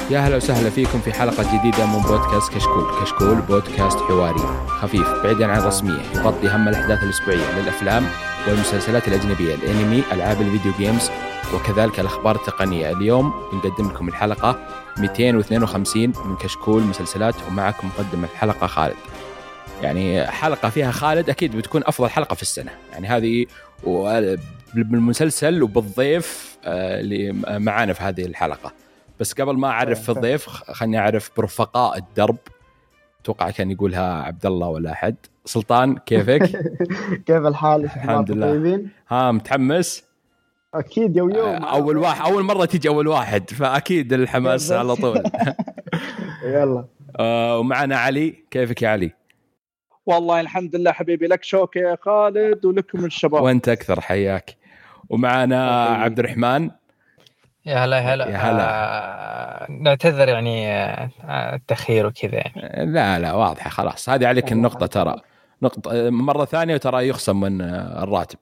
يا هلا وسهلا فيكم في حلقة جديدة من بودكاست كشكول بودكاست حواري خفيف بعيدا عن الرسمية، يغطي هم الأحداث الأسبوعية للأفلام والمسلسلات الأجنبية، الأنمي، ألعاب الفيديو جيمز، وكذلك الأخبار التقنية. اليوم بنقدم لكم الحلقة 252 من كشكول مسلسلات، ومعكم مقدم الحلقة خالد. يعني حلقة فيها خالد أكيد بتكون أفضل حلقة في السنة، يعني هذه بالمسلسل وبالضيف اللي معانا في هذه الحلقة. بس قبل ما أعرف في الضيف خلني أعرف برفقاء الدرب. توقع كان يقولها عبد الله ولا أحد. سلطان كيفك؟ كيف الحال؟ الحمد لله. ها متحمس؟ أكيد يوم أول مرة تيجي أول واحد، فأكيد الحماس على طول. يلا. ومعنا علي. كيفك يا علي؟ والله الحمد لله حبيبي، لك شوك يا خالد ولكم الشباب. وأنت أكثر، حياك. ومعنا عبد الرحمن. يا هلا. نعتذر يعني التأخير وكذا يعني. لا واضحة خلاص، هذه عليك النقطة، ترى نقطة مرة ثانية وترى يخصم من الراتب.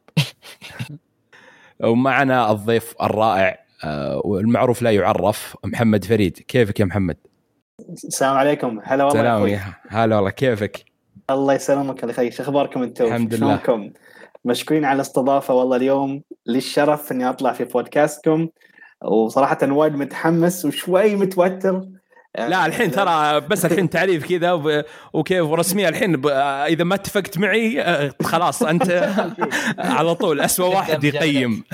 ومعنا الضيف الرائع والمعروف لا يعرف، محمد فريد. كيفك يا محمد؟ السلام عليكم. هلا والله. سلام. هلا والله، كيفك؟ الله يسلمك يا اخي، شو اخباركم انتم؟ الحمد لله. شلونكم؟ مشكورين على الاستضافة، والله اليوم للشرف اني اطلع في بودكاستكم، وصراحة وايد متحمس وشوي متوتر. لا الحين ترى بس الحين تعريف كذا وكيف ورسمية. الحين إذا ما اتفقت معي خلاص أنت على طول أسوأ واحد يقيم.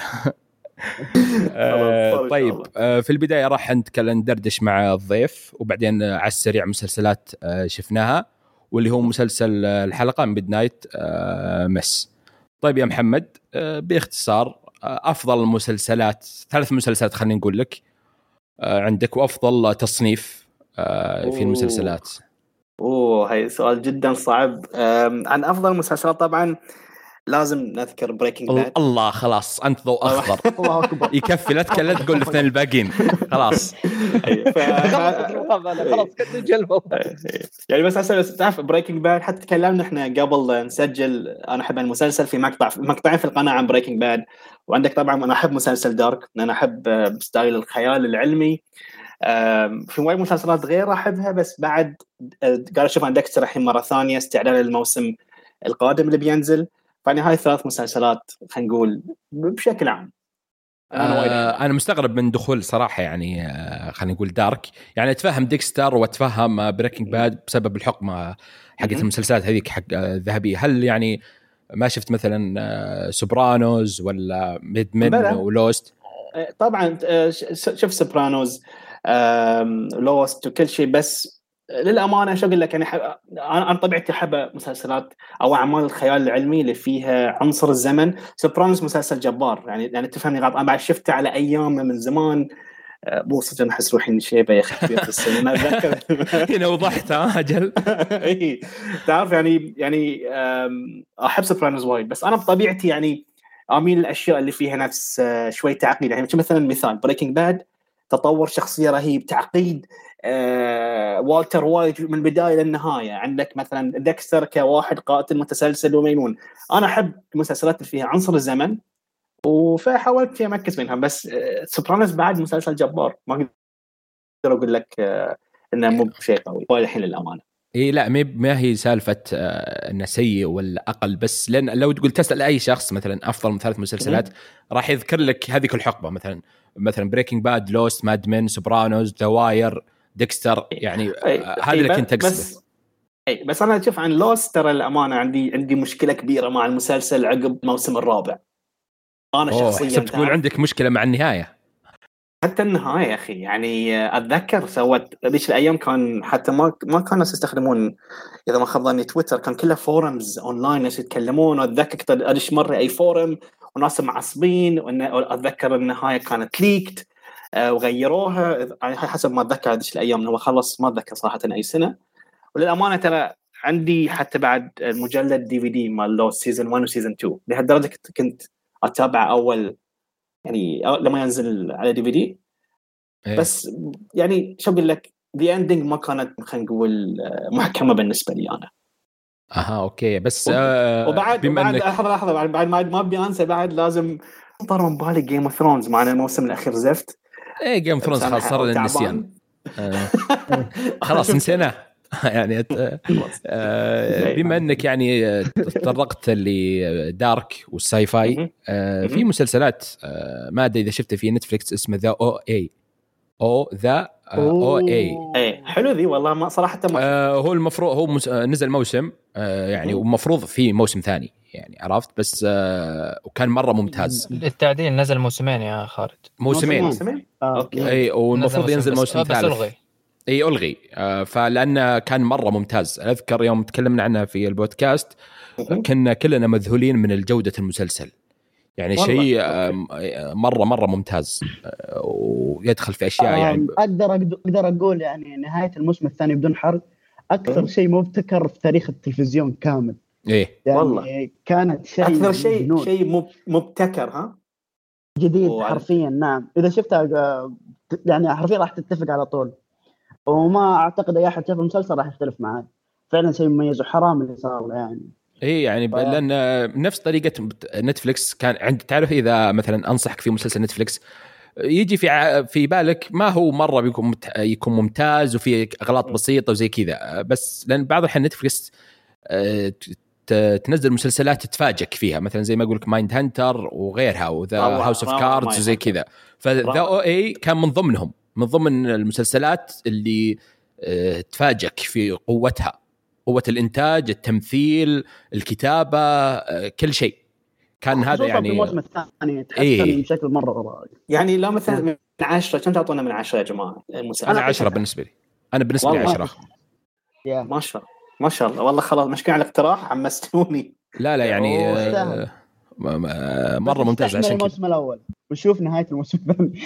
طيب، في البداية راح ندردش مع الضيف، وبعدين على السريع مسلسلات شفناها، واللي هو مسلسل الحلقة من بدنايت مس. طيب يا محمد، باختصار أفضل المسلسلات، 3 مسلسلات خلينا نقول لك عندك، وأفضل تصنيف في المسلسلات. هاي سؤال جدا صعب. عن أفضل المسلسلات طبعا لازم نذكر بريكنج باد. الله، خلاص أنت ضوء أخضر. يكفي، لا تقول الاثنين الباقين خلاص. خلاص كنت جلبه. يعني بس تعرف بريكنج باد، حتى تكلمنا احنا قبل نسجل، أنا أحب المسلسل في مقطعين في القناة عن بريكنج باد. وعندك طبعا أنا أحب مسلسل دارك، أنا أحب ستايل الخيال العلمي. في وايد مسلسلات غير أحبها، بس بعد قاعد أشوف عن ديكستر الحين مرة ثانية استعداد للموسم القادم اللي بينزل. فاني هاي 3 مسلسلات خلينا نقول بشكل عام. أنا مستغرب من دخول صراحة، يعني خلينا نقول دارك. يعني أتفهم ديكستر وأتفهم بريكنج باد بسبب الحقبة حقت المسلسلات هذيك حق الذهبية. هل يعني ما شفت مثلا سوبرانوز ولا ميدمن ولوست؟ طبعا شوف سوبرانوز، لوست وكل شيء، بس للأمانة شو أقول لك، يعني أنا طبيعتي أحب مسلسلات أو أعمال الخيال العلمي اللي فيها عنصر الزمن. سوبرانوس مسلسل جبار، يعني تفهمني غلط، أنا بعد شفته على أيام من زمان. مو صدق أحس روحي إني شيبة يا أخي كبير في السن. أنا أتذكر هنا وضحت أجل. إيه تعرف يعني أحب سوبرانوس وايد، بس أنا بطبيعتي يعني أميل الأشياء اللي فيها نفس شوي تعقيد. يعني مثلا مثال بريكنج باد، تطور شخصية رهيب، تعقيد والتر وايت من البداية للنهاية. عندك مثلا ديكستر كواحد قاتل متسلسل ومينون. أنا أحب المسلسلات اللي فيها عنصر الزمن، وفحاولت فيها أمركز منها. بس سوبرانوس بعد مسلسل جبار، ما أقدر أقول لك إنه مو بشيء قوي الحين للأمانة. إيه لا، ما هي سالفة إنه سيء ولا أقل، بس لأن لو تقول تسأل أي شخص مثلا أفضل من 3 مسلسلات راح يذكر لك هذه كل حقبة، مثلا بريكنج باد، لوست، مادمن، سوبرانوز، دواير، ديكستر. يعني هذا اللي كنت أقصده. بس أنا أشوف عن لوست ترى الأمانة عندي مشكلة كبيرة مع المسلسل عقب الموسم الرابع. أنا شخصيا تقول عندك مشكلة مع النهاية. حتى النهاية يا أخي، يعني أتذكر سوت ذيك الأيام كان حتى ما كانوا الناس يستخدمون، إذا ما خاب ظني تويتر كان كله فورمز أونلاين ناس يتكلمون. وأتذكر أدش مرة أي فورم وناس معصبين، وأتذكر النهاية كانت ليكت وغيروها. يعني حسب ما أتذكر هذه الأيام، هو خلص ما أتذكر صراحة أي سنة. وللأمانة ترى عندي حتى بعد المجلد DVD مال لو سيزن 1 وسيزن 2 لهالدرجة كنت أتابع أول، يعني لما ينزل على DVD. بس يعني شو أقول لك، the ending ما كانت خلينا نقول محكمة بالنسبة لي أنا. أوكي. بس وبعد لحظة بعد ما أبي أنسى، بعد لازم طار من بالي جيم اوف ثرونز معنا الموسم الأخير زفت. جيم اوف ثرونز خلاص صار للنسيان. خلاص نسينا. يعني بما انك يعني تطرقت لدارك والساي فاي، في مسلسلات ما ادري اذا شفته في نتفليكس اسمه ذا او اي حلو ذي والله. ما صراحه هو المفروض هو نزل موسم يعني ومفروض في موسم ثاني يعني عرفت، بس وكان مره ممتاز. التعديل نزل موسمين يا خالد. موسمين. اوكي. اي والمفروض ينزل موسم ثالث. ألغي فلأنه كان مرة ممتاز. أذكر يوم تكلمنا عنه في البودكاست كنا كلنا مذهولين من الجودة المسلسل، يعني شيء مرة ممتاز ويدخل في أشياء يعني أقدر أقول يعني نهاية الموسم الثاني بدون حرق أكثر شيء مبتكر في تاريخ التلفزيون كامل. إيه يعني والله كانت شيء أكثر شيء مبتكر جديد حرفيا. نعم إذا شفتها يعني حرفيا راح تتفق على طول، وما أعتقد أي أحد شاف المسلسل راح يختلف معي. فعلا شيء مميز وحرام اللي صار يعني. إيه يعني لأن نفس طريقة نتفليكس كان عند، تعرف إذا مثلا أنصحك في مسلسل نتفليكس يجي في بالك ما هو مرة يكون ممتاز وفي أغلاط بسيطة وزي كذا، بس لأن بعض الحين نتفليكس تنزل مسلسلات تتفاجئ فيها، مثلا زي ما أقولك مايند هانتر وغيرها وذا هاوس اوف كاردز وزي كذا. فذا او اي كان من ضمنهم، من ضمن المسلسلات اللي تفاجئك في قوتها، قوة الإنتاج، التمثيل، الكتابة، كل شيء كان هذا يعني. الموسم الثاني تحسن بشكل مرة رائع. يعني لا مثلا من 10 كم تعطونا من 10 يا جماعة المسلسل؟ أنا 10 بالنسبة لي. أنا بالنسبة لي 10. ما شاء الله والله. خلاص مشكلة على الاقتراح، عمستوني. لا يعني مرة ممتاز. عشان الموسم الأول ونشوف نهاية الموسم الثاني.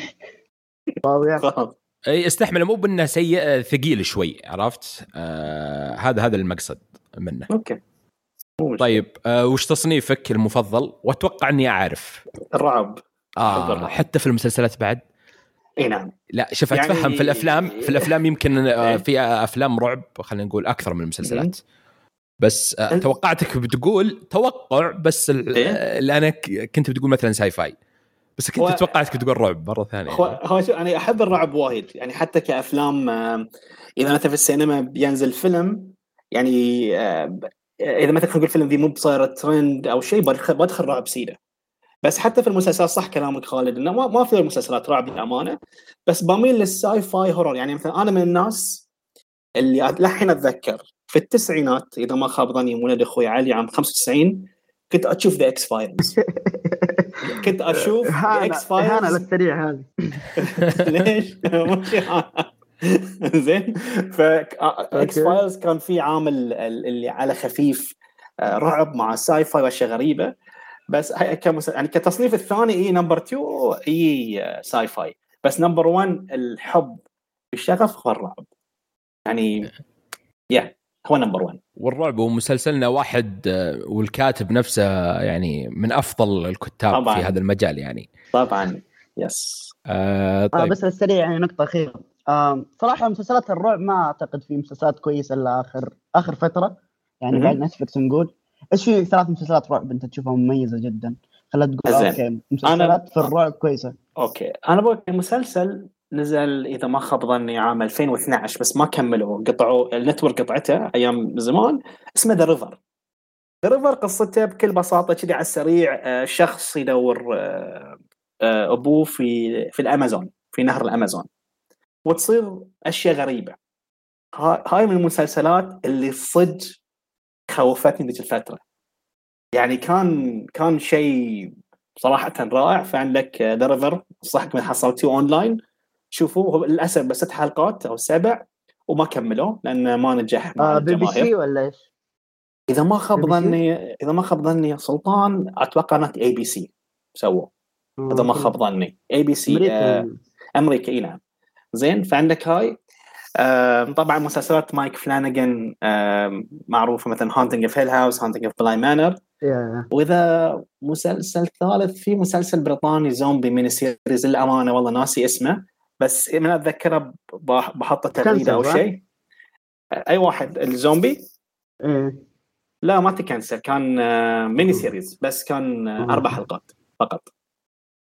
اي استحمل، مو بانه سيء، ثقيل شوي، عرفت؟ هذا المقصد منه. اوكي طيب وش تصنيفك المفضل؟ واتوقع اني اعرف. الرعب. حتى في المسلسلات بعد. اي نعم. لا شوف يعني اتفهم في الافلام يمكن في افلام رعب خلينا نقول اكثر من المسلسلات. بس توقعتك بتقول توقع، بس اللي انا كنت بتقول مثلا ساي فاي، بس كنت توقعتك تقول رعب مرة ثانية. هو أنا أحب الرعب وايد يعني، حتى كأفلام. إذا مثلا في السينما بينزل فيلم يعني إذا مثلا نقول فيلم ذي مو بصير ترند أو شيء بدخل رعب سيدة. بس حتى في المسلسلات صح كلامك خالد إنه ما في مسلسلات رعب للأمانة، بس بميل للساي فاي هورر. يعني مثلا أنا من الناس اللي لحين أتذكر في التسعينات إذا ما خاب ظني مولد أخوي علي عام 95 كنت أشوف The X-Files. كنت أشوف The X-Files. هانا للسريع هذه. ليش؟ زين. X-Files كان في عامل اللي على خفيف رعب مع ساي فاي وأشياء غريبة. بس يعني كتصنيف الثاني إيه نمبر 2 إيه ساي فاي، بس نمبر 1 الحب الشغف هو الرعب يعني. هو نمبر 1. والرعب ومسلسلنا واحد والكاتب نفسه يعني من أفضل الكتاب طبعاً في هذا المجال يعني. طبعا يس. طيب. بس السريع يعني نقطة أخيرة. صراحة مسلسلات الرعب ما أعتقد في مسلسلات كويسة إلا آخر فترة يعني. بعد نتفلكس نقول إيش في 3 مسلسلات رعب أنت تشوفها مميزة جدا، خلت تقول أوكي مسلسلات في الرعب كويسة. أوكي أنا بقول مسلسل نزل إذا ما خاب ظني عام 2012 بس ما كملوا، قطعوا النتورك قطعته أيام زمان، اسمه ذا ريفر. قصته بكل بساطة كذي على السريع. شخص يدور أبوه في الأمازون، في نهر الأمازون، وتصير أشياء غريبة. هاي من المسلسلات اللي صدق خوفتني ذيك الفترة يعني. كان شيء صراحة رائع. فعندك ذا ريفر صحك من حصلته أونلاين، شوفوه. للأسف بس 6 حلقات أو 7 وما كملوا لأن ما نجح مع الجماهير. BBC ولا إيش؟ إذا ما خاب ظني يا سلطان أتوقع أنها ABC سووا. إذا ما خاب ظني ABC أمريكا. نعم زين. فعندك هاي طبعا مسلسلات مايك فلانيغان معروفة مثلا هانتنج اوف هيل هاوس، هانتنج اوف بلاي مانر. وإذا مسلسل ثالث في مسلسل بريطاني زومبي ميني سيريز، الأمانة والله ناسي اسمه، بس من أتذكره بحطه تغريدة أو شيء. أي واحد الزومبي لا ما تكنسل، كان ميني سيريز بس كان 4 حلقات فقط.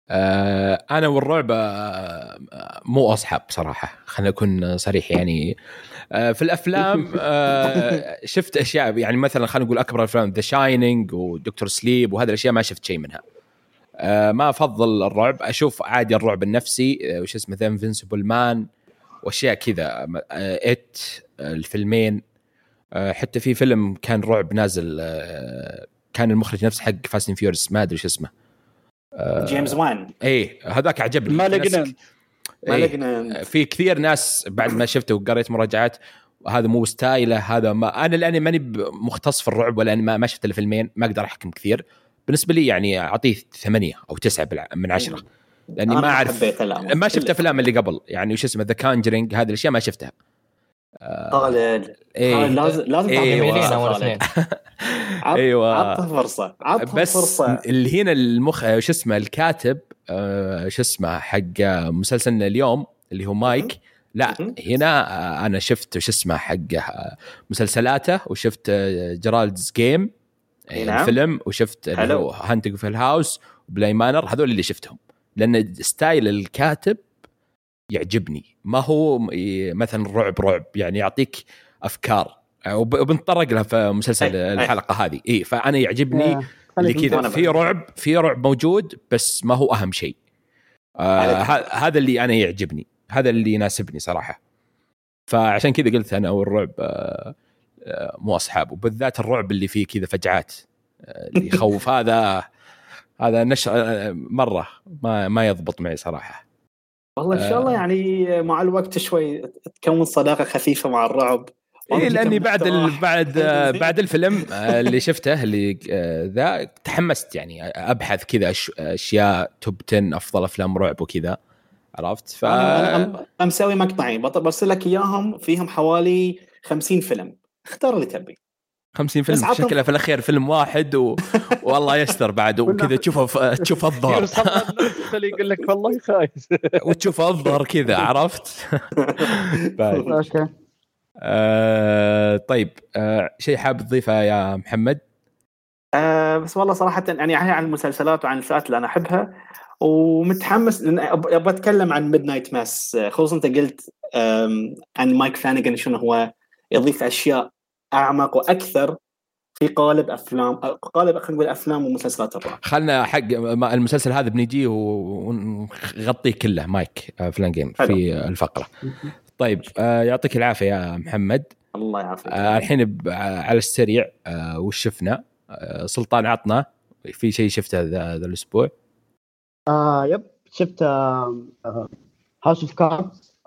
انا والرعب مو اصحاب صراحه، خلينا نكون صريح يعني. في الافلام شفت اشياء يعني مثلا خلينا نقول اكبر الافلام ذا شاينينج ودكتور سليب وهذه الاشياء ما شفت شيء منها. ما افضل الرعب، اشوف عادي الرعب النفسي وش اسمه ذا انفنسبل مان واشياء كذا. ات الفيلمين، حتى في فيلم كان رعب نازل كان المخرج نفس حق فاست اند فيوريوس، ما ادري ايش اسمه، جيمس وان. ايه هذاك عجبني. ما لقنا في كثير ناس بعد ما شفته وقريت مراجعات وهذا مو ستايله، هذا ما انا لاني ماني مختص في الرعب ولا ما شفت الفيلمين ما اقدر احكم كثير. بالنسبه لي يعني اعطيه 8 أو 9 من 10 لاني ما اعرف، ما شفت افلام اللي قبل يعني وش اسمه ذا كانجرينج، هذه الاشياء ما شفتها. خالد لازم جميلين اول اثنين. ايوه عطه فرصه بس اللي هنا المخ وش اسمه الكاتب شو اسمه حق مسلسل اليوم اللي هو مايك. لا هنا انا شفت وش اسمه حق مسلسلاته، وشفت جرالدز جيم الفيلم، وشفت هانتنج في الهاوس وبلاي مانر، هذول اللي شفتهم لان ستايل الكاتب يعجبني. ما هو مثلا رعب يعني يعطيك افكار وبنطرق لها في مسلسل الحلقه هذه. فانا يعجبني اللي كذا في رعب موجود بس ما هو اهم شيء. هذا اللي انا يعجبني، هذا اللي يناسبني صراحه. فعشان كذا قلت انا والرعب مو اصحاب، وبالذات الرعب اللي فيه كذا فجعات اللي يخوف هذا مره ما يضبط معي صراحه. والله ان شاء الله يعني مع الوقت شوي تكون صداقه خفيفه مع الرعب. لاني بعد الفيلم اللي شفته اللي ذا تحمست يعني ابحث كذا اشياء توب 10 افضل افلام رعب وكذا، عرفت. انا مسوي مقطعين برسل لك اياهم، فيهم حوالي 50 فيلم، اختار اللي تبي. 50 فيلم شكله في الاخير فيلم واحد والله يستر بعد وكذا تشوف الظهر اللي يقول لك والله خايس وتشوف الظهر كذا، عرفت. اوكي طيب شيء حاب تضيفه يا محمد؟ بس والله صراحة يعني عن المسلسلات وعن الفئات اللي أنا أحبها ومتحمس لأن أبغى أتكلم عن ميدنايت ماس، خصوصا أنت قلت عن مايك فلانيغان شنو هو يضيف أشياء أعمق وأكثر في قالب خلينا نقول أفلام ومسلسلات الرعب. خلنا حق المسلسل هذا بنجيه ونغطيه كله مايك فلانيغان في الفقرة. طيب يعطيك العافية يا محمد. الله يعافيك. الحين على السريع وش شفنا؟ سلطان عطنا في شيء شفته ذا الأسبوع؟ يب شفت هاوس اوف كاردز.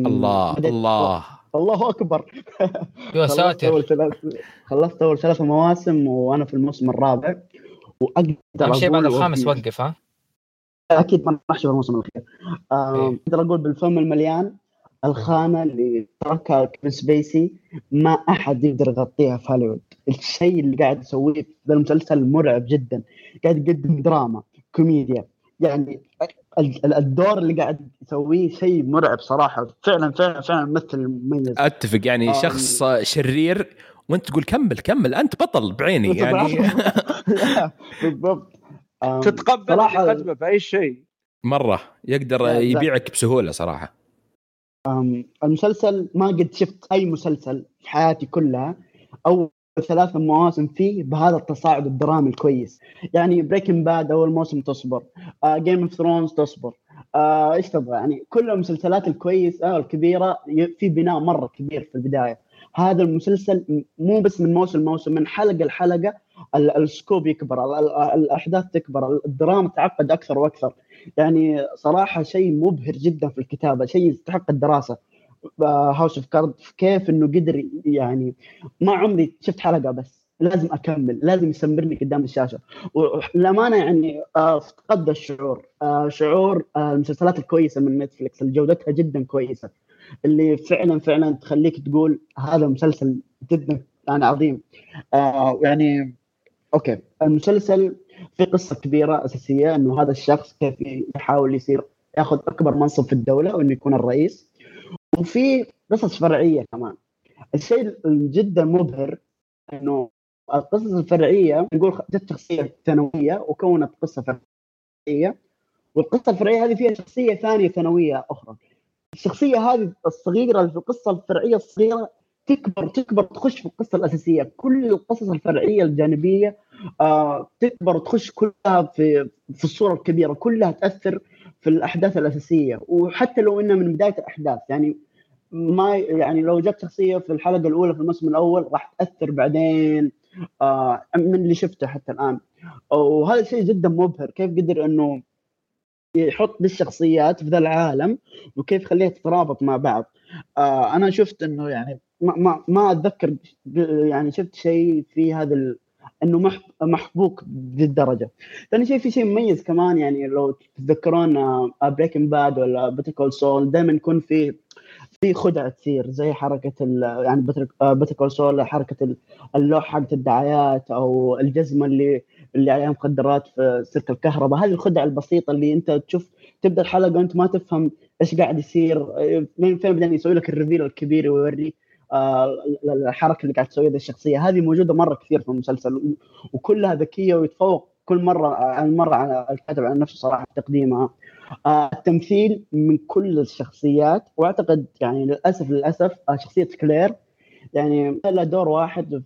الله أكبر. يا ساتر. خلصت أول 3 مواسم وأنا في الموسم الرابع وأقدر أقول شيء بعد الخامس وقف. ها أكيد ما راح أشوف الموسم الأخير. أقدر أقول بالفيلم المليان الخانة اللي تركها كيفن سبيسي ما أحد يقدر يغطيها في هوليوود. الشيء اللي قاعد يسويه في المسلسل مرعب جدا، قاعد يقدم دراما كوميديا، يعني الدور اللي قاعد يسويه شيء مرعب صراحة. فعلا ممثل مميز. أتفق يعني شخص شرير وانت تقول كمل أنت بطل بعيني يعني. بالضبط. تتقبل الخدمة بأي شيء مرة يقدر يبيعك بسهولة صراحة. المسلسل ما قد شفت أي مسلسل في حياتي كلها أو 3 مواسم فيه بهذا التصاعد الدرامي الكويس. يعني بريكنج باد أول موسم تصبر، جيم اوف ثرونز تصبر، إيش تبغى يعني كل المسلسلات الكويسة الكبيرة في بناء مرة كبير في البداية. هذا المسلسل مو بس من موسم من حلقة لحلقة السكوب يكبر، الأحداث تكبر، الدراما تعقد أكثر وأكثر. يعني صراحة شيء مبهر جدا في الكتابة، شيء يستحق الدراسة. هاوس اوف كارد كيف انه قدر، يعني ما عمري شفت حلقة بس لازم اكمل، لازم يسمرني قدام الشاشة. وللأمانة يعني افتقد الشعور، شعور المسلسلات الكويسة من نتفليكس اللي جودتها جدا كويسة، اللي فعلا تخليك تقول هذا مسلسل جدا يعني عظيم. يعني اوكي المسلسل في قصة كبيرة أساسية إنه هذا الشخص كيف يحاول يأخذ أكبر منصب في الدولة وإنه يكون الرئيس، وفي قصص فرعية كمان. الشيء جدا مبهر إنه القصص الفرعية نقول جت شخصية ثانوية وكونت قصة فرعية، والقصة الفرعية هذه فيها شخصية ثانية ثانوية أخرى. الشخصية هذه الصغيرة اللي في القصة الفرعية الصغيرة تكبر تخش في القصة الأساسية. كل القصص الفرعية الجانبية تكبر وتخش كلها في الصورة الكبيرة، كلها تأثر في الأحداث الأساسية. وحتى لو إنها من بداية الأحداث، يعني ما يعني لو جت شخصية في الحلقة الأولى في الموسم الأول راح تأثر بعدين من اللي شفته حتى الآن. وهذا الشيء جدا مبهر، كيف قدر إنه يحط بالشخصيات في ذا العالم وكيف خليها تترابط مع بعض. أنا شفت إنه يعني ما أتذكر يعني شفت شيء في هذا إنه محبوك بالدرجة. ثاني شيء في شيء مميز كمان، يعني لو تتذكرون بريكنج باد ولا بيتر كول سول دائما يكون في خدعة تصير زي حركة يعني بيتر كول سول، حركة اللوحة حقت الدعايات أو الجزمة اللي عليها مخدرات في سلك الكهرباء. هذه الخدعة البسيطة اللي أنت تشوف تبدأ الحلقة وأنت ما تفهم إيش قاعد يصير، من فين بدأ يسوي لك الريفيل الكبير ويوري الحركة اللي قاعد تسويها الشخصية. هذه موجودة مرة كثير في المسلسل وكلها ذكية ويتفوق كل مرة عن مرة على الكاتب على نفسه صراحة تقديمها. التمثيل من كل الشخصيات، واعتقد يعني للاسف شخصيه كلير يعني لها دور واحد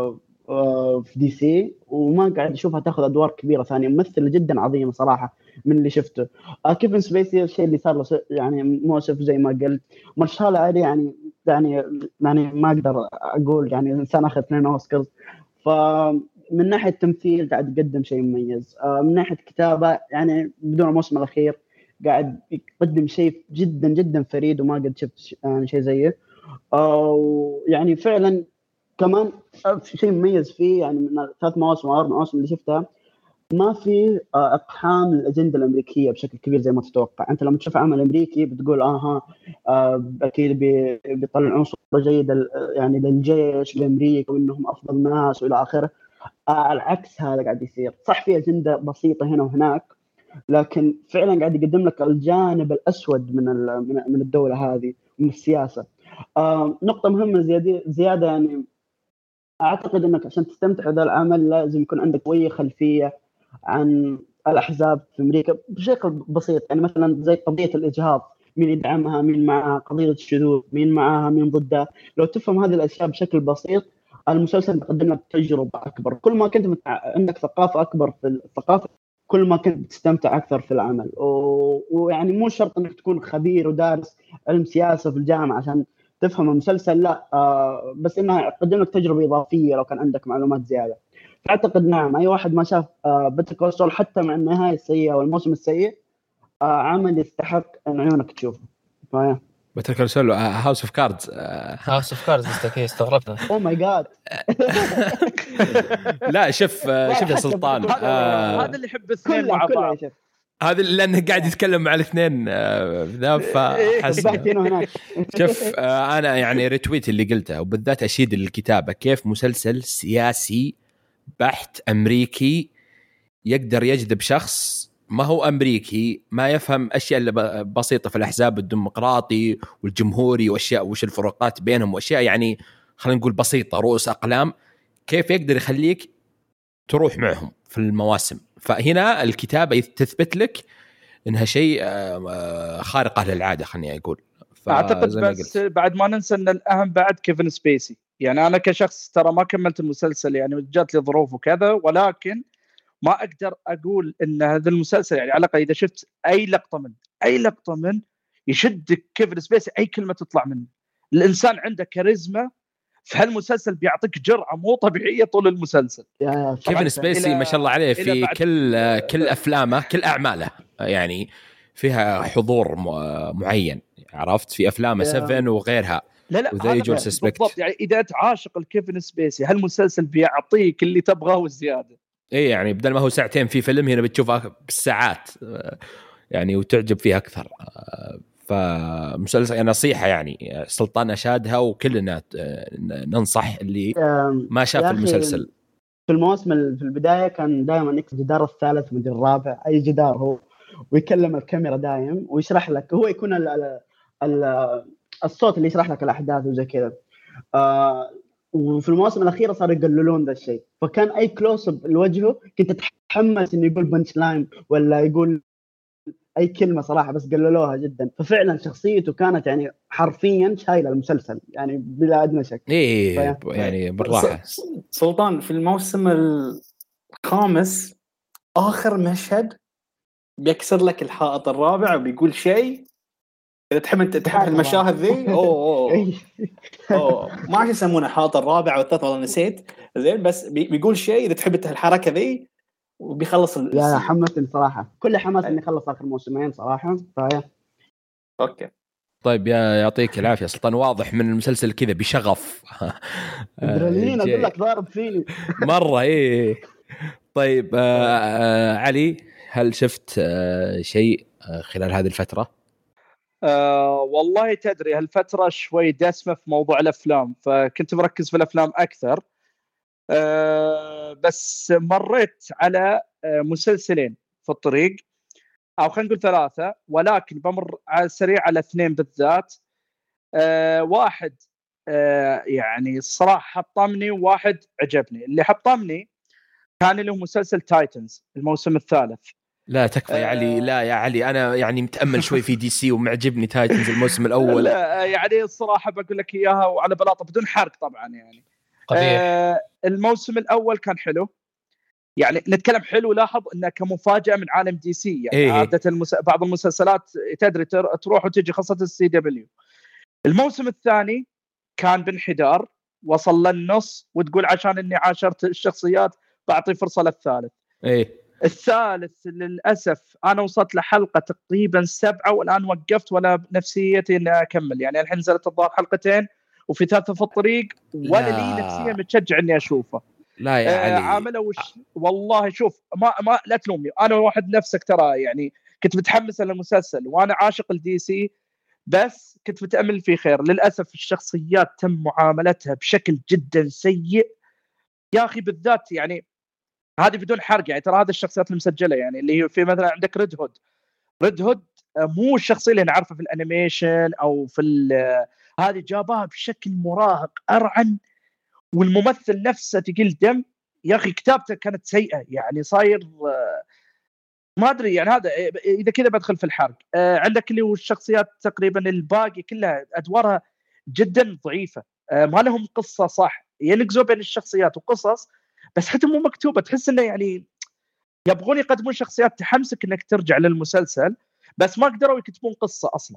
في دي سي وما قاعد اشوفها تاخذ ادوار كبيره ثانيه. ممثله جدا عظيمه صراحه من اللي شفته. كيفن سبيسي الشيء اللي صار له يعني مؤسف زي ما قلت. مارشال علي يعني ما اقدر اقول يعني انسان اخذ 2 اوسكارز. فمن ناحيه تمثيل قاعد يقدم شيء مميز. من ناحيه كتابه يعني بدون الموسم الاخير قاعد يقدم شيء جدا جدا فريد وما قد شفت يعني شيء زيه. يعني فعلا كمان شيء مميز فيه يعني من 3 مواسم أو 4 مواسم اللي شفتها ما في اقحام للاجنده الامريكيه بشكل كبير زي ما تتوقع. انت لما تشوف عمل امريكي بتقول اكيد بيطلعون صوره جيده يعني للجيش بامريكا وانهم افضل ناس والى اخره. العكس هذا قاعد يصير. صح في اجنده بسيطه هنا وهناك، لكن فعلا قاعد يقدم لك الجانب الأسود من الدولة هذه من السياسة. نقطة مهمة زيادة يعني أعتقد أنك عشان تستمتع بهذا العمل لازم يكون عندك شوية خلفية عن الأحزاب في أمريكا بشكل بسيط. يعني مثلا زي قضية الإجهاض، مين يدعمها، مين معها، قضية الشذوذ مين معها مين ضدها. لو تفهم هذه الأشياء بشكل بسيط المسلسل يقدم لك تجربة أكبر. كل ما كنت عندك ثقافة أكبر في الثقافة كل ما كنت تستمتع أكثر في العمل. ويعني مو شرط أنك تكون خبير ودارس علم سياسة في الجامعة عشان تفهم المسلسل، لا بس إنها يقدم لك تجربة إضافية لو كان عندك معلومات زيادة. فأعتقد نعم أي واحد ما شاف بيتر كول سول حتى مع النهاية السيئة والموسم السيء عمل يستحق أن عيونك تشوفه. بيتر كول سول هاوس اوف كاردز استغربنا. اوه ماي جاد. لا شوف يا سلطان هذا اللي يحب الاثنين مع بعض. هذا لانه قاعد يتكلم مع الاثنين ذا فحس. شوف انا يعني ريتويت اللي قلته وبالذات اشيد الكتابه كيف مسلسل سياسي بحت امريكي يقدر يجذب شخص ما هو أمريكي ما يفهم أشياء اللي بسيطة في الأحزاب الديمقراطي والجمهوري وأشياء وش الفروقات بينهم وأشياء يعني خلينا نقول بسيطة رؤوس أقلام. كيف يقدر يخليك تروح معهم في المواسم. فهنا الكتابة تثبت لك إنها شيء خارقة للعادة خليني أقول. أعتقد بس بعد ما ننسى أن الأهم بعد كيفن سبيسي. يعني أنا كشخص ترى ما كملت المسلسل يعني جات لي ظروف وكذا، ولكن ما أقدر أقول إن هذا المسلسل يعني على الأقل إذا شفت أي لقطة من يشدك كيفن سبيسي أي كلمة تطلع منه. الإنسان عنده كاريزما في هالمسلسل بيعطيك جرعة مو طبيعية طول المسلسل. كيفن سبيسي ما شاء الله عليه في كل أفلامه كل أعماله يعني فيها حضور معين. عرفت في أفلامه 7 وغيرها. لا بالضبط يعني إذا أنت عاشق الكيفن سبيسي هالمسلسل بيعطيك اللي تبغاه والزيادة. ايه يعني بدل ما هو ساعتين في فيلم هنا بتشوفه بالساعات يعني وتعجب فيه اكثر. فمسلسل نصيحه يعني سلطان اشادها وكلنا ننصح اللي ما شاف المسلسل. في الموسم في البدايه كان دائما يكتب الجدار الثالث من الرابع اي جدار هو ويكلم الكاميرا دايم ويشرح لك. هو يكون الصوت اللي يشرح لك الاحداث وزي كذا. وفي المواسم الأخيرة صاروا يقللون ذا الشيء. فكان أي كلوس اب لوجهه كنت تتحمس إنه يقول بنش لاين ولا يقول اي كلمه صراحه، بس قللوها جدا. ففعلا شخصيته كانت يعني حرفيا شايله المسلسل يعني بلا ادنى شك. ايه يعني بالراحه. سلطان في الموسم الخامس اخر مشهد بيكسر لك الحائط الرابع وبيقول شيء اذا تحب المشاهد ذي. اوه ما اعرف يسمونه الحائط الرابع والثالث والله نسيت زين، بس بيقول شيء اذا تحب الحركه ذي وبيخلص يا حمسني صراحه، كل حماس اني اخلص اخر موسمين صراحه. اوكي طيب يعطيك العافيه سلطان، واضح من المسلسل كذا بشغف. ادرينالين اقول لك ضارب فيني مره. ايه طيب علي، هل شفت شيء خلال هذه الفتره؟ والله تدري هالفتره شوي دسمه في موضوع الافلام، فكنت مركز في الافلام اكثر. بس مريت على مسلسلين في الطريق، او خلينا نقول 3، ولكن بمر على السريع على 2 بالذات. واحد يعني الصراحه حطمني، وواحد عجبني. اللي حطمني كان له مسلسل تايتنز الموسم الثالث. لا تكفى يا علي، لا يا علي، انا يعني متامل شوي في دي سي ومعجبني تايتنز الموسم الاول. لا يعني الصراحه بقول لك اياها وعلى بلاطه بدون حرق طبعا يعني. الموسم الاول كان حلو، يعني نتكلم حلو. لاحظ انه كمفاجاه من عالم دي سي يعني. عاده بعض المسلسلات تدري تروح وتجي، خاصه السي دبليو. الموسم الثاني كان بانحدار، وصل للنص وتقول عشان اني عاشرت الشخصيات بعطي فرصه للثالث. الثالث للاسف انا وصلت لحلقه تقريبا 7 والان وقفت، ولا نفسيتي اني اكمل. يعني الحين نزلت الظاهر حلقتين وفي 3 في الطريق، ولا لي نفسيا متشجع اني اشوفه. لا يا علي عامله والله شوف، ما لا تلومني، انا واحد نفسك ترى يعني كنت متحمس للمسلسل وانا عاشق الدي سي، بس كنت متأمل فيه خير. للأسف الشخصيات تم معاملتها بشكل جدا سيء يا أخي، بالذات يعني هذه بدون حرق يعني. ترى هذه الشخصيات المسجلة يعني، اللي هي في مثلا عندك ريد هود مو الشخصية اللي نعرفها في الانيميشن أو في هذه جابها بشكل مراهق أرعن، والممثل نفسه تقيل دم يا أخي. كتابته كانت سيئة يعني، صاير ما أدري يعني. هذا إذا كذا بدخل في الحرق. عندك اللي هو الشخصيات تقريبا الباقي كلها أدوارها جدا ضعيفة، ما لهم قصة صح، ينقزوا بين الشخصيات وقصص بس حتى مو مكتوبة. تحس إنه يعني يبغون يقدمون شخصيات تحمسك إنك ترجع للمسلسل، بس ما قدروا يكتبون قصة أصلا.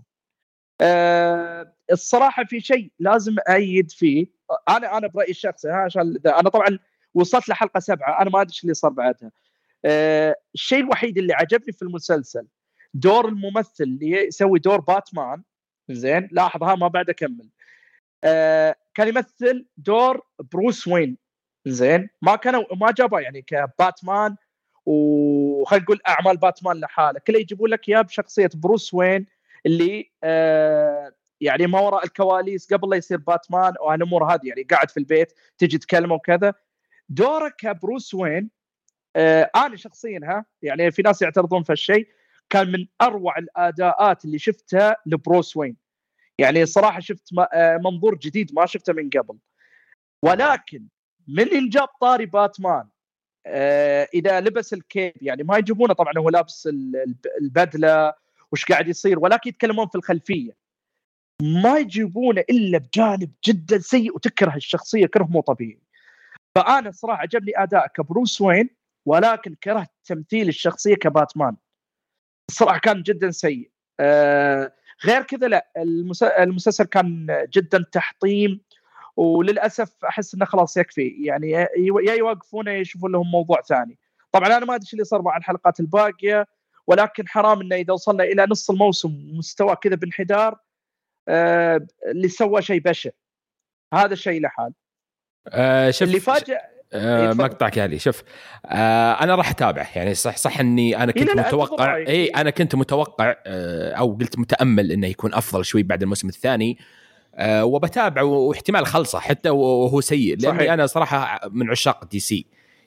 الصراحة في شيء لازم أيد فيه أنا برأيي الشخصي، عشان أنا طبعا وصلت لحلقة 7، أنا ما أدري اللي صار بعدها. الشيء الوحيد اللي عجبني في المسلسل دور الممثل اللي يسوي دور باتمان. زين لاحظها ما بعد أكمل. كان يمثل دور بروس وين. زين ما جابه يعني كباتمان، وخلينا نقول أعمال باتمان لحاله كله يجيبوا لك يا بشخصية بروس وين اللي يعني ما وراء الكواليس قبل لا يصير باتمان وهالأمور هذه، يعني قاعد في البيت تجي تكلمه وكذا. دورك كبروس وين أنا شخصيا يعني في ناس يعترضون في الشيء، كان من أروع الأداءات اللي شفتها لبروس وين. يعني صراحة شفت منظور جديد ما شفته من قبل. ولكن من إنجاب طاري باتمان إذا لبس الكيب، يعني ما يجيبونه طبعا هو لابس البدلة وش قاعد يصير، ولكن يتكلمون في الخلفية، ما يجيبونه إلا بجانب جدا سيء وتكره الشخصية كره مو طبيعي. فأنا صراحة عجبني أداء كبروس وين، ولكن كرهت تمثيل الشخصية كباتمان الصراحة كان جدا سيء. غير كذا لا، المسلسل كان جدا تحطيم، وللأسف أحس إنه خلاص يكفي يعني، يا يوقفونه يشوفون لهم موضوع ثاني. طبعا أنا ما أدري اللي صار مع الحلقات الباقية، ولكن حرام إنه إذا وصلنا إلى نص الموسم مستوى كذا بانحدار، اللي سوى شيء بشع. هذا الشيء لحال. اللي فاجأ مقطعك يعني. شوف انا راح اتابع يعني، صح اني انا كنت متوقع انا كنت متوقع او قلت متامل انه يكون افضل شوي بعد الموسم الثاني، وبتابع واحتمال خلصه حتى وهو سيء، لاني انا صراحه من عشاق دي سي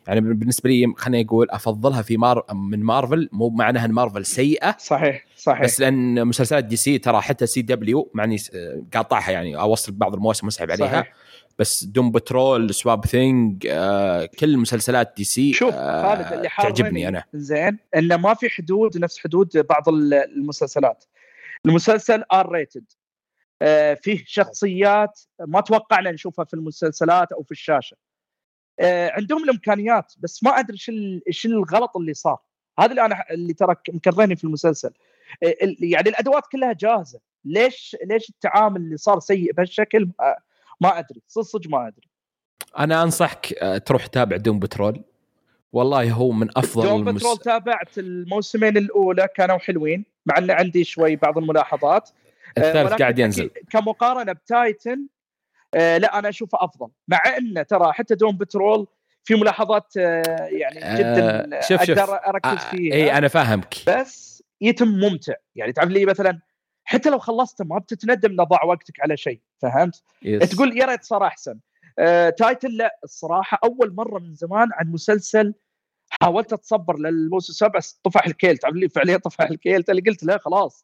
يعني بالنسبه لي خليني اقول افضلها في من مارفل، مو معناها ان مارفل سيئه، صحيح بس لان مسلسلات دي سي ترى حتى سي دبليو معني قاطعها يعني اوصل بعض المواسم مسحب عليها صحيح. بس دوم بترول سواب ثينج كل مسلسلات دي سي شوف خالد اللي تعجبني انا زين انه ما في حدود نفس حدود بعض المسلسلات. المسلسل ار ريتد، فيه شخصيات ما توقعنا نشوفها في المسلسلات او في الشاشه، عندهم الامكانيات، بس ما ادري ايش الغلط اللي صار. هذا اللي انا اللي ترى مكرهني في المسلسل، يعني الادوات كلها جاهزه، ليش التعامل اللي صار سيء بهالشكل؟ ما ادري صدق ما ادري. انا انصحك تروح تتابع دوم بترول، والله هو من افضل دوم بترول تابعت الموسمين الاولى كانوا حلوين، مع ان عندي شوي بعض الملاحظات. الثالث قاعد ينزل كمقارنه بتايتن لا انا اشوفه افضل، مع انه ترى حتى دوم بترول في ملاحظات يعني جدا اقدر اركز فيها. اي انا فاهمك، بس يتم ممتع، يعني تعرف لي مثلا حتى لو خلصته ما بتتندم انه ضاع وقتك على شيء، فهمت؟ تقول يا ريت صار احسن. تايتن لا الصراحه اول مره من زمان عن مسلسل حاولت اتصبر للموسم 7 طفح الكيل، تعرف لي فعليا طفح الكيل، اللي قلت لا خلاص.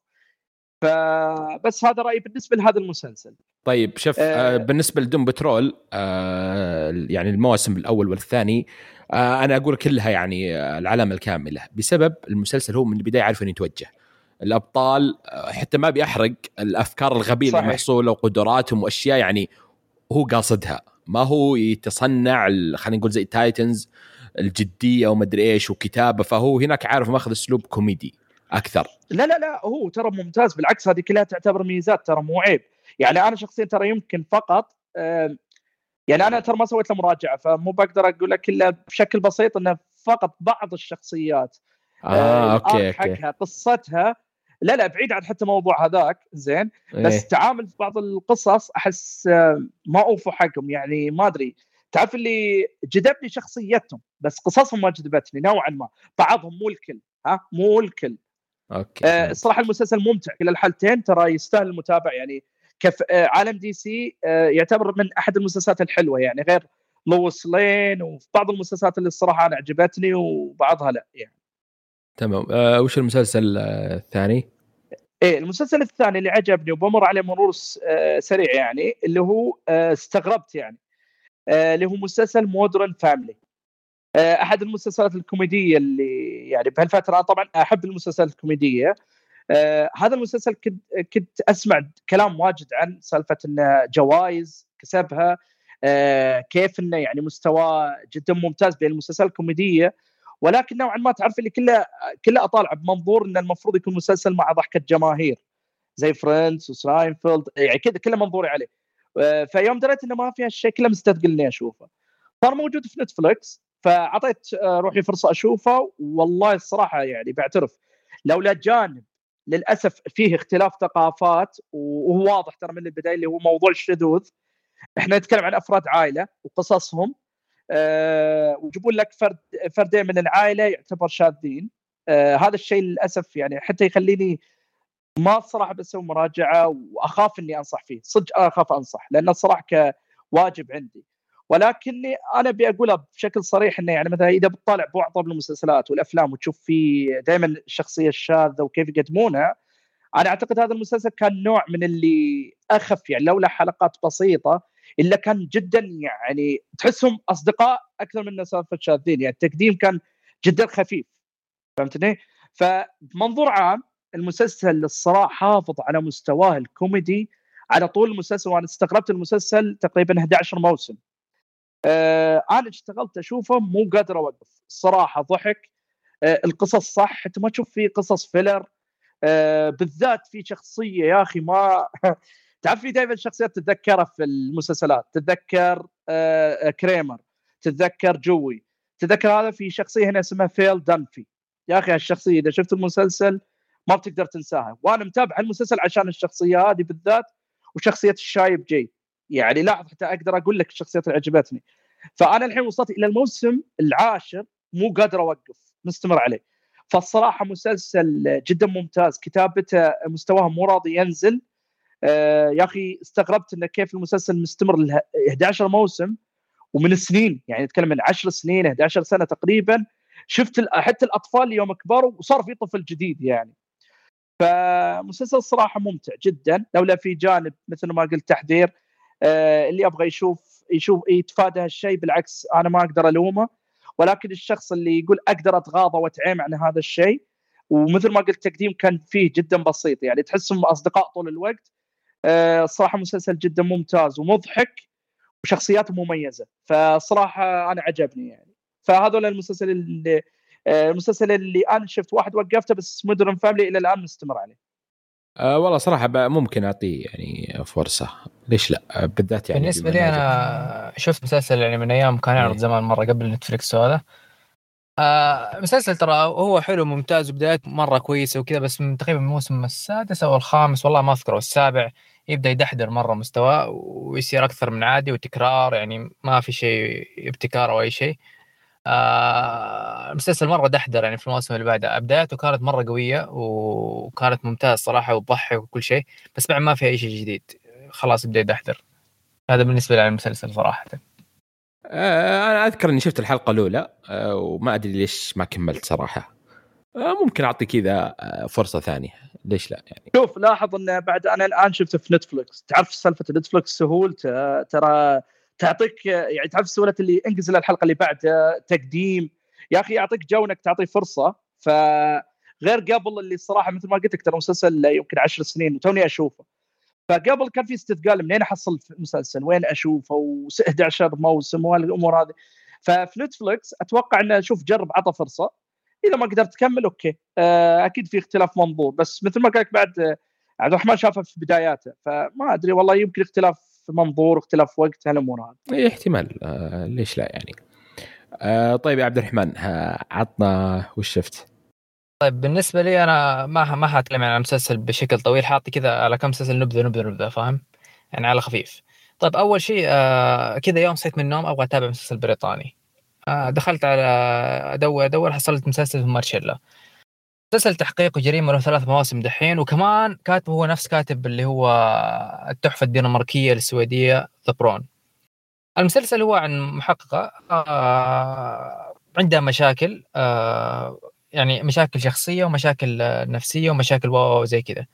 فبس هذا رايي بالنسبه لهذا المسلسل. طيب شوف بالنسبه لدوم بترول يعني الموسم الاول والثاني انا اقول كلها يعني العلامه الكامله، بسبب المسلسل هو من البدايه عارف انه يتوجه الابطال، حتى ما بيحرق الافكار الغبيه اللي محصوله وقدراتهم واشياء يعني هو قاصدها، ما هو يتصنع خلينا نقول زي تايتنز الجديه وما ادري ايش وكتابه، فهو هناك عارف ماخذ اسلوب كوميدي اكثر. لا هو ترى ممتاز، بالعكس هذه كلها تعتبر ميزات، ترى مو عيب. يعني انا شخصيا ترى يمكن فقط يعني انا ترى ما سويت له مراجعه، فمو بقدر اقول لك الا بشكل بسيط انه فقط بعض الشخصيات اوكي حقها قصتها لا بعيد عن حتى موضوع هذاك زين، بس تعامل في بعض القصص احس ما اوفوا حقهم، يعني ما ادري. تعرف اللي جذبني شخصيتهم بس قصصهم ما جذبتني نوعا ما، بعضهم مو الكل مو الكل. اوكي الصراحه المسلسل ممتع كلا الحالتين، ترى يستاهل المتابعه، يعني عالم دي سي يعتبر من احد المسلسلات الحلوه، يعني غير لويس لين وفي بعض المسلسلات اللي الصراحه انا عجبتني وبعضها لا يعني. تمام. وش المسلسل الثاني؟ المسلسل الثاني اللي عجبني وبمر عليه مرور سريع يعني، اللي هو استغربت يعني، اللي هو مسلسل مودرن فاميلي، احد المسلسلات الكوميديه اللي يعني بهالفتره طبعا احب المسلسلات الكوميديه. هذا المسلسل كنت اسمع كلام واجد عن سالفه انه جوائز كسبها، كيف انه يعني مستوى جدا ممتاز بين المسلسلات الكوميديه، ولكن نوعا ما تعرف اللي كله اطالع بمنظور انه المفروض يكون مسلسل مع ضحكه جماهير زي فريندز وساينفيلد، يعني كذا كله منظوري عليه. فيوم دريت انه ما في هالشيء كله مستثقل اني اشوفه، صار موجود في نتفلكس، فعطيت روحي فرصه اشوفه. والله الصراحه يعني بعترف لولا جانب للاسف فيه اختلاف ثقافات، وهو واضح ترى من البدايه اللي هو موضوع الشذوذ، احنا نتكلم عن افراد عائله وقصصهم، ويجيبون لك فردين من العائله يعتبر شاذين. هذا الشيء للاسف يعني حتى يخليني ما الصراحه بسوي مراجعه، واخاف اني انصح فيه صدق، اخاف انصح لانه الصراحه كواجب عندي. ولكني انا بقولها بشكل صريح انه يعني مثلا اذا بتطالع بعض المسلسلات والافلام وتشوف فيه دائما الشخصيه الشاذه وكيف يقدمونها، انا اعتقد هذا المسلسل كان نوع من اللي اخف، يعني لولا حلقات بسيطه الا كان جدا يعني تحسهم اصدقاء اكثر من سالفه شاذين، يعني التقديم كان جدا خفيف، فهمتني؟ فبمنظور عام المسلسل الصراحه حافظ على مستواه الكوميدي على طول المسلسل، وانا استغربت المسلسل تقريبا 11 موسم. انا اشتغلت اشوفه مو قادر اوقف الصراحه، ضحك، القصص صح، انت ما تشوف فيه قصص فيلر، بالذات في شخصيه يا اخي ما تعرف لي دائما الشخصيات تتذكرها في المسلسلات، تتذكر كريمر، تتذكر جوي، تتذكر هذا في شخصيه هنا اسمها فيل دانفي، يا اخي هالشخصيه اذا شفت المسلسل ما بتقدر تنساها، وانا متابع المسلسل عشان الشخصيه هذه بالذات، وشخصيه الشايب جاي، يعني لاحظ حتى اقدر اقول لك الشخصيات اللي عجبتني. فانا الحين وصلت الى الموسم العاشر مو قادر اوقف، مستمر عليه. فالصراحه مسلسل جدا ممتاز، كتابته مستواه مو راضي ينزل. يا اخي استغربت انه كيف المسلسل مستمر 11 موسم ومن سنين، يعني نتكلم من 10 سنين 11 سنه تقريبا، شفت حتى الاطفال اليوم كبروا وصار في طفل جديد يعني. فمسلسل صراحه ممتع جدا، لولا في جانب مثل ما قلت تحذير. اللي يبغى يشوف يتفادى هالشيء، بالعكس انا ما اقدر الومه، ولكن الشخص اللي يقول اقدر اتغاضى واتعامل عن هذا الشيء، ومثل ما قلت تقديم كان فيه جدا بسيط، يعني تحسهم اصدقاء طول الوقت. الصراحه مسلسل جدا ممتاز ومضحك وشخصياته مميزه، فصراحه انا عجبني يعني. فهذول المسلسل اللي انا شفت واحد وقفته، بس مودرن فاميلي الى الان مستمر عليه. والله صراحه ممكن اعطيه يعني فرصه، ليش لا، بالذات يعني بالنسبه لي انا شفت مسلسل يعني من ايام كان يعرض زمان مره قبل نتفليكس هذا. مسلسل ترى هو حلو ممتاز وبدايات مرة كويسة وكذا، بس من تقريبا الموسم السادس أو الخامس والله ما أذكر، والسابع يبدأ يدحدر مرة مستواه ويصير أكثر من عادي وتكرار، يعني ما في شيء ابتكار أو أي شيء. المسلسل مرة دحدر يعني في الموسم اللي بعده. بدايته كانت مرة قوية وكانت ممتاز صراحة وتضحك وكل شيء، بس بعد ما في أي شيء جديد خلاص يبدأ يدحدر. هذا بالنسبة لي المسلسل صراحة. أنا أذكر إني شفت الحلقة الأولى وما أدري ليش ما كملت صراحة. ممكن أعطي كذا فرصة ثانية، ليش لا يعني. شوف لاحظ إن بعد أنا الآن شفت في نتفليكس، تعرف سالفة نتفليكس سهولة، ترى تعطيك يعني تعرف سهولة اللي انجز الحلقة اللي بعد تقديم، يا أخي يعطيك جو إنك تعطي فرصة. فغير قبل اللي الصراحة مثل ما قلت لك ترى مسلسل يمكن 10 سنين وتوني أشوفه، فقبل كان في استثقال منين احصل مسلسل، وين اشوفه، و11 موسم والامور هذه. ففي نتفليكس اتوقع ان اشوف جرب عطى فرصه، اذا ما قدرت تكمل اوكي. اكيد في اختلاف منظور، بس مثل ما قلت بعد عبد الرحمن شافه في بداياته، فما ادري والله يمكن اختلاف منظور اختلاف وقت هالامور هذه. احتمال، ليش لا يعني. طيب يا عبد الرحمن، عطنا وش شفت؟ طيب بالنسبة لي أنا ما حاتكلم عن المسلسل بشكل طويل، حاطي كذا على كم مسلسل نبذة فاهم يعني على خفيف. طيب أول شيء كذا يوم صحيت من النوم أبغى أتابع مسلسل بريطاني. دخلت على أدور حصلت مسلسل مارشيلا، مسلسل تحقيق وجريمة له 3 مواسم دحين، وكمان كاتب هو نفس كاتب اللي هو التحفة الدنماركية السويدية ذا برون. المسلسل هو عن محققة عندها مشاكل، يعني مشاكل شخصية ومشاكل نفسية ومشاكل وزي كذا.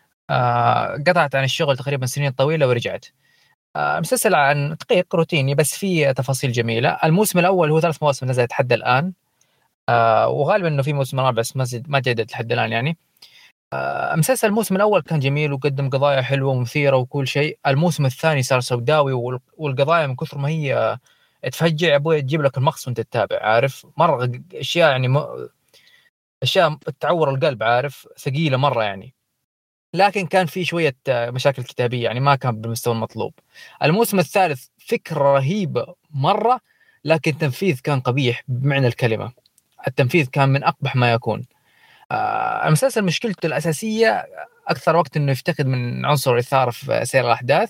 قطعت عن الشغل تقريبا سنين طويلة ورجعت. مسلسل عن تحقيق روتيني بس فيه تفاصيل جميلة. الموسم الأول هو 3 مواسم نزلت لحد الآن، وغالبا إنه في موسم رابع بس ما جدت لحد الآن يعني. مسلسل الموسم الأول كان جميل وقدم قضايا حلوة ومثيرة وكل شيء. الموسم الثاني صار سوداوي والقضايا من كثر ما هي تفجع أبوي تجيب لك المقص وانت تتابع، عارف مرة أشياء يعني أشياء تعور القلب، عارف ثقيلة مرة يعني. لكن كان في شوية مشاكل كتابية يعني ما كان بالمستوى المطلوب. الموسم الثالث فكرة رهيبة مرة، لكن التنفيذ كان قبيح بمعنى الكلمة. التنفيذ كان من أقبح ما يكون. المسلسل مشكلته الأساسية أكثر وقت إنه يفتقد من عنصر الإثارة في سير الأحداث.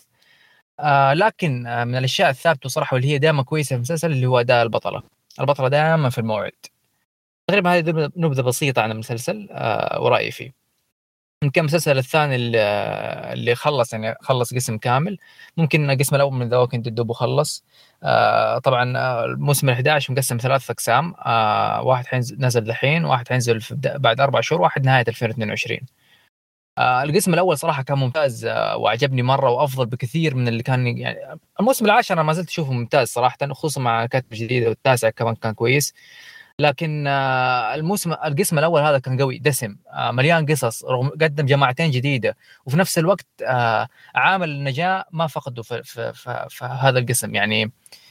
لكن من الأشياء الثابتة صراحة واللي هي دائما كويسة في المسلسل اللي هو أداء البطلة دائما في الموعد. تقريبا هذه نبذة بسيطة عن المسلسل ورأيي فيه. يمكن المسلسل الثاني اللي خلص قسم كامل، ممكن القسم الأول من ذا ووكينج ديد دوب وخلص. طبعا الموسم 11 مقسم 3 أقسام، واحد نزل الحين، واحد حينزل بعد 4 شهور، واحد نهاية 2022. القسم الأول صراحة كان ممتاز وعجبني مرة وأفضل بكثير من اللي كان يعني. الموسم العاشر أنا ما زلت أشوفه ممتاز صراحة، خصوصا مع كاتب جديد، والتاسع كمان كان كويس. لكن القسم الأول هذا كان قوي دسم، مليان قصص، رغم قدم جماعتين جديدة، وفي نفس الوقت عامل النجاة ما فقده في هذا القسم يعني.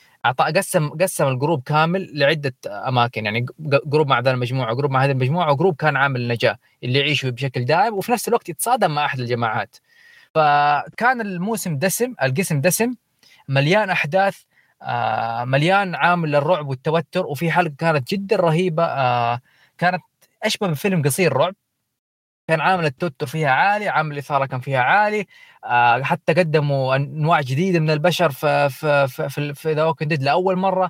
قسم الجروب كامل لعدة أماكن، يعني جروب مع ذا المجموعة، جروب مع هذه المجموعة، وجروب كان عامل النجاة اللي يعيشوا بشكل دائم وفي نفس الوقت يتصادم مع أحد الجماعات. فكان القسم دسم مليان أحداث، مليان عامل الرعب والتوتر. وفي حلقة كانت جدا رهيبة، كانت أشبه بفيلم قصير رعب، كان عامل التوتر فيها عالي، عامل الإثارة كان فيها عالي. حتى قدموا أنواع جديدة من البشر في ذا ووكينج ديد لأول مرة.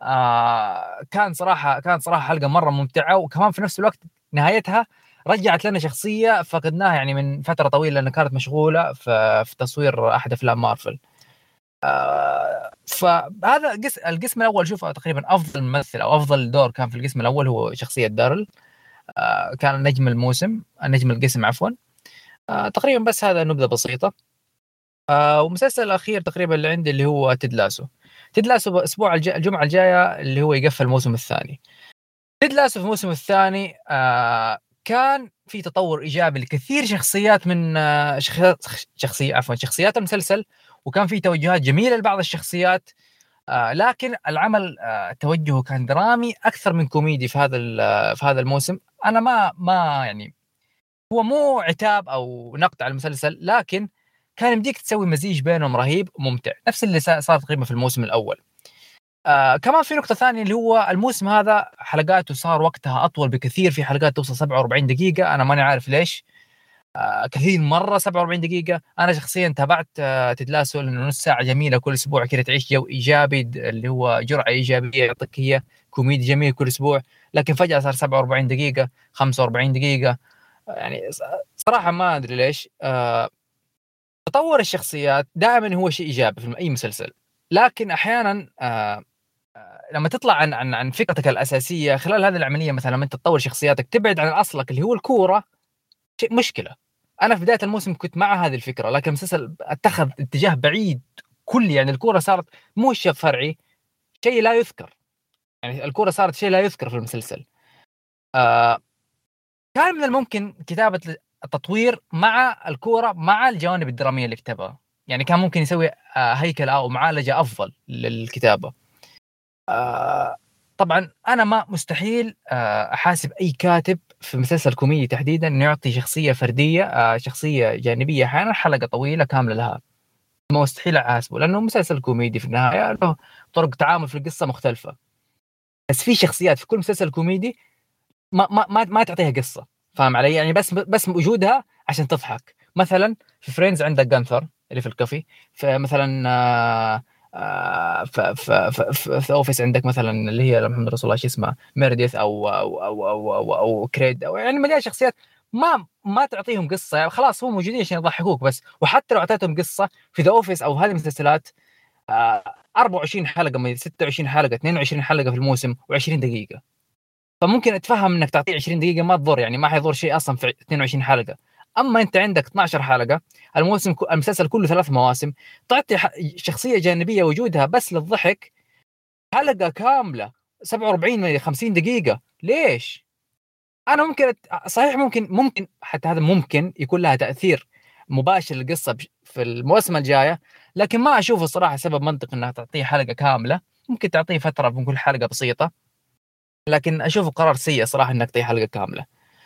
كانت صراحة حلقة مرة ممتعة، وكمان في نفس الوقت نهايتها رجعت لنا شخصية فقدناها يعني من فترة طويلة، لأنها كانت مشغولة في تصوير أحد أفلام مارفل. فهذا القسم الاول شوفه تقريبا افضل ممثل او افضل دور كان في القسم الاول هو شخصيه دارل. كان نجم الموسم، نجم القسم عفوا. تقريبا بس هذا نبذه بسيطه. ومسلسل الاخير تقريبا اللي عندي اللي هو تيد لاسو اسبوع الجمعه الجايه اللي هو يقفل الموسم الثاني. تيد لاسو في الموسم الثاني كان في تطور ايجابي لكثير شخصيات من شخصيات المسلسل، وكان في توجهات جميله لبعض الشخصيات. لكن العمل توجهه كان درامي اكثر من كوميدي في هذا الموسم. انا ما يعني هو مو عتاب او نقد على المسلسل، لكن كان يمديك تسوي مزيج بينهم رهيب ممتع، نفس اللي صار تقريبا في الموسم الاول. كمان في نقطة ثانية اللي هو الموسم هذا حلقاته صار وقتها أطول بكثير، في حلقات توصل 47 دقيقة. أنا ماني عارف ليش كثير مرة 47 دقيقة. أنا شخصيا تابعت تيد لاسو لأنه نص ساعة جميلة كل أسبوع كده تعيش جو إيجابي، اللي هو جرعة إيجابية يعطيك هي كوميدي جميل كل أسبوع. لكن فجأة صار 47 دقيقة 45 دقيقة. يعني صراحة ما أدري ليش. تطور الشخصيات دائما هو شيء إيجابي في أي مسلسل، لكن أحيانا لما تطلع عن فكرتك الأساسية خلال هذه العملية، مثلا لما أنت تطور شخصياتك تبعد عن أصلك اللي هو الكورة، شيء مشكلة. أنا في بداية الموسم كنت مع هذه الفكرة، لكن المسلسل اتخذ اتجاه بعيد كلي. يعني الكورة صارت مو شيء فرعي، شيء لا يذكر. يعني الكورة صارت شيء لا يذكر في المسلسل. كان من الممكن كتابة التطوير مع الكورة مع الجوانب الدرامية اللي كتبها. يعني كان ممكن يسوي هيكل أو معالجة أفضل للكتابة. طبعا أنا ما مستحيل أحاسب أي كاتب في مسلسل كوميدي تحديدا إنه يعطي شخصية فردية شخصية جانبية أحيانا حلقة طويلة كاملة لها. ما مستحيل أحاسبه لأنه مسلسل كوميدي في النهاية له طرق تعامل في القصة مختلفة. بس في شخصيات في كل مسلسل كوميدي ما تعطيها قصة، فاهم علي؟ يعني بس وجودها عشان تضحك. مثلا في فريندز عندك جانثر اللي في الكافي، فمثلا في اوفيس عندك مثلا اللي هي محمد رسول الله شو اسمه ميرديث او كريد، او يعني مليان شخصيات ما تعطيهم قصه. يعني خلاص هم موجودين عشان يضحكوك بس. وحتى لو اعطيتهم قصه في ذا اوفيس او هذه المسلسلات 24 حلقه من 26 حلقه 22 حلقه في الموسم و20 دقيقه، فممكن اتفهم انك تعطيه 20 دقيقه ما تضر، يعني ما حيضر شيء اصلا في 22 حلقه. اما انت عندك 12 حلقه، المسلسل كله 3 مواسم، تعطي شخصيه جانبيه وجودها بس للضحك حلقه كامله 47 من 50 دقيقه. ليش؟ انا ممكن صحيح ممكن حتى هذا ممكن يكون لها تاثير مباشر للقصه في المواسم الجايه، لكن ما اشوف الصراحه سبب منطقي انها تعطيه حلقه كامله. ممكن تعطيه فتره من كل حلقه بسيطه، لكن اشوفه قرار سيء صراحه انك تعطيه حلقه كامله.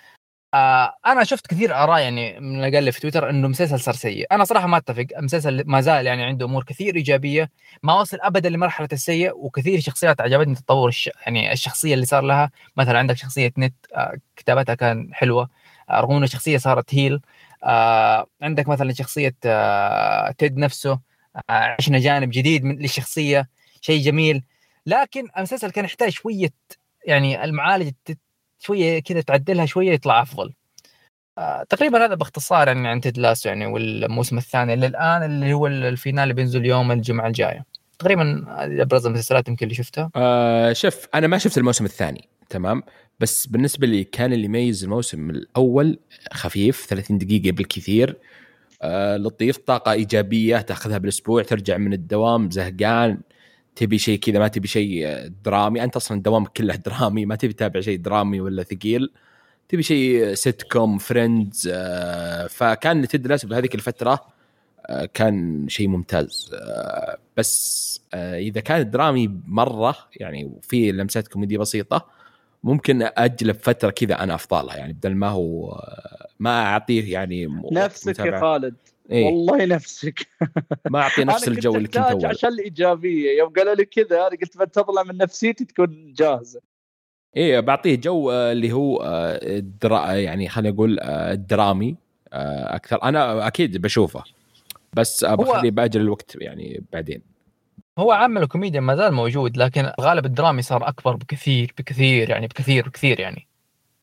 انا شفت كثير اراء يعني من اقل في تويتر انه مسلسل صار سيء. انا صراحه ما اتفق. المسلسل ما زال يعني عنده امور كثير ايجابيه، ما وصل ابدا لمرحله السيء، وكثير شخصيات عجبتني تطور يعني الشخصيه اللي صار لها. مثلا عندك شخصيه نت كتابتها كان حلوه رغم انه الشخصيه صارت هيل. عندك مثلا شخصيه تيد نفسه عشنا جانب جديد للشخصيه، شيء جميل. لكن المسلسل كان يحتاج شويه يعني المعالجه شويه كذا تعدلها شويه يطلع افضل. تقريبا هذا باختصار يعني عن تيد لاسو يعني. والموسم الثاني للان اللي هو الفينال اللي بينزل يوم الجمعه الجايه تقريبا. ابرز المسلسلات يمكن اللي شفتها. شوف انا ما شفت الموسم الثاني تمام، بس بالنسبه لي كان اللي يميز الموسم الاول خفيف 30 دقيقه بالكثير، لطيف، طاقه ايجابيه تاخذها بالاسبوع، ترجع من الدوام زهقان تبي شيء كذا، ما تبي شيء درامي، انت اصلا دوامك كله درامي، ما تبي تتابع شيء درامي ولا ثقيل، تبي شيء سيت كوم فريندز. فكان تيد لاسو بهذيك الفتره كان شيء ممتاز. بس اذا كان درامي مره يعني وفي لمسات كوميديا بسيطه ممكن اجلب فتره كذا انا افضلها، يعني بدل ما هو ما اعطيه يعني نفسك يا خالد. إيه؟ والله نفسك ما اعطي نفس الجو اللي كنت اول. عشان الايجابيه يوم قالوا لي كذا انا قلت بتطلع من نفسيتي تكون جاهزه. ايه بعطيه جو اللي هو يعني خلينا نقول الدرامي اكثر. انا اكيد بشوفه بس بخليه باجل الوقت يعني بعدين. هو عمل الكوميديا ما زال موجود، لكن الغالب الدرامي صار اكبر بكثير يعني بكثير يعني.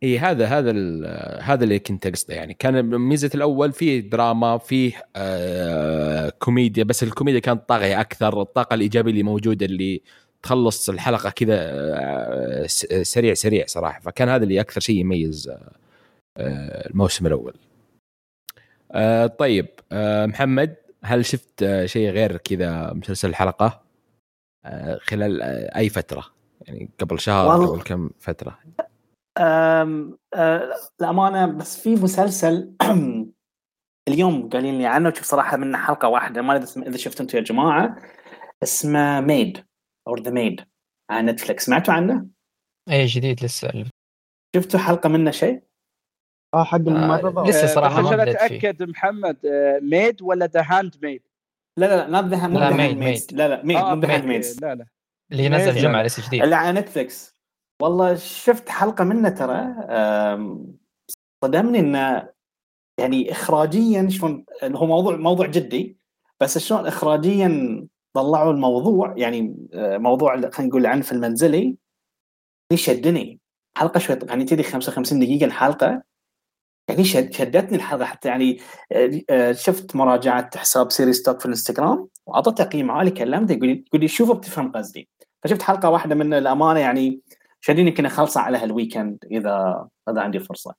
هذا اللي كنت أقصده. يعني كان ميزة الأول فيه دراما، فيه كوميديا، بس الكوميديا كانت طاغية أكثر. الطاقة الإيجابية اللي موجودة اللي تخلص الحلقة كذا سريع صراحة. فكان هذا اللي أكثر شيء يميز الموسم الأول. طيب محمد، هل شفت شيء غير كذا مسلسل الحلقة خلال أي فترة؟ يعني قبل شهر أو كم فترة؟ الأمانة بس في مسلسل اليوم قالين لي عنه، شوف صراحة منه حلقة واحدة، ما أدري إذا شفت أنتوا يا جماعة، اسمه ميد أو ذا ميد على نتفليكس. سمعتوا عنه؟ أي جديد لسه. شفتوا حلقة منه شيء؟ حق الممرضة لسه صراحة عشان أتأكد محمد، ميد ولا ذا هاند ميد؟ لا not the handmaid. لا ميد مو the handmaids. لا اللي نزل جمعة لسه جديد اللي على نتفليكس. والله شفت حلقة منه ترى، صدمني إنه يعني إخراجيا شلون هو موضوع جدي، بس شلون إخراجيا طلعوا الموضوع، يعني موضوع خلينا نقول العنف المنزلي شدني. حلقة شوي يعني تدي 55 دقيقة الحلقة، يعني شدتني الحلقة حتى. يعني شفت مراجعة حساب سيريس توك في الانستغرام وعطت تقييم عالي، كلمته يقول لي شوفوا بتفهم قصدي. فشفت حلقة واحدة من الأمانة يعني شديني، كنا خلصة على هالويكند إذا عندي فرصة.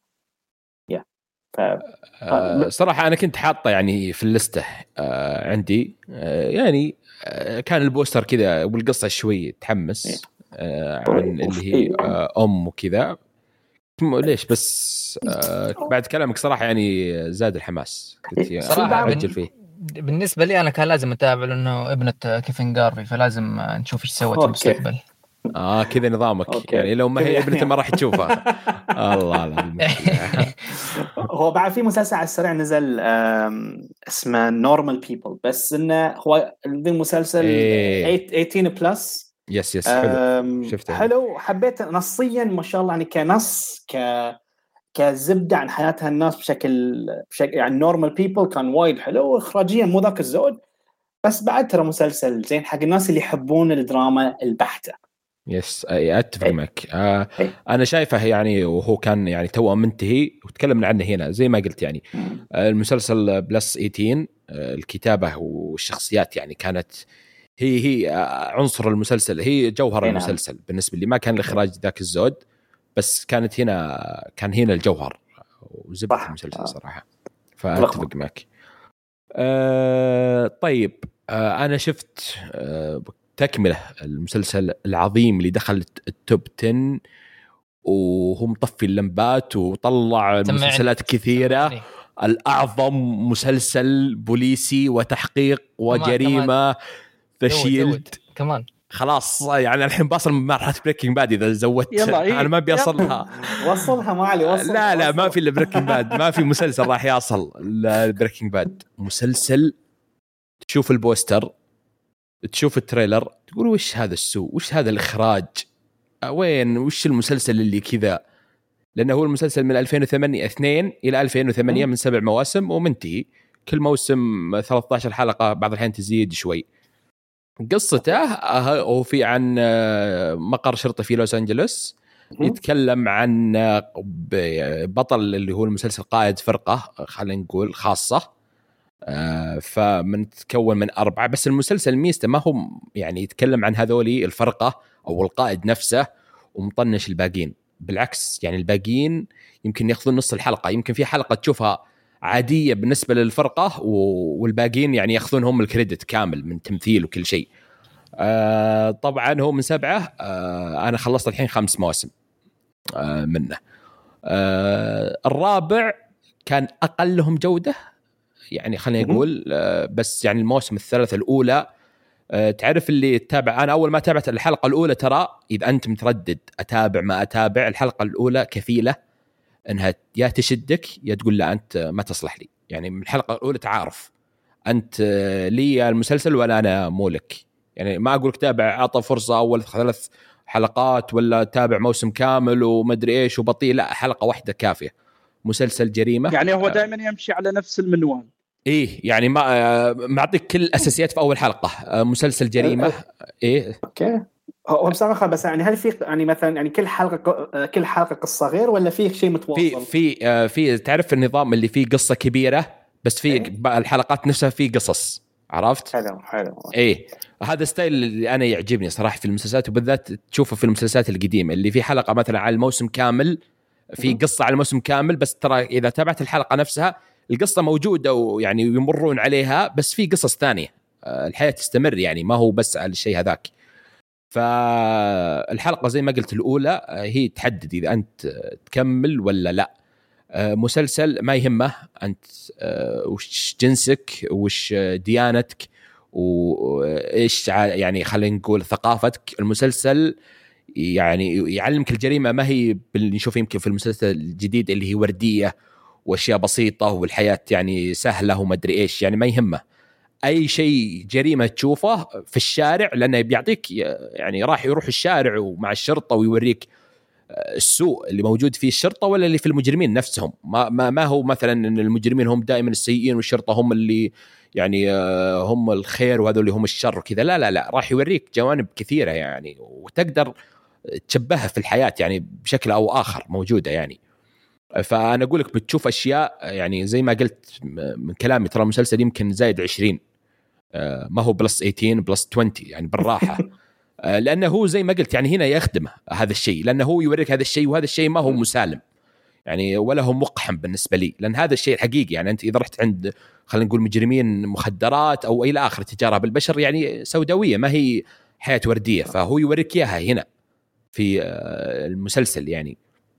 صراحة أنا كنت حاطة يعني في اللستة عندي، يعني كان البوستر كذا والقصة شوي تحمس عن اللي هي وكذا. ليش بس بعد كلامك صراحة يعني زاد الحماس، كنت صراحة أرجل فيه. بالنسبة لي أنا كان لازم أتابع، لأنه ابنة كيفن غارفي، فلازم نشوف إيش سوت في المستقبل. كذا نظامك. يعني لو ما هي ابنته ما راح تشوفها. الله هو بعد في مسلسل على السريع نزل اسمه نورمال بيبل، بس انه هو المسلسل 18 بلس. يس حلو، شفته حلو، حبيت نصيا ما شاء الله، يعني كنص كزبدة عن حياة الناس بشكل يعني نورمال بيبل كان وايد حلو، اخراجيا مو ذاك الزود، بس بعد ترى مسلسل زين حق الناس اللي يحبون الدراما البحتة. يس اتفق معك. انا شايفه يعني، وهو كان يعني تو منتهي وتكلمنا عنه هنا زي ما قلت. يعني المسلسل بلس 18 الكتابه والشخصيات يعني كانت هي عنصر المسلسل، هي جوهر المسلسل بالنسبه لي. ما كان الاخراج ذاك الزود، بس كان هنا الجوهر وزبده المسلسل صراحه. فاتفق معك. طيب انا شفت تكمله المسلسل العظيم اللي دخل التوب 10 وهو مطفي اللمبات وطلع مسلسلات كثيره. الأعظم مسلسل بوليسي وتحقيق وجريمة تشيلد كمان. خلاص يعني الحين باصل من مرحلة بريكنج باد. إذا زودت أنا ما بيصلها. وصلها معلي. لا ما في البريكنج باد، ما في مسلسل راح يصل البريكنج باد. مسلسل تشوف البوستر، تشوف التريلر، تقول وش هذا السوء، وش هذا الإخراج، وش المسلسل اللي كذا. لأنه هو المسلسل من 2008 إلى 2008 من 7 مواسم ومنتهي. كل موسم 13 حلقة، بعض الحين تزيد شوي. قصته هو في عن مقر شرطي في لوس أنجلوس، يتكلم عن بطل اللي هو المسلسل قائد فرقة خلينا نقول خاصة، فمنتكون من 4. بس المسلسل ميزته ما هو يعني يتكلم عن هذولي الفرقة أو القائد نفسه ومطنش الباقين، بالعكس. يعني الباقيين يمكن ياخذون نص الحلقة، يمكن في حلقة تشوفها عادية بالنسبة للفرقة والباقين يعني ياخذون هم الكريدت كامل من تمثيل وكل شيء. طبعا هو من 7، أنا خلصت الحين 5 مواسم منه. الرابع كان أقلهم جودة يعني خلينا نقول، بس يعني الموسم الثلاثة الأولى تعرف اللي تتابع. أنا أول ما تابعت الحلقة الأولى ترى إذا أنت متردد أتابع ما أتابع، الحلقة الأولى كفيلة أنها يا تشدك يا تقول لا أنت ما تصلح لي. يعني من الحلقة الأولى تعارف أنت لي المسلسل ولا أنا مولك. يعني ما أقولك تابع أعطى فرصة أول 3 حلقات ولا تابع موسم كامل ومدري إيش وبطيء، لا حلقة واحدة كافية. مسلسل جريمة يعني هو دائما يمشي على نفس المنوال. إيه يعني ما معطيك كل الأساسيات في أول حلقة. مسلسل جريمة. إيه أوكي. هو بصراحه بس يعني هل في يعني مثلا يعني كل حلقه قصه غير ولا في شيء متواصل؟ في تعرف النظام اللي فيه قصه كبيره بس في الحلقات نفسها فيه قصص، عرفت؟ حلو. ايه هذا ستايل اللي انا يعجبني صراحه في المسلسلات، وبالذات تشوفه في المسلسلات القديمه اللي في حلقه مثلا على الموسم كامل، في قصه على الموسم كامل، بس ترى اذا تابعت الحلقه نفسها القصه موجوده ويعني يمرون عليها، بس في قصص ثانيه، الحياه تستمر يعني، ما هو بس على الشيء هذاك. فالحلقه زي ما قلت الاولى هي تحدد اذا انت تكمل ولا لا. مسلسل ما يهمه انت وش جنسك وش ديانتك وايش يعني خلينا نقول ثقافتك. المسلسل يعني يعلمك الجريمه ما هي اللي نشوف يمكن في المسلسل الجديد اللي هي ورديه واشياء بسيطه والحياه يعني سهله وما ادري ايش، يعني ما يهمه اي شيء جريمه تشوفه في الشارع، لانه بيعطيك يعني راح يروح الشارع ومع الشرطه ويوريك السوء اللي موجود فيه الشرطه ولا اللي في المجرمين نفسهم. ما هو مثلا ان المجرمين هم دائما السيئين والشرطه هم اللي يعني هم الخير وهذول اللي هم الشر وكذا. لا راح يوريك جوانب كثيره يعني، وتقدر تشبهها في الحياه يعني بشكل او اخر موجوده يعني. فانا اقول لك بتشوف اشياء يعني زي ما قلت من كلامي، ترى المسلسل يمكن زايد 20 ما هو بلس 18 بلس 20 يعني بالراحه. لانه هو زي ما قلت يعني هنا يخدمه هذا الشيء، لانه هو يوريك هذا الشيء، وهذا الشيء ما هو مسالم يعني ولا هو مقحم بالنسبه لي، لان هذا الشيء الحقيقي يعني. انت اذا رحت عند خلينا نقول مجرمين مخدرات او الى اخر تجاره بالبشر يعني سوداويه، ما هي حياه ورديه، فهو يوريك اياها هنا في المسلسل يعني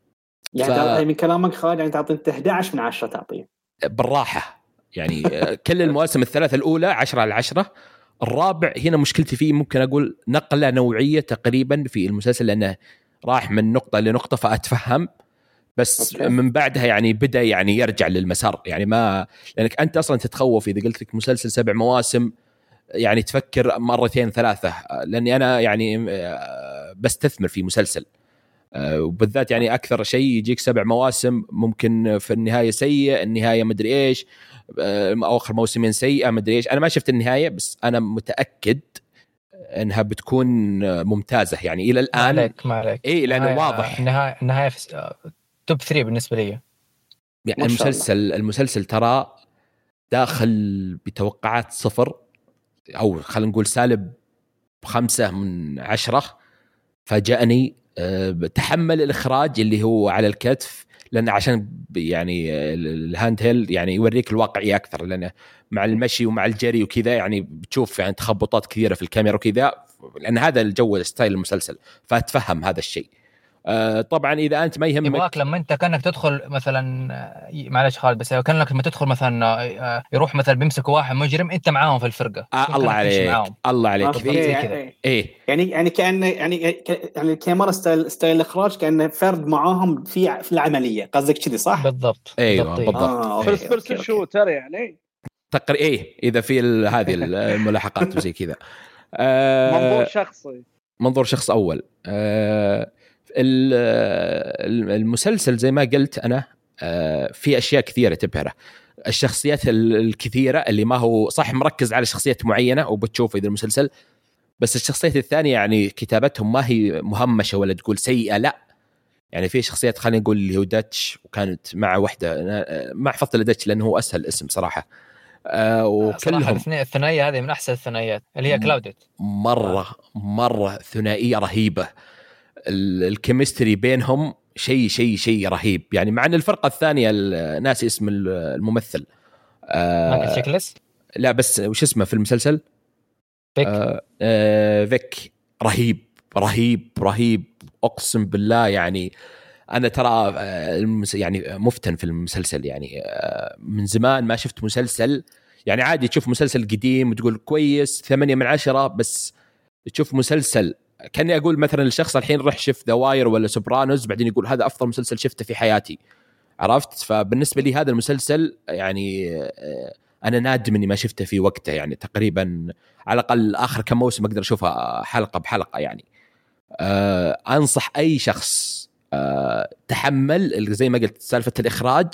من كلامك خالد يعني تعطي 11 من 10 تعطيه بالراحه يعني. كل المواسم الثلاثه الاولى 10 على 10. الرابع هنا مشكلتي فيه ممكن أقول نقلة نوعية تقريبا في المسلسل، لأنه راح من نقطة لنقطة فأتفهم، بس من بعدها يعني بدأ يعني يرجع للمسار يعني. ما لأنك أنت أصلا تتخوف إذا قلت لك مسلسل 7 مواسم يعني تفكر مرتين ثلاثة، لأني أنا يعني بستثمر في مسلسل وبالذات يعني أكثر شيء يجيك 7 مواسم ممكن في النهاية سيء، النهاية مدري إيش، آخر موسمين سيئة مدري إيش. أنا ما شفت النهاية بس أنا متأكد أنها بتكون ممتازة يعني إلى الآن. ما عليك إيه لأنه واضح النهاية في توب 3 بالنسبة لي يعني. المسلسل ترى داخل بتوقعات 0 أو خلينا نقول -5 من 10. فاجأني تحمل الإخراج اللي هو على الكتف، لأن عشان يعني الهاند هيل يعني يوريك الواقعي أكثر، لأنه مع المشي ومع الجري وكذا يعني بتشوف يعني تخبطات كثيرة في الكاميرا وكذا، لأن هذا الجو ستايل المسلسل، فأتفهم هذا الشيء. طبعا إذا أنت ما يهمك يبغاك لما أنت كأنك تدخل مثلا معلش خالد، بس كأنك لما تدخل مثلا يروح مثلا بيمسكوا واحد مجرم أنت معاهم في الفرقة. الله عليك الله عليك يعني كأن يعني الكاميرا ستايل الإخراج كأنه فرد معاهم في العملية، قصدك كذي صح؟ بالضبط. أيوة بالضبط. فيرست شوتر يعني إذا في هذه الملاحقات وزي كذا. منظور شخص أول. المسلسل زي ما قلت أنا في أشياء كثيرة تبهره. الشخصيات الكثيرة اللي ما هو صح مركز على شخصيات معينة وبتشوف إذا المسلسل، بس الشخصيات الثانية يعني كتابتهم ما هي مهمشة ولا تقول سيئة، لا يعني في شخصيات خلينا نقول اللي هو داتش، وكانت مع واحدة ما حفظت لداتش لأنه هو أسهل اسم صراحة. وكلهم الثنائية هذه من أحسن الثنائيات اللي هي كلاودت، مرة ثنائية رهيبة. الكيمستري بينهم شيء رهيب يعني. مع ان الفرقه الثانيه ناس اسم الممثل مايكل شيكلس، لا بس وش اسمه في المسلسل فيك رهيب اقسم بالله يعني. انا ترى يعني مفتن في المسلسل يعني. من زمان ما شفت مسلسل يعني عادي تشوف مسلسل قديم وتقول كويس 8 من 10، بس تشوف مسلسل كاني اقول مثلا الشخص الحين رح شف ذا واير ولا سوبرانوس بعدين يقول هذا افضل مسلسل شفته في حياتي، عرفت؟ فبالنسبه لي هذا المسلسل يعني انا نادم اني ما شفته في وقته يعني. تقريبا على الاقل اخر كم موسم اقدر اشوفها حلقه بحلقه يعني. انصح اي شخص تحمل زي ما قلت سالفه الاخراج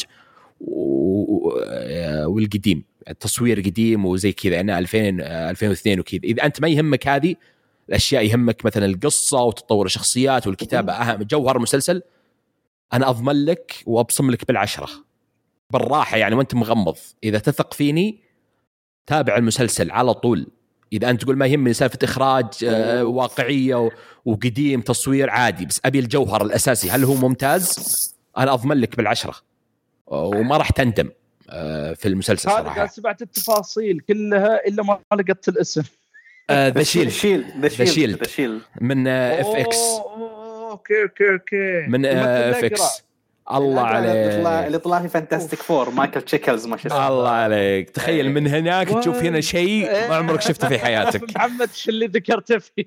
والقديم، التصوير قديم وزي كذا، انا 2002 وكذا. اذا انت ما يهمك هذه الاشياء يهمك مثلا القصه وتطور الشخصيات والكتابه اهم جوهر المسلسل، انا اضمن لك وابصم لك بالعشرة بالراحه يعني وانت مغمض. اذا تثق فيني تابع المسلسل على طول. اذا انت تقول ما يهمني سالفه اخراج واقعيه وقديم تصوير عادي، بس ابي الجوهر الاساسي هل هو ممتاز، انا اضمن لك بالعشرة وما راح تندم في المسلسل صراحه. هذا سمعت التفاصيل كلها الا ما لقيت الاسم. ذا شيلد من اف اكس. اوكي من اف اكس. الله عليك اللي طلع في فانتاستيك فور مايكل تشيكلز ما شاء الله عليك. تخيل من هناك تشوف هنا شيء ما عمرك شفته في حياتك. محمد شو اللي ذكرته فيه؟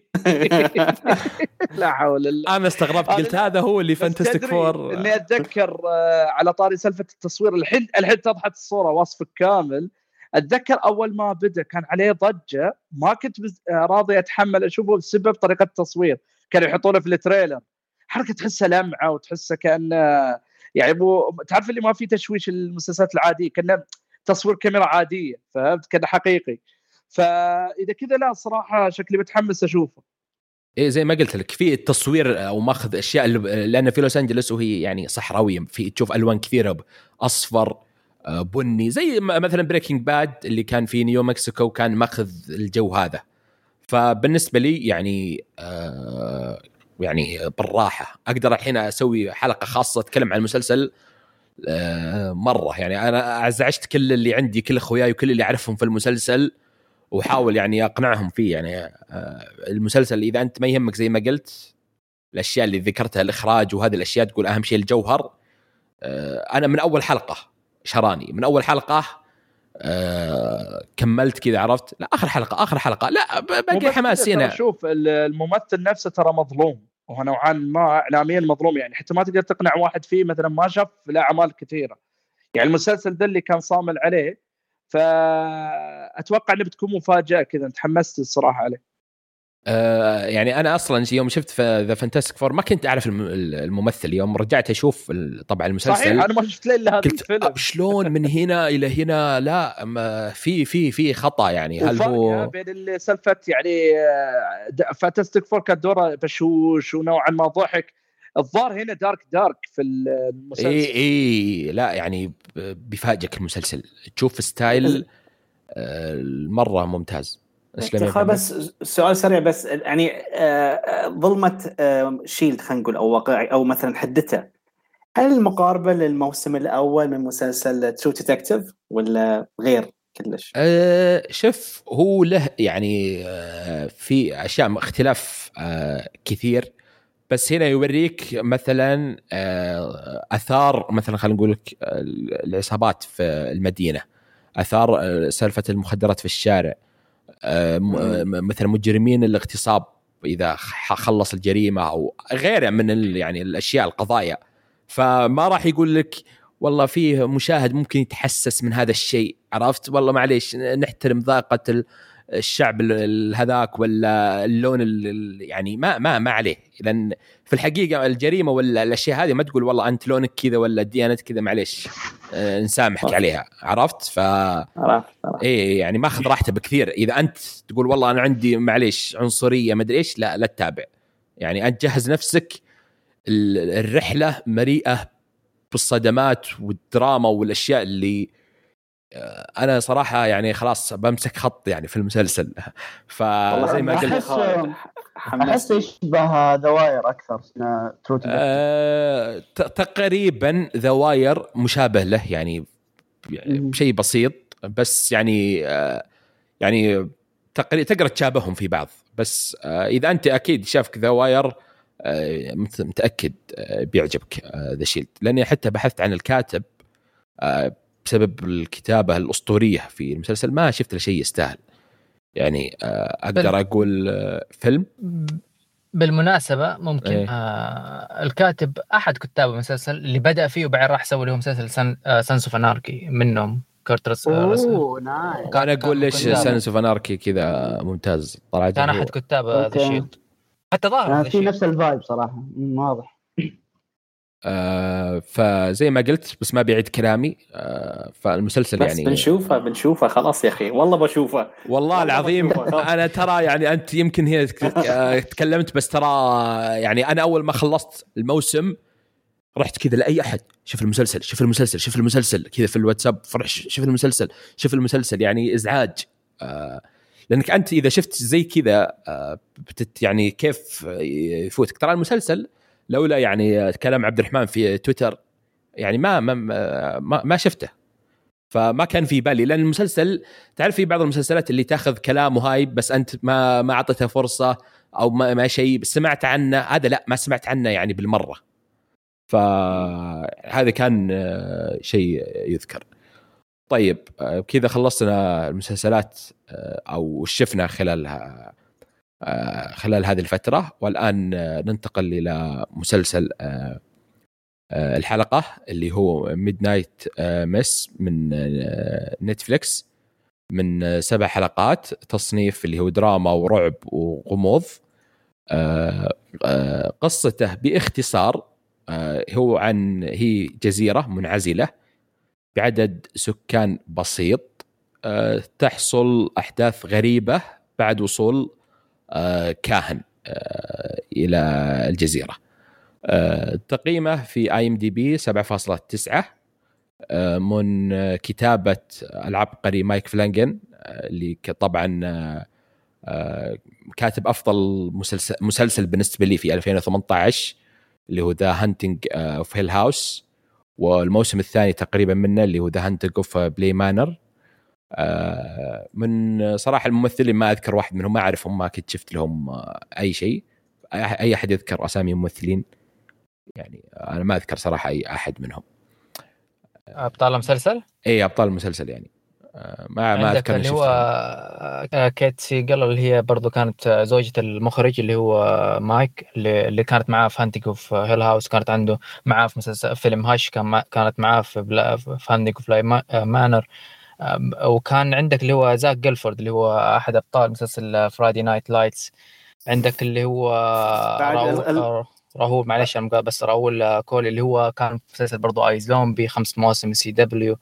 لا حول الله. انا استغربت قلت هذا هو اللي فانتاستيك فور. اني اتذكر على طاري سالفه التصوير الحين تضحت الصوره وصفك كامل. اتذكر اول ما بدا كان عليه ضجه ما كنت راضي اتحمل اشوفه بسبب طريقه التصوير. كانوا يحطونه في التريلر حركه تحسها لمعه وتحسه كأنه يعني تعرف اللي ما في تشويش المسلسلات العاديه، كأنه تصوير كاميرا عاديه، فهمت كأنه حقيقي. فاذا كذا لا صراحه شكلي متحمس اشوفه. إيه زي ما قلت لك في التصوير او ماخذ اشياء لان في لوس انجلوس وهي يعني صحراويه، في تشوف الوان كثيره اصفر بني زي مثلا بريكنج باد اللي كان في نيو مكسيكو كان ماخذ الجو هذا. فبالنسبه لي يعني يعني بالراحه اقدر الحين اسوي حلقه خاصه اتكلم عن المسلسل مره. يعني انا ازعجت كل اللي عندي كل اخوياي وكل اللي اعرفهم في المسلسل وحاول يعني اقنعهم فيه. يعني المسلسل اذا انت ما يهمك زي ما قلت الاشياء اللي ذكرتها الاخراج وهذه الاشياء تقول اهم شيء الجوهر. انا من اول حلقه شراني من اول حلقه كملت كذا عرفت. لا اخر حلقه لا باقي حماس هنا. شوف الممثل نفسه ترى مظلوم وهو نوعا ما اعلاميا مظلوم، يعني حتى ما تقدر تقنع واحد فيه مثلا ما شاف الاعمال كثيره. يعني المسلسل ده اللي كان صامل عليه، فاتوقع انه بتكون مفاجاه كذا. تحمست الصراحه عليه. يعني انا اصلا يوم شفت في ذا فانتاستيك فور ما كنت اعرف الممثل. يوم رجعت اشوف طبعا المسلسل صحيح انا ما شفت الا هذا الفيلم. شلون من هنا الى هنا لا في خطا يعني. هل هو بين السالفه يعني فانتاستيك فور كان دوره بشوش ونوعا ما ضحك. الظاهر هنا دارك في المسلسل. اي لا يعني بيفاجئك المسلسل تشوف ستايل مره ممتاز. بس سؤال سريع بس يعني ظلمة شيلد خلينا نقول او واقعي او مثلا حدته، هل المقاربة للموسم الاول من مسلسل ترو ديتكتيف ولا غير كلش؟ شوف هو له يعني في اشياء اختلاف كثير، بس هنا يوريك مثلا اثار مثلا خلينا نقول لك العصابات في المدينة، اثار سالفة المخدرات في الشارع، مثل مجرمين الاغتصاب إذا خلص الجريمة أو غيره من يعني الأشياء القضايا. فما راح يقول لك والله فيه مشاهد ممكن يتحسس من هذا الشيء عرفت والله معليش نحترم ذاقة الشعب هذاك ولا اللون يعني ما عليه. لأن في الحقيقة الجريمة ولا الأشياء هذه ما تقول والله أنت لونك كذا ولا ديانتك كذا معليش نسامحك عليها عرفت. إيه يعني ما أخذ راحته بكثير. إذا أنت تقول والله أنا عندي معليش عنصرية ما أدري إيش لا تتابع. يعني أنت جهز نفسك الرحلة مليئة بالصدمات والدراما والأشياء اللي أنا صراحة يعني خلاص بمسك خط يعني في المسلسل. فزي ما قلت أحس يشبه ذا واير أكثر. تقريبا ذا واير مشابه له يعني بشيء بسيط بس يعني تقدر تشابههم في بعض. بس إذا أنت أكيد شافك ذا واير متأكد بيعجبك ذا شيلد، لأني حتى بحثت عن الكاتب بسبب الكتابة الأسطورية في المسلسل ما شفت له شيء يستاهل. يعني أقدر أقول فيلم. بالمناسبة ممكن الكاتب أحد كتاب المسلسل اللي بدأ فيه وبعدين راح سوى له مسلسل سانس اوف اناركي منهم كورت أنا أقول ليش سانس اوف اناركي كذا ممتاز طلع كان أحد كتاب ذا شيلد حتى ظاهر في نفس الفايب صراحة واضح. فزي ما قلت بس ما بيعيد كلامي. فالمسلسل بس يعني بنشوفه خلاص يا أخي، والله بشوفه والله العظيم. أنا ترى يعني أنت يمكن هي تكلمت، بس ترى يعني أنا أول ما خلصت الموسم رحت كذا لأي أحد شوف المسلسل كذا في الواتساب، فرح شوف المسلسل يعني إزعاج. لأنك أنت إذا شفت زي كذا يعني كيف يفوتك. ترى المسلسل لولا يعني كلام عبد الرحمن في تويتر يعني ما شفته، فما كان في بالي. لأن المسلسل تعرف في بعض المسلسلات اللي تاخذ كلام وهايب بس أنت ما أعطيته فرصة أو ما شيء سمعت عنه. هذا لا، ما سمعت عنه يعني بالمرة. فهذا كان شيء يذكر. طيب كذا خلصنا المسلسلات أو شفنا خلال هذه الفترة، والآن ننتقل إلى مسلسل الحلقة اللي هو ميدنايت مس من نتفليكس، من 7 حلقات، تصنيف اللي هو دراما ورعب وغموض. قصته باختصار هي جزيرة منعزلة بعدد سكان بسيط. تحصل أحداث غريبة بعد وصول كاهن إلى الجزيرة. تقييمه في IMDb 7.9 من كتابة العبقري مايك فلانجن، اللي طبعا كاتب أفضل مسلسل بالنسبة لي في 2018 اللي هو The Hunting of Hill House، والموسم الثاني تقريبا منه اللي هو The Hunting of Bly Manor. من صراحة الممثلين ما أذكر واحد منهم، ما أعرفهم، ما كنت شفت لهم أي شيء. أي أحد يذكر أسامي ممثلين؟ يعني أنا ما أذكر صراحة أي أحد منهم. أبطال المسلسل؟ إيه أبطال المسلسل يعني ما أذكر. اللي هو كيت سيجل اللي هي برضو كانت زوجة المخرج اللي هو مايك، اللي كانت معاه في هانتنج اوف هيل هاوس، كانت عنده معاه في مسلسل فيلم هاش، كانت معاه في هانتنج اوف بلاي مانر. وكان عندك اللي هو زاك جيلفورد اللي هو أحد أبطال مسلسل فرايدي نايت لايتس. عندك اللي هو راهول معلش أنا بس راهول كول اللي هو كان في مسلسل برضو آي زومبي 5 مواسم CW.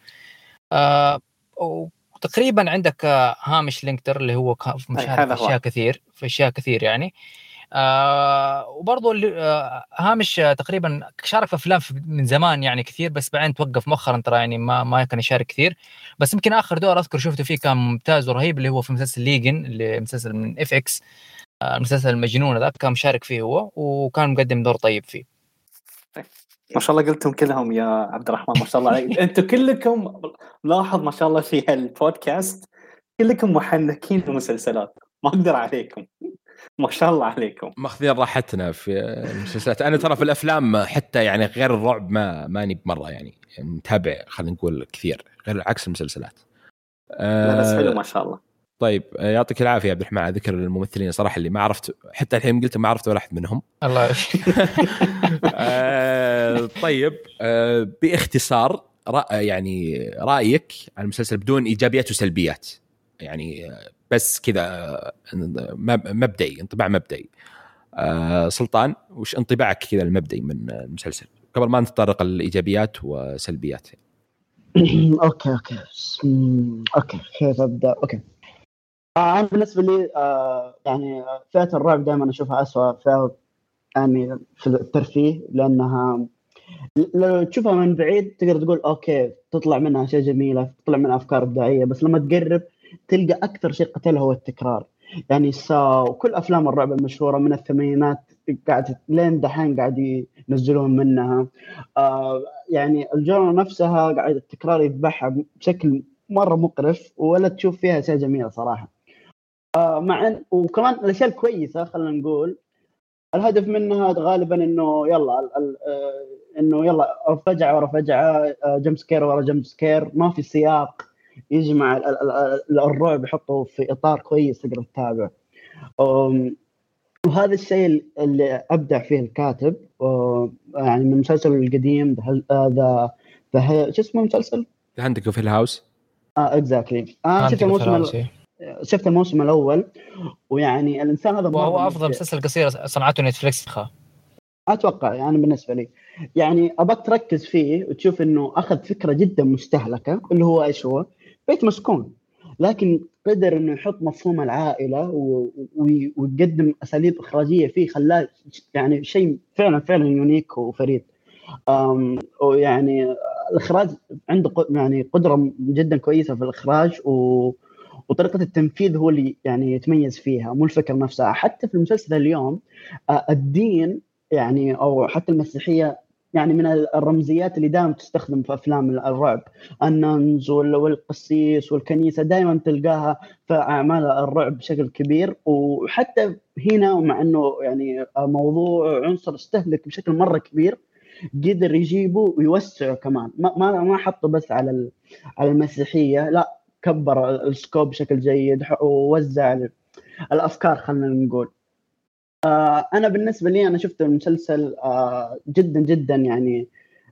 وتقريبا عندك هامش لينكتر اللي هو مشارك في أشياء كثير يعني. وبرضو هامش تقريبا شارك في أفلام من زمان يعني كثير، بس بعدين توقف مؤخرا ترى يعني ما كان يشارك كثير. بس يمكن آخر دور أذكر شفته فيه كان ممتاز ورهيب اللي هو في مسلسل ليجن، اللي مسلسل من FX، المسلسل المجنون ذاك كان مشارك فيه هو، وكان مقدم دور طيب فيه. ما شاء الله قلتم كلهم يا عبد الرحمن، ما شاء الله عليك. انتم كلكم لاحظ ما شاء الله في هالبودكاست كلكم محنكين في المسلسلات، ما اقدر عليكم، ما شاء الله عليكم. ماخذين راحتنا في المسلسلات. انا ترى في الافلام حتى يعني غير الرعب ماني بمره يعني متابع، خلينا نقول كثير، غير عكس المسلسلات. لا بس حلو ما شاء الله. طيب يعطيك العافيه يا عبد الرحمن على ذكر الممثلين صراحه اللي ما عرفت حتى الحين، قلت ما عرفت ولا احد منهم. الله طيب باختصار يعني رايك عن المسلسل بدون ايجابيات وسلبيات يعني، بس كذا مبدئي، انطباع مبدئي. سلطان وش انطباعك كذا المبدئي من المسلسل قبل ما نتطرق الايجابيات وسلبيات؟ اوكي كيف ابدا؟ اوكي أنا بالنسبة لي يعني فئة الرعب دائما أشوفها أسوأ فئة يعني في الترفيه، لأنها لو تشوفها من بعيد تقدر تقول أوكي تطلع منها شيء جميلة، تطلع منها أفكار إبداعية، بس لما تقرب تلقى أكثر شيء قتله هو التكرار. يعني وكل أفلام الرعب المشهورة من الثمانينات قاعد لين دحين قاعد ينزلون منها. يعني الجانرا نفسها قاعد التكرار يذبحها بشكل مرة مقرف، ولا تشوف فيها شيء جميل صراحة. وكمان الاشياء الكويسه خلينا نقول الهدف منها غالبا انه يلا فجعه ورا فجعه، جمب سكير ورا جمب سكير، ما في سياق يجمع الرعب يحطه في اطار كويس تقدر تتابع. وهذا الشيء اللي ابدع فيه الكاتب. يعني من المسلسل القديم هذا شو اسمه المسلسل؟ The Hunting of Hill House. اكزاكتلي. شفت الموسم الأول، ويعني الإنسان هذا وهو أفضل مسلسل قصير صنعته نتفليكس. اتوقع يعني بالنسبه لي يعني ابغى تركز فيه وتشوف انه اخذ فكره جدا مستهلكه اللي هو ايش هو بيت مسكون، لكن قدر انه يحط مفهوم العائله ويقدم اساليب اخراجيه فيه خلاه يعني شيء فعلا فعلا يونيك وفريد. ويعني الاخراج عنده يعني قدره جدا كويسه في الاخراج وطريقه التنفيذ هو اللي يعني يتميز فيها، مو الفكره نفسها. حتى في المسلسل اليوم الدين يعني او حتى المسيحيه يعني من الرمزيات اللي دائما تستخدم في افلام الرعب، النانز والقسيس والكنيسه دائما تلقاها في اعمال الرعب بشكل كبير. وحتى هنا مع انه يعني موضوع عنصر استهلك بشكل مره كبير قدر يجيبه ويوسعه كمان، ما حطه بس على المسيحيه، لا كبر السكوب بشكل جيد ووزع الافكار. خلينا نقول انا بالنسبه لي انا شفت المسلسل جدا جدا يعني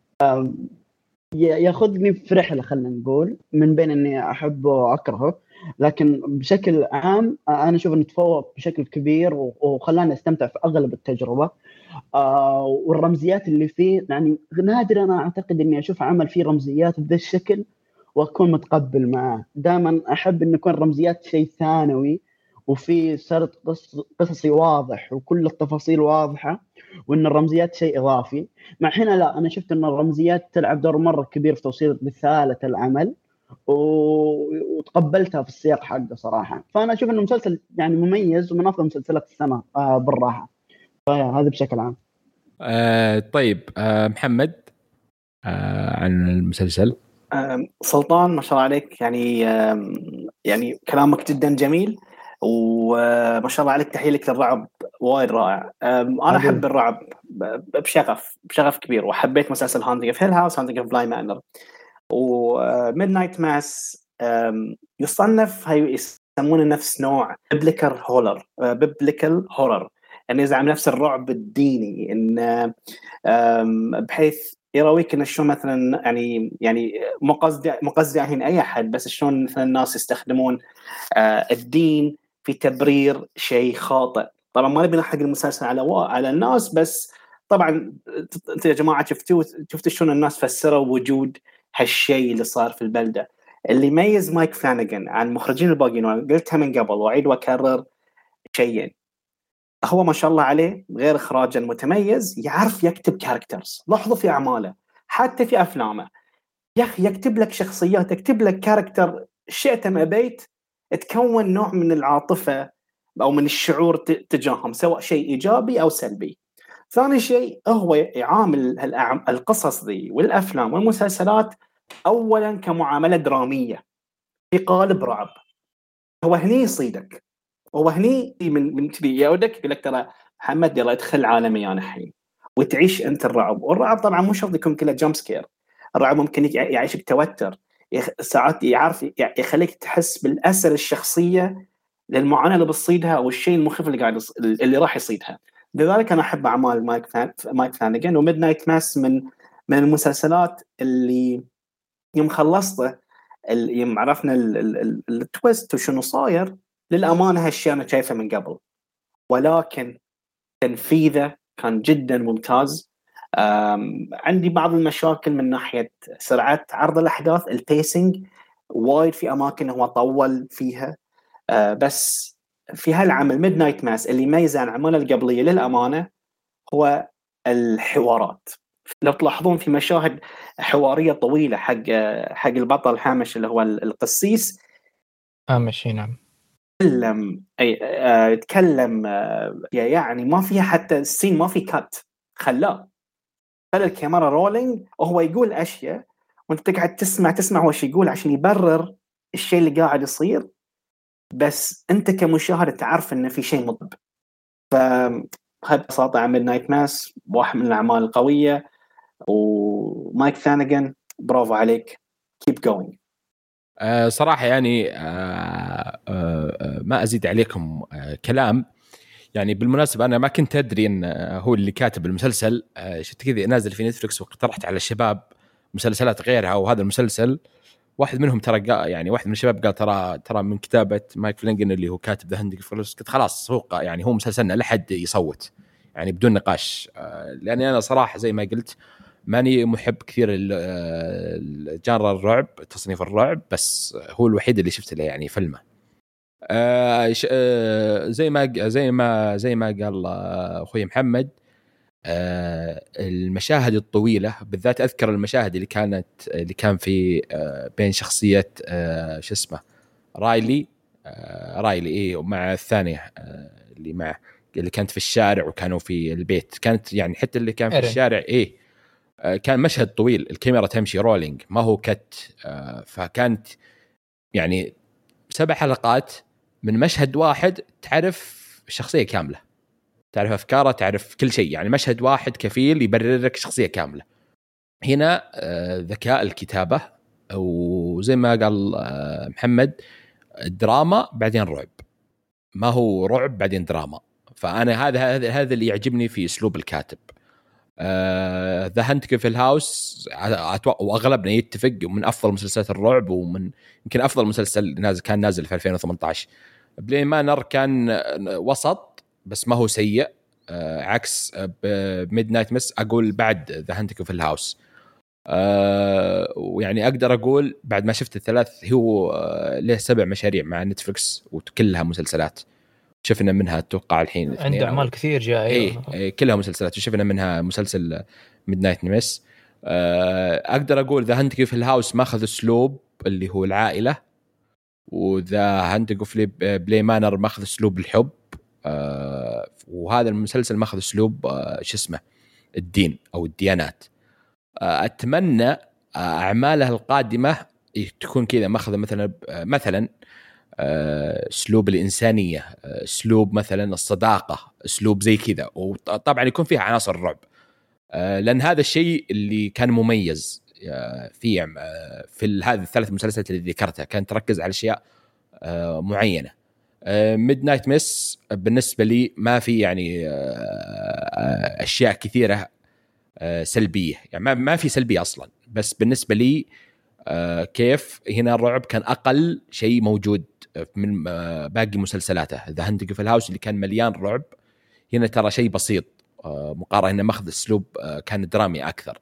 ياخذني في رحله، خلينا نقول من بين اني احبه واكرهه، لكن بشكل عام انا اشوف انه تفوق بشكل كبير وخلاني استمتع في اغلب التجربه. والرمزيات اللي فيه يعني نادر انا اعتقد اني اشوف عمل فيه رمزيات بهذا الشكل واكون متقبل معه. دائما احب ان يكون رمزيات شيء ثانوي وفي سرد قصصي واضح وكل التفاصيل واضحه، وان الرمزيات شيء اضافي. مع هنا لا، انا شفت ان الرمزيات تلعب دور مره كبير في توصيل رساله العمل وتقبلتها في السياق حقه صراحه. فانا اشوف انه مسلسل يعني مميز ومن افضل مسلسلات السنه بالراحه. هذا بشكل عام. طيب محمد عن المسلسل. سلطان ما شاء الله عليك، يعني كلامك جدا جميل وما شاء الله عليك، تحية لك للرعب وايد رائع. انا احب الرعب بشغف كبير، وحبيت مسلسل هانتنج اوف هيل هاوس، هانتنج اوف بلاي مانر، وميدنايت ماس. يصنف هاي يسمونه نفس نوع بيبليكال هورر، يعني يزعم نفس الرعب الديني، ان بحيث يراويك ان شلون مثلا يعني مو قصدي الحين اي احد، بس شلون مثلا الناس يستخدمون الدين في تبرير شيء خاطئ. طبعا ما نبي نحرق المسلسل على الناس، بس طبعا انت يا جماعه شفتوا شلون الناس فسروا وجود هالشيء اللي صار في البلده. اللي يميز مايك فلانيغان عن المخرجين الباقيين، قلتها من قبل واعيد واكرر شيئين، هو ما شاء الله عليه غير إخراجا متميز، يعرف يكتب كاركترز. لاحظوا في أعماله حتى في أفلامه يا أخي يكتب لك شخصيات، يكتب لك كاركتر شئت أم أبيت تكون نوع من العاطفة أو من الشعور تجاههم، سواء شيء إيجابي أو سلبي. ثاني شيء هو يعامل القصص ذي والأفلام والمسلسلات أولا كمعاملة درامية في قالب رعب. هو هني يصيدك، هو هني من تبي يودك يقول لك ترى محمد يلا ادخل عالمي انا الحين وتعيش انت الرعب. والرعب طبعا مو شرط يكون كله جامب سكير، الرعب ممكن يعيشك توتر، ساعات يعرف يخليك تحس بالاسر الشخصيه للمعاناه اللي بتصيدها او الشيء المخيف اللي راح يصيدها. لذلك انا احب اعمال مايك فلانيغان. وميدنايت ماس من المسلسلات اللي يوم خلصته يوم عرفنا التويست وشنو صاير، للأمانة هالشيء أنا شايفه من قبل، ولكن تنفيذه كان جدا ممتاز. عندي بعض المشاكل من ناحية سرعة عرض الأحداث، البيسنج وايد في أماكن هو طول فيها. بس في هالعمل ميدنايت ماس اللي يميز عن أعماله القبلية للأمانة هو الحوارات. لو تلاحظون في مشاهد حوارية طويلة حق البطل هامش اللي هو القسيس هامش، نعم، يتكلم يعني ما فيها حتى السين، ما في كات، خلى الكاميرا رولينج وهو يقول أشياء وانت تقعد تسمع وش يقول عشان يبرر الشيء اللي قاعد يصير، بس انت كمشاهد تعرف ان في شيء مضب. فهذا ببساطة عمل نايت ماس واحد من الأعمال القوية. ومايك فلانيغان برافو عليك، keep going. صراحة يعني ما أزيد عليكم كلام. يعني بالمناسبة أنا ما كنت أدري أن هو اللي كاتب المسلسل. شفت كذا نازل في نتفليكس واقترحت على الشباب مسلسلات غيرها، وهذا المسلسل واحد منهم ترى يعني واحد من الشباب قال ترى من كتابة مايك فلانيغان اللي هو كاتب ذا هاندنج اوف هيل هاوس. قلت خلاص هو يعني هو مسلسلنا لحد يصوت. يعني بدون نقاش. لاني انا صراحه زي ما قلت ماني محب كثير الجانرا الرعب، تصنيف الرعب، بس هو الوحيد اللي شفت له يعني فيلمه. زي ما قال اخوي محمد، المشاهد الطويله بالذات، اذكر المشاهد اللي كان في بين شخصيه شو اسمه رايلي ايه ومع الثانيه اللي كانت في الشارع وكانوا في البيت، كانت يعني حتى اللي كان في الشارع ايه كان مشهد طويل، الكاميرا تمشي رولينج ما هو كت. فكانت يعني 7 حلقات من مشهد واحد، تعرف الشخصية كاملة، تعرف أفكاره، تعرف كل شيء، يعني مشهد واحد كفيل يبرر لك شخصية كاملة. هنا ذكاء الكتابة، وزي ما قال محمد دراما بعدين رعب، ما هو رعب بعدين دراما. فأنا هذا اللي يعجبني في أسلوب الكاتب. ذا هانت في الهاوس واغلبنا يتفق من افضل مسلسلات الرعب، ومن يمكن افضل مسلسل كان نازل في 2018. بلاي مانر كان وسط بس ما هو سيء، عكس ميد نايت مس اقول بعد ذا هانت في الهاوس. ويعني اقدر اقول بعد ما شفت الثلاث هو له 7 مشاريع مع نتفلكس وكلها مسلسلات، شفنا منها اتوقع الحين عنده اعمال كثير جايه. ايه كلها مسلسلات، وشفنا منها مسلسل ميد نايت مس. اقدر اقول ذا هانت في الهاوس ماخذ اسلوب اللي هو العائله، وذا هانت في بلاي مانر ماخذ اسلوب الحب، وهذا المسلسل ماخذ اسلوب شو اسمه الدين او الديانات. اتمنى اعماله القادمه تكون كذا ماخذه مثلا اسلوب الانسانيه، اسلوب مثلا الصداقه، اسلوب زي كذا، وطبعا يكون فيها عناصر الرعب، لان هذا الشيء اللي كان مميز في هذه الثلاث مسلسلات اللي ذكرتها، كانت تركز على اشياء معينه. ميد نايت مس بالنسبه لي ما في يعني اشياء كثيره سلبيه، يعني ما في سلبيه اصلا، بس بالنسبه لي كيف هنا الرعب كان اقل شيء موجود من باقي مسلسلاته. ذا هانت في الهاوس اللي كان مليان رعب، هنا ترى شيء بسيط مقارنه ماخذ اسلوب كان درامي اكثر.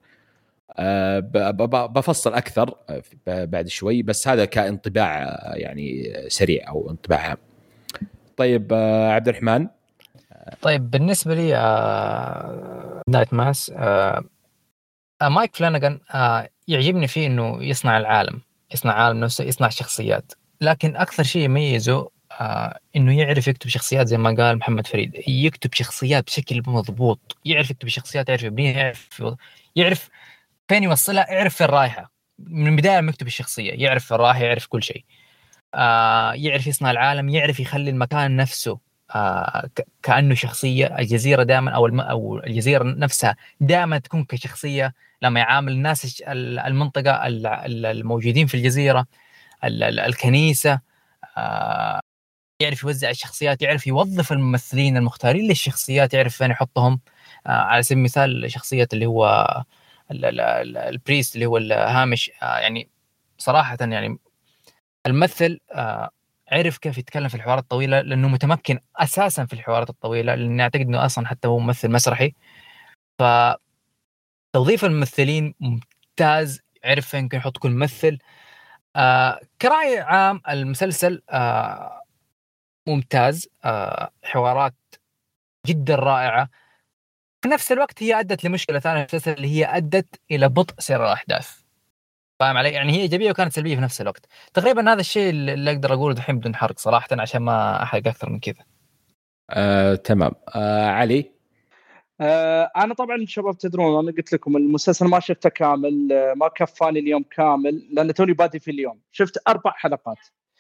بفصل اكثر بعد شوي، بس هذا كانطباع يعني سريع او انطباع عام. طيب عبد الرحمن. طيب بالنسبه لي نايت ماس، مايك فلانغان يعجبني فيه انه يصنع العالم، يصنع عالم نفسه، يصنع شخصيات، لكن اكثر شيء يميزه انه يعرف يكتب شخصيات زي ما قال محمد فريد، يكتب شخصيات بشكل مضبوط، يعرف يكتب شخصيات، يعرف يبنيها، يعرف فين يوصلها، يعرف فين رايحه من البدايه لما يكتب الشخصيه، يعرف فين رايحه، يعرف كل شيء. يعرف يصنع العالم، يعرف يخلي المكان نفسه كأنه شخصية. الجزيرة دائما أو الجزيرة نفسها دائما تكون كشخصية لما يعامل الناس، المنطقة الموجودين في الجزيرة، الكنيسة. يعرف يوزع الشخصيات، يعرف يوظف الممثلين المختارين للشخصيات، يعرف فين يحطهم. على سبيل المثال شخصية اللي هو البريست اللي هو الهامش، يعني صراحة يعني الممثل عرف كيف يتكلم في الحوارات الطويلة، لأنه متمكن أساساً في الحوارات الطويلة، لأني أعتقد أنه أصلاً حتى هو ممثل مسرحي. فتوظيف الممثلين ممتاز، عرف فين يمكن يحط كل ممثل. كرأي عام المسلسل ممتاز، حوارات جدا رائعة. في نفس الوقت هي أدت لمشكلة ثانية في المسلسل، اللي هي أدت إلى بطء سير الأحداث. فاهم علي؟ يعني هي إيجابية وكانت سلبية في نفس الوقت. تقريبا هذا الشيء اللي أقدر أقوله دحين بدون حرق صراحة، عشان ما أحرق أكثر من كذا. تمام. علي. أنا طبعا شباب تدرون أنا قلت لكم المسلسل ما شفته كامل، ما كفاني اليوم كامل لأن توني بادي في اليوم، شفت 4 حلقات.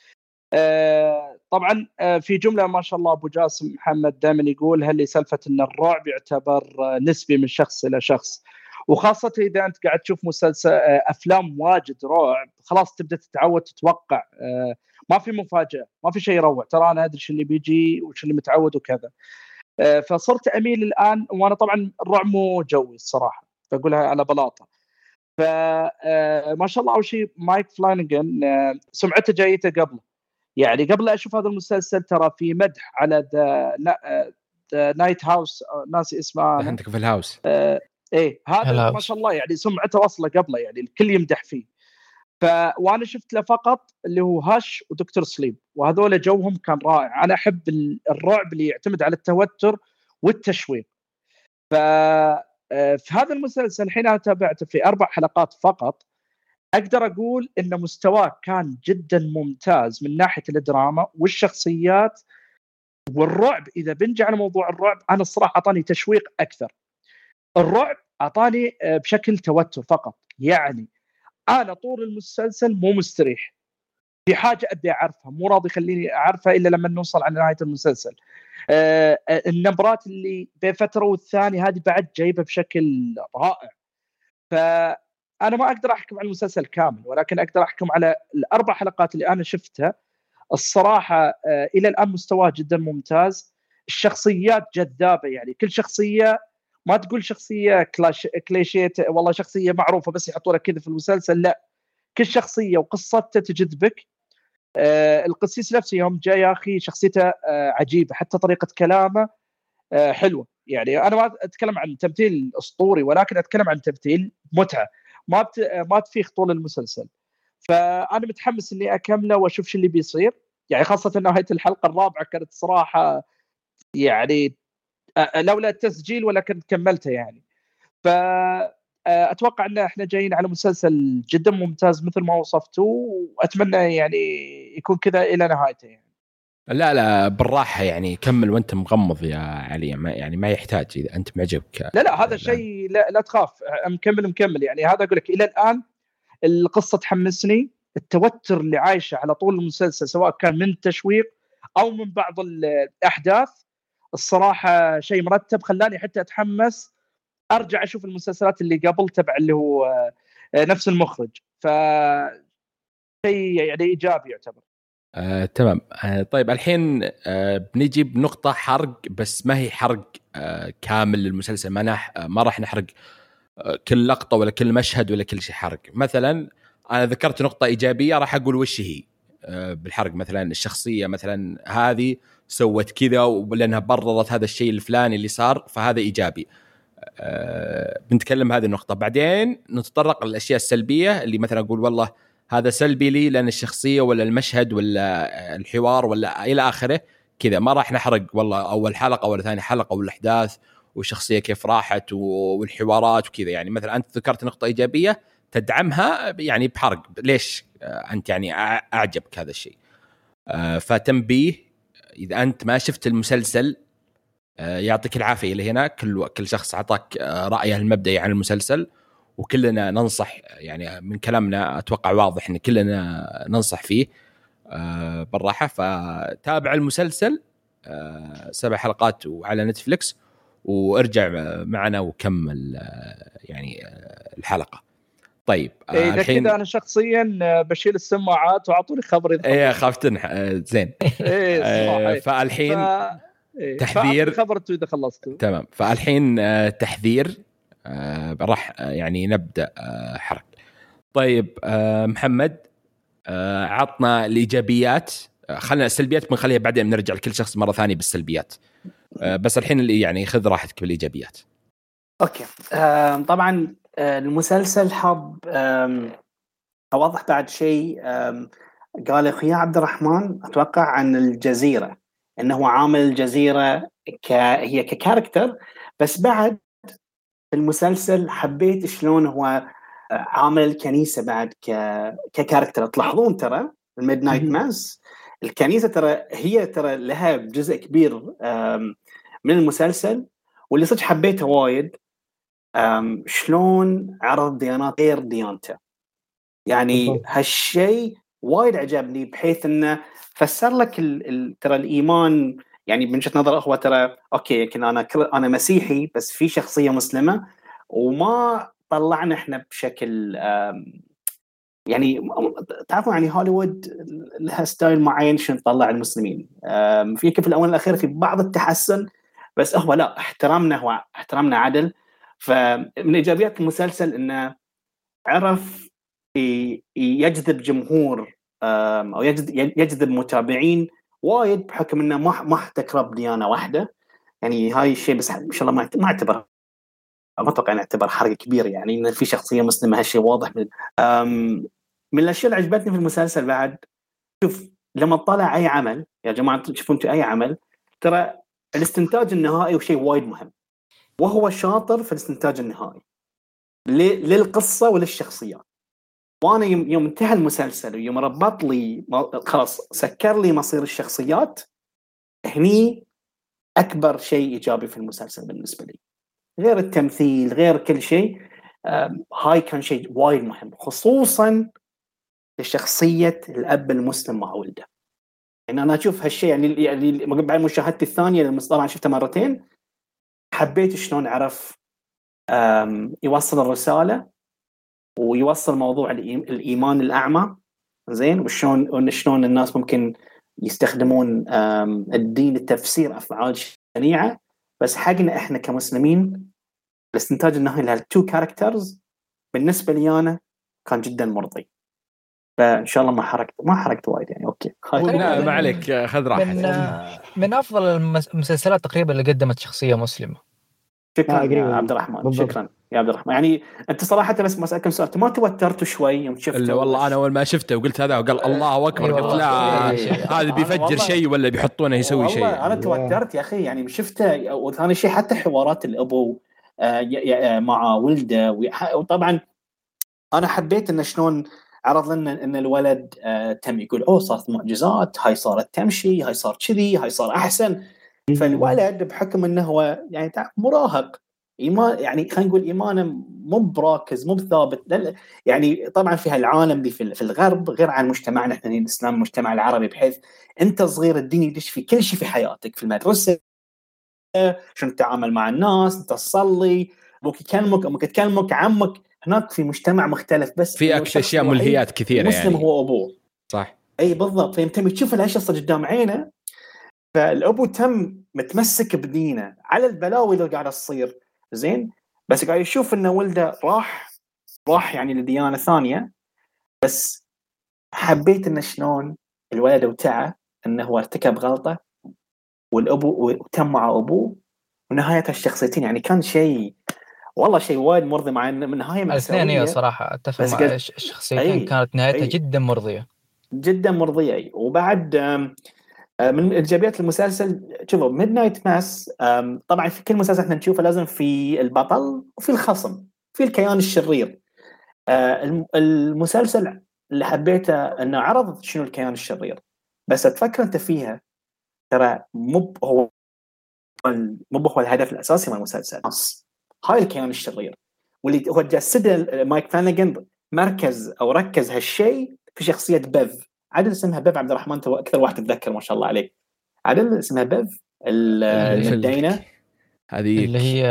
طبعا في جملة ما شاء الله أبو جاسم محمد دائما يقول هل سالفة أن الرعب يعتبر نسبي من شخص إلى شخص، وخاصة إذا أنت قاعد تشوف مسلسل أفلام واجد رعب خلاص تبدأ تتعود تتوقع، ما في مفاجأة، ما في شيء يروع، ترى أنا أدري شو اللي بيجي وش اللي متعود وكذا. فصرت أميل الآن، وأنا طبعا الرعب مو جوي الصراحة بقولها على بلاطة. فما شاء الله أول شيء مايك فلانغان سمعته جايته قبل، يعني قبل أشوف هذا المسلسل ترى في مدح على نايت هاوس ناسي اسمه أنا. عندك في الهاوس ايه هذا الهاوس. ما شاء الله يعني سمعته واصله قبله يعني الكل يمدح فيه. وانا شفت له فقط اللي هو هاش ودكتور سليب، وهذول جوهم كان رائع. انا احب الرعب اللي يعتمد على التوتر والتشويق. في هذا المسلسل الحين انا تابعته في 4 حلقات فقط، اقدر اقول ان مستواه كان جدا ممتاز من ناحيه الدراما والشخصيات والرعب. اذا بنجي على موضوع الرعب، انا الصراحه اعطاني تشويق اكثر. الرعب اعطاني بشكل توتر فقط. يعني انا طول المسلسل مو مستريح، في حاجه ابي اعرفها، مو راضي يخليني اعرفها الا لما نوصل على نهايه المسلسل. النبرات اللي بين فتره والثانيه هذه بعد جايبه بشكل رائع. فانا ما اقدر احكم على المسلسل كامل، ولكن اقدر احكم على ال4 حلقات اللي انا شفتها. الصراحه الى الان مستواه جدا ممتاز. الشخصيات جذابه، يعني كل شخصيه ما تقول شخصيه كليشيت والله شخصيه معروفه بس يحطونها كذا في المسلسل، لا، كل شخصيه وقصتها تجذبك. القسيس نفسه يوم جاء يا اخي شخصيته عجيبه، حتى طريقه كلامه حلوه. يعني انا ما اتكلم عن تمثيل اسطوري، ولكن اتكلم عن تمثيل متعه ما تفيخ طول المسلسل. فانا متحمس اني اكمله واشوف شو اللي بيصير، يعني خاصه نهايه الحلقه الرابعه كانت صراحه يعني لولا التسجيل ولا كنت كملته يعني. فأتوقع أن احنا جايين على مسلسل جدا ممتاز مثل ما وصفته، وأتمنى يعني يكون كذا إلى نهايته يعني. لا بالراحة يعني كمل وانت مغمض يا علي، يعني ما يحتاج إذا أنت معجبك. لا هذا شيء لا تخاف، مكمل يعني. هذا أقول لك إلى الآن القصة تحمسني، التوتر اللي عايشه على طول المسلسل سواء كان من تشويق أو من بعض الأحداث، الصراحة شيء مرتب خلاني حتى أتحمس أرجع أشوف المسلسلات اللي قبل تبع اللي هو نفس المخرج. فشيء يعني إيجابي يعتبر. تمام. طيب الحين بنجي بنقطة حرق، بس ما هي حرق كامل للمسلسل. ما راح نحرق كل لقطة ولا كل مشهد ولا كل شيء حرق. مثلا أنا ذكرت نقطة إيجابية راح أقول وش هي بالحرق. مثلا الشخصية مثلا هذه سوت كذا ولأنها بررت هذا الشيء الفلاني اللي صار، فهذا إيجابي. بنتكلم هذه النقطة. بعدين نتطرق للأشياء السلبية اللي مثلا أقول والله هذا سلبي لي لأن الشخصية ولا المشهد ولا الحوار ولا إلى آخره كذا. ما راح نحرق والله أول حلقة ولا ثاني حلقة والأحداث والشخصية كيف راحت والحوارات وكذا. يعني مثلا أنت ذكرت نقطة إيجابية تدعمها يعني بحرق، ليش أنت يعني أعجبك هذا الشيء؟ فتنبيه إذا أنت ما شفت المسلسل يعطيك العافية. اللي هنا كل شخص عطاك رأيه المبدئي عن المسلسل، وكلنا ننصح يعني من كلامنا أتوقع واضح إن كلنا ننصح فيه بالراحة. فتابع المسلسل 7 حلقات وعلى نتفليكس، وارجع معنا وكمل يعني الحلقة. طيب إذا كذا أنا شخصيا بشيل السماعات وأعطوني خبر إذا إيه خافتن زين. فالحين تحذير خبرته إذا خلصته تمام. فالحين تحذير راح يعني نبدأ حرق. طيب محمد عطنا الإيجابيات. خلنا السلبيات بنخليها بعدين، بنرجع لكل شخص مرة ثانية بالسلبيات. بس الحين اللي يعني خذ راحتك بالإيجابيات. أوكي. طبعا المسلسل حاب أوضح بعد شيء قال أخويا عبد الرحمن أتوقع عن الجزيرة، إنه عامل الجزيرة هي ككاركتر، بس بعد المسلسل حبيت شلون هو عامل الكنيسة بعد ككاركتر. تلاحظون ترى الميدنايت ماس الكنيسة ترى لها جزء كبير من المسلسل، واللي صدق حبيته وايد شلون عرض ديانات غير ديانته. يعني هالشيء وايد عجبني، بحيث انه فسر لك ترى الايمان. يعني من وجهة نظر هو ترى اوكي يمكن انا مسيحي بس في شخصية مسلمة، وما طلعنا احنا بشكل يعني تعرفون يعني هوليوود لها ستايل معين شو نطلع المسلمين. في في الاونه الاخيره في بعض التحسن، بس هو لا احترامنا عدل. فمن ايجابيات المسلسل انه عرف يجذب جمهور او يجذب متابعين وايد، بحكم انه ما احتكر بديانه واحده. يعني هاي الشيء بس ان شاء الله ما اعتبر، ما اتوقع ان اعتبر حرق كبير يعني ان في شخصيه مسلمه. هالشيء واضح من الاشياء اللي عجبتني في المسلسل بعد. شوف لما تطلع اي عمل يا جماعه، تشوفوا انتم اي عمل، ترى الاستنتاج النهائي شيء وايد مهم، وهو شاطر في الاستنتاج النهائي للقصه وللشخصيات. وانا يوم انتهى المسلسل ويوم ربط لي خلاص سكر لي مصير الشخصيات، هني اكبر شيء ايجابي في المسلسل بالنسبه لي، غير التمثيل غير كل شيء. هاي كان شيء وايد مهم، خصوصا لشخصيه الاب المسلم مع ولده. يعني انا اشوف هالشيء يعني بعد مشاهدتي الثانيه طبعا شفتها مرتين، حبيت شلون عرف يوصل الرساله ويوصل موضوع الايمان الاعمى زين، وشلون الناس ممكن يستخدمون الدين لتفسير افعال شنيعه. بس حقنا احنا كمسلمين الاستنتاج النهائي لهالتو كاركترز بالنسبه لي انا كان جدا مرضي. فان شاء الله ما حركت وايد يعني. اوكي لا ما عليك، خذ راحتك. من افضل المسلسلات تقريبا اللي قدمت شخصيه مسلمه. شكرا يا عبد الرحمن، شكرا يا عبد الرحمن. يعني انت صراحه بس اسالك سؤال، انت ما توترت شوي يوم شفته؟ والله انا اول ما شفته وقلت هذا وقال الله اكبر، قلت لا هذا بيفجر شيء ولا بيحطونه يسوي شيء. انا توترت يا اخي يعني شفته. وثاني شيء حتى حوارات الابو مع ولده، وطبعا انا حبيت ان شلون عرض لنا ان الولد تم يقول صارت معجزات، هاي صارت تمشي، هاي صار كذي، هاي صار احسن. فالولد بحكم انه هو يعني مراهق، ايمان يعني خلينا نقول ايمانه مو براكز مو بثابت. يعني طبعا في هالعالم دي في الغرب غير عن مجتمعنا احنا الاسلام المجتمع العربي، بحيث انت صغير الدين يدش في كل شيء في حياتك، في المدرسه شلون تتعامل مع الناس، انت تصلي، ابوك يكلمك، امك تكلمك، عمك. هناك في مجتمع مختلف، بس في اشياء ملهيات كثيره مسلم يعني. هو ابوه صح اي بالضبط. فانت تشوف الاشياء قدام عينه، فالابو تم متمسك بدينه على البلاوي اللي قاعده تصير زين، بس قاعد يشوف انه ولده راح يعني لديانه ثانيه. بس حبيت انه شلون الولد وتعه انه هو ارتكب غلطه، والابو وتم مع ابوه، ونهايه الشخصيتين يعني كان شيء والله شيء وايد مرضي، مع انه من نهايه مأساوية. الاثنين صراحه اتفق مع الشخصيتين، كانت نهايتها جدا مرضيه جدا مرضيه. وبعد من ايجابيات المسلسل شوفوا ميدنايت ماس. طبعا في كل مسلسل احنا نشوفه لازم في البطل وفي الخصم في الكيان الشرير. المسلسل اللي حبيته انه عرض شنو الكيان الشرير، بس تفكر انت فيها ترى مو هو الهدف الاساسي من المسلسل. هاي الكيان الشرير واللي هو جسده مايك فلانيغان مركز او ركز هالشيء في شخصيه بيف. عادل اسمها بيف عبد الرحمن، تو اكثر واحد تتذكر ما شاء الله عليك. عادل اسمها بيف المدينه هذه اللي هي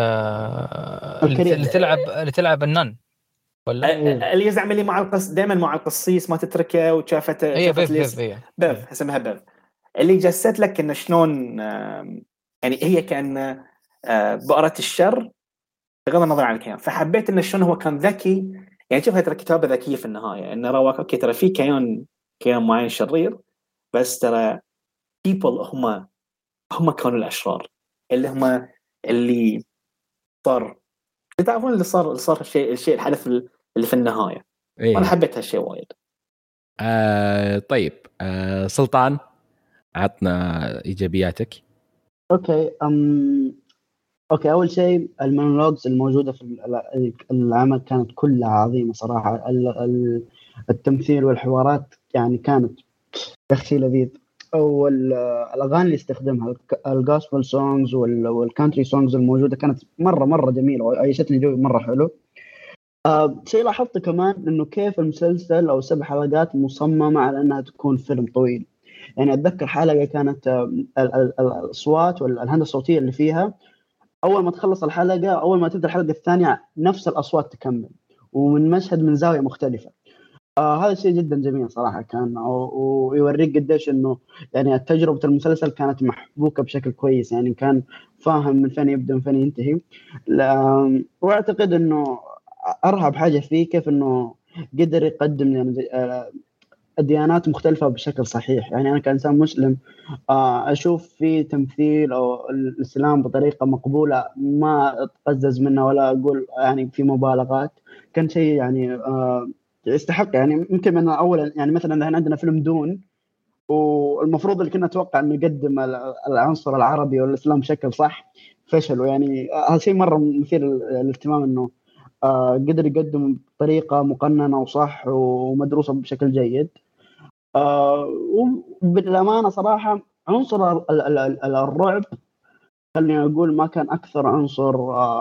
اللي تلعب النن ولا اللي يزعم اللي مع دائما مع القصيص ما تتركه وشافته. هي بيف اسمها بيف اللي جسد لك انه شلون يعني هي كان بؤرة الشر بغض النظر عن الكيان. فحبيت انه شلون هو كان ذكي، يعني شوف ترى كتابه ذكيه في النهايه، انه رواك اوكي ترى في كيان معين شرير، بس ترى people هم كانوا الاشرار اللي صار. تعرفون اللي صار الشيء الحدث اللي في النهايه. انا حبيت هالشيء وايد. طيب سلطان عطنا ايجابياتك. اوكي اول شيء المونولوجز الموجوده في العمل كانت كلها عظيمه صراحه. التمثيل والحوارات يعني كانت شيء لذيذ. والاغاني اللي استخدمها الجوسبل سونجز والكانتري سونجز الموجوده كانت مره جميله وعيشتني جو مره حلو. شيء لاحظته كمان انه كيف المسلسل او 7 حلقات مصممه على انها تكون فيلم طويل. يعني اتذكر حلقه كانت الاصوات والهندسه الصوتيه اللي فيها، اول ما تخلص الحلقه اول ما تبدا الحلقه الثانيه نفس الاصوات تكمل ومن مشهد من زاويه مختلفه. هذا شيء جدا جميل صراحه كان، ويوريك قديش انه يعني تجربه المسلسل كانت محبوكه بشكل كويس، يعني كان فاهم من فين يبدا من فين ينتهي. واعتقد انه ارهب حاجه فيه كيف انه قدر يقدم يعني الديانات مختلفة بشكل صحيح. يعني أنا كإنسان مسلم أشوف في تمثيل أو الإسلام بطريقة مقبولة، ما أتقزز منه ولا أقول يعني في مبالغات. كان شيء يعني يستحق. يعني يمكن من أولا يعني مثلا عندنا فيلم دون، والمفروض اللي كنا نتوقع انه يقدم العنصر العربي والاسلام بشكل صح، فشلوا. يعني هذا شيء مره مثير للاهتمام، انه قدر يقدم بطريقه مقننه وصح ومدروسه بشكل جيد. وبالامانه صراحه عنصر الرعب، خليني اقول ما كان اكثر عنصر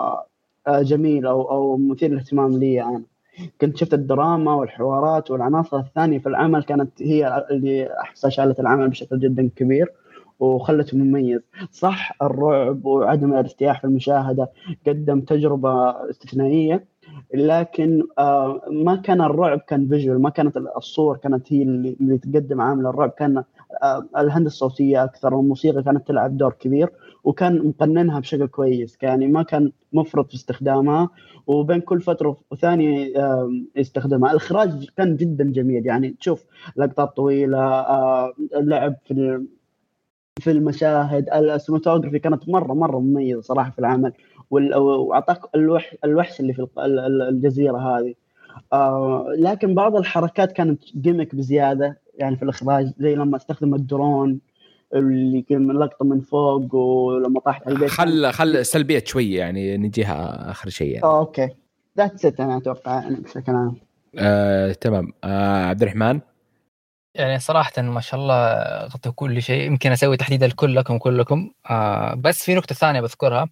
جميل او مثير للاهتمام لي. انا كنت شفت الدراما والحوارات والعناصر الثانية في العمل كانت هي اللي أحسها شالت العمل بشكل جدا كبير وخلته مميز. صح الرعب وعدم الارتياح في المشاهدة قدم تجربة استثنائية، لكن ما كان الرعب كان فيجوال، ما كانت الصور كانت هي اللي تقدم عامل الرعب. كان الهندسة الصوتية أكثر، والموسيقى كانت تلعب دور كبير، وكان مقننها بشكل كويس. يعني ما كان مفرط في استخدامها، وبين كل فترة وثانية يستخدمها. الإخراج كان جدا جميل، يعني تشوف لقطات طويلة، اللعب في المشاهد، السينماتوجرافي كانت مرة مميزة صراحة في العمل. وأعطاك الوحش اللي في الجزيرة هذه. لكن بعض الحركات كانت جيمك بزيادة يعني في الإخراج، زي لما استخدم الدرون اللي كان لقطة من فوق ولما طاحت البيت. خل سلبيات شوية يعني نجيها آخر شيء يعني. أوكي ذاتس إت أنا أتوقع يعني بشكل عام. تمام. عبد الرحمن. يعني صراحة ما شاء الله غطوا كل شيء، يمكن أسوي تحديد الكل لكم كلكم. بس في نقطة ثانية بذكرها،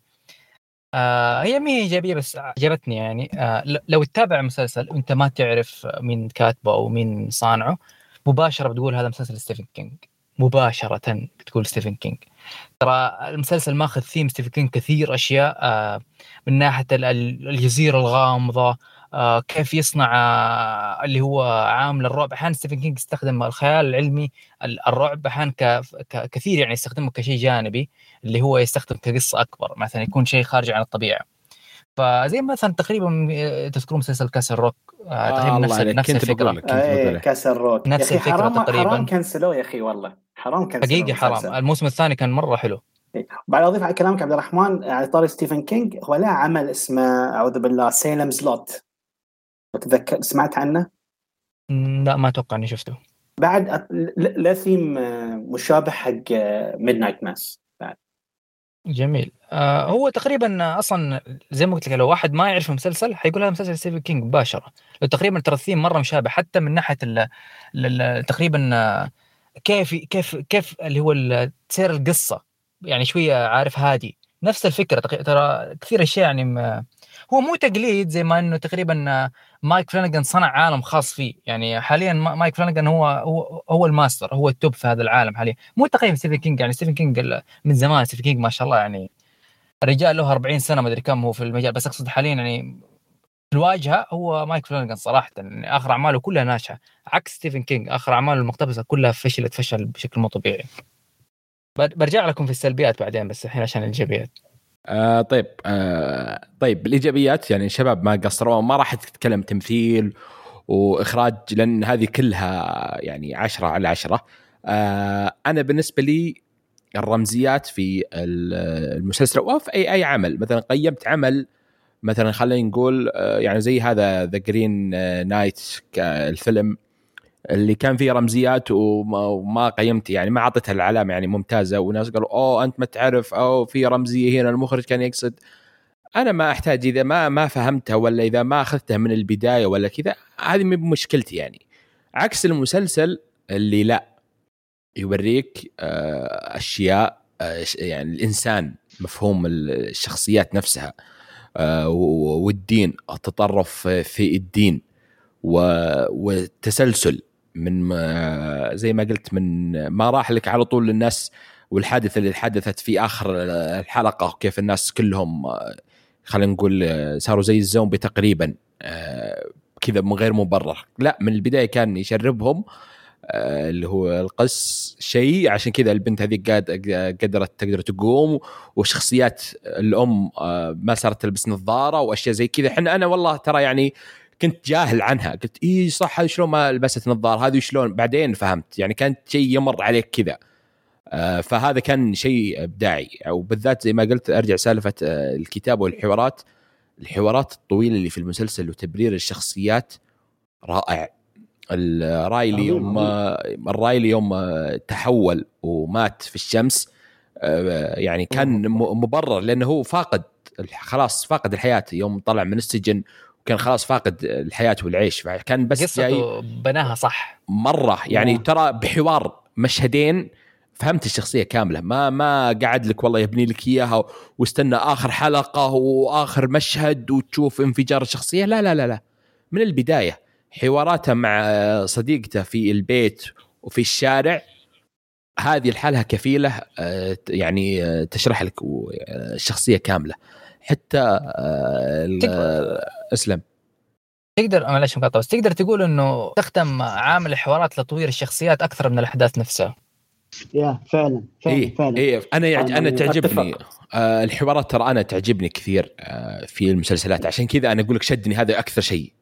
هي مي إيجابية بس عجبتني. يعني لو تتابع مسلسل وأنت ما تعرف مين كاتبه أو مين صانعه، مباشرة بتقول هذا مسلسل ستيفن كينج، مباشرة بتقول ستيفن كينج. ترى المسلسل ماخذ ثيم ستيفن كينج كثير أشياء، من ناحية الجزيرة الغامضة، كيف يصنع اللي هو عامل الرعب. أحيانا ستيفن كينج يستخدم الخيال العلمي الرعب أحيانا كثير، يعني يستخدمه كشيء جانبي، اللي هو يستخدم كقصة أكبر، مثلا يكون شيء خارج عن الطبيعة. فزي مثلا تقريبا تذكرون مسلسل كاسل روك، تقريبا نفس الفكرة. كاسل روك نفس الفكرة تقريبا. حرام كنسلوه يا أخي، والله حرام كنسلوه حقيقي حرام. الموسم الثاني كان مرة حلو. بعد أضيف على كلامك عبد الرحمن على طاري ستيفن كينج، هو لا عمل اسمه أعوذ بالله سيلمز لوت، تذكر سمعت عنه؟ لا ما أتوقع أني شفته. بعد لا ثيم مشابه حق ميدنايت ماس بعد. جميل. هو تقريبا اصلا زي ما قلت لك، لو واحد ما يعرف المسلسل حيقول هذا مسلسل ستيفن كينج مباشره. لو تقريبا ترى الثيم مره مشابه، حتى من ناحيه تقريبا كيف اللي هو سير القصه، يعني شويه عارف هادي. نفس الفكره ترى كثير اشياء. يعني هو مو تقليد، زي ما انه تقريبا مايك فلانيغان صنع عالم خاص فيه. يعني حاليا مايك فلانيغان هو الماستر، هو التوب في هذا العالم حاليا، مو تقييم ستيفن كينج. يعني ستيفن كينج من زمان، ستيفن كينج ما شاء الله، يعني الرجال له 40 سنه ما ادري كم هو في المجال، بس اقصد حاليا يعني في الواجهه هو مايك فلانيغان صراحه. يعني اخر اعماله كلها ناجحه، عكس ستيفن كينج اخر اعماله المقتبسه كلها فشل بشكل مو طبيعي. برجع لكم في السلبيات بعدين، بس الحين عشان الايجابيات. طيب الإيجابيات يعني شباب ما قصروا، ما راح تتكلم تمثيل وإخراج لأن هذه كلها يعني 10 على 10. أنا بالنسبة لي الرمزيات في المسلسل أو في أي عمل، مثلا قيمت عمل مثلا خلينا نقول يعني زي هذا The Green Knight الفيلم اللي كان فيه رمزيات وما قيمت، يعني ما عطيتها العلامة يعني ممتازة، وناس قالوا أنت ما تعرف أو في رمزية هنا المخرج كان يقصد. أنا ما أحتاج إذا ما فهمتها ولا إذا ما أخذتها من البداية ولا كذا، هذه مشكلتي يعني. عكس المسلسل اللي لا يوريك أشياء يعني الإنسان، مفهوم الشخصيات نفسها، والدين، التطرف في الدين، والتسلسل من زي ما قلت من ما راح لك على طول للناس، والحادثة اللي حدثت في آخر الحلقة وكيف الناس كلهم خلينا نقول صاروا زي الزومبي تقريبا كذا من غير مبرر. لا، من البداية كان يشربهم اللي هو القس شيء، عشان كذا البنت هذه تقدر تقوم، وشخصيات الأم ما صارت تلبس نظارة وأشياء زي كذا. أنا والله ترى يعني كنت جاهل عنها، قلت إيه صح شلون ما لبست نظارة هذه شلون، بعدين فهمت يعني كانت شيء يمر عليك كذا. فهذا كان شيء إبداعي، أو بالذات زي ما قلت أرجع سالفة الكتابة والحوارات، الحوارات الطويلة اللي في المسلسل وتبرير الشخصيات رائع. الرايلي يوم تحول ومات في الشمس يعني كان مبرر، لأنه هو خلاص فاقد الحياة يوم طلع من السجن، وكان خلاص فاقد الحياة والعيش، فكان بس قصته بناها صح مرة يعني ترى بحوار مشهدين فهمت الشخصية كاملة، ما قاعد لك والله يبني لك إياها واستنى آخر حلقة وآخر مشهد وتشوف انفجار الشخصية. لا لا لا لا، من البداية حواراته مع صديقته في البيت وفي الشارع، هذه الحالة كفيلة يعني تشرح لك الشخصية كاملة. حتى أسلم تقدر معلش مقاطعة، بس تقدر تقول إنه تختم عامل الحوارات لتطوير الشخصيات أكثر من الأحداث نفسها. يا فعلا إيه أنا تعجبني الحوارات، ترى أنا تعجبني كثير في المسلسلات، عشان كذا أنا أقول لك شدني، هذا أكثر شيء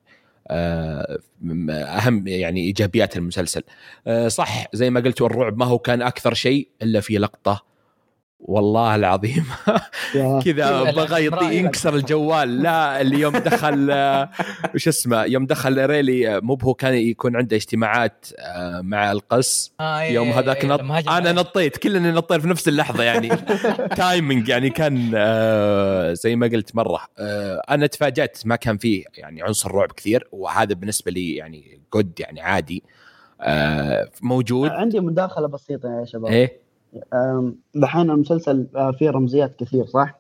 أهم يعني إيجابيات المسلسل. صح زي ما قلت، والرعب ما هو كان أكثر شيء إلا في لقطة والله العظيم كذا بغى ينكسر الجوال. لا اليوم دخل وش اسمه، يوم دخل ريلي مو هو كان يكون عنده اجتماعات مع القس يوم هذاك أنا نطيت، كلنا نطير في نفس اللحظة يعني تايمينج يعني كان زي ما قلت مرة أنا تفاجأت، ما كان فيه يعني عنصر رعب كثير، وهذا بالنسبة لي يعني جود يعني عادي موجود. عندي مداخلة بسيطة يا شباب. إيه دحين المسلسل فيه رمزيات كثير صح؟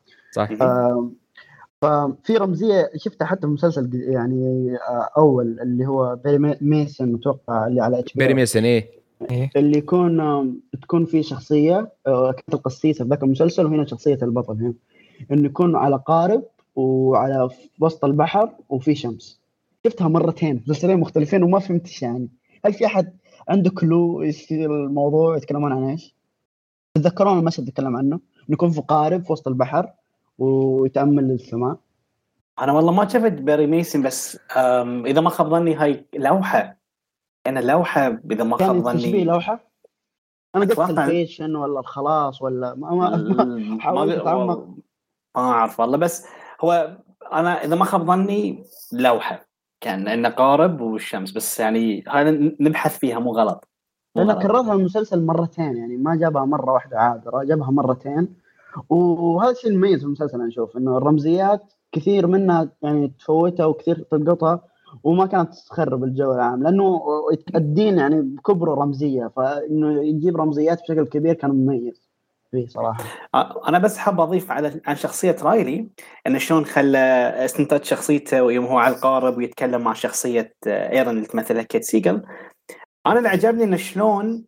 ففي رمزية شفتها حتى في مسلسل يعني أول اللي هو بيري ميسن، متوقع اللي على HBO. بيري ميسن إيه اللي تكون في شخصية كانت القسيسة في ذاك المسلسل، وهنا شخصية البطل هنا إنه يكون على قارب وعلى وسط البحر وفي شمس. شفتها مرتين مسلسلين مختلفين وما فهمتش يعني هل في أحد عنده كلو إيش الموضوع يتكلمون عن إيش؟ تتذكرون المشهد يتكلم عنه نكون في قارب في وسط البحر ويتأمل للسماء؟ أنا والله ما شفت بيري ميسن، بس إذا ما خاب ظني هاي لوحة، أنا لوحة إذا ما خاب ظني تشبيه لوحة. أنا قلت الفيشن ولا الخلاص ولا ما حاولت أتعمق، ما أعرف والله، بس هو أنا إذا ما خاب ظني لوحة كان إنه قارب والشمس، بس يعني هذا نبحث فيها مو غلط. لأنه كررها المسلسل مرتين، يعني ما جابها مرة واحدة عابرة، جابها مرتين، وهذا الشيء المميز في المسلسل. أنا أشوف إنه الرمزيات كثير منها يعني تفوتها وكثير تلقطها وما كانت تخرب الجو العام، لأنه الدين يعني بكبره رمزية، فإنه يجيب رمزيات بشكل كبير كان مميز فيه صراحة. أنا بس حاب أضيف عن شخصية رايلي، إنه شلون خلى استنتاج شخصيته ويوم هو على القارب ويتكلم مع شخصية إيرن اللي تمثلها كيت سيجل. أنا اللي عجبني إنه شلون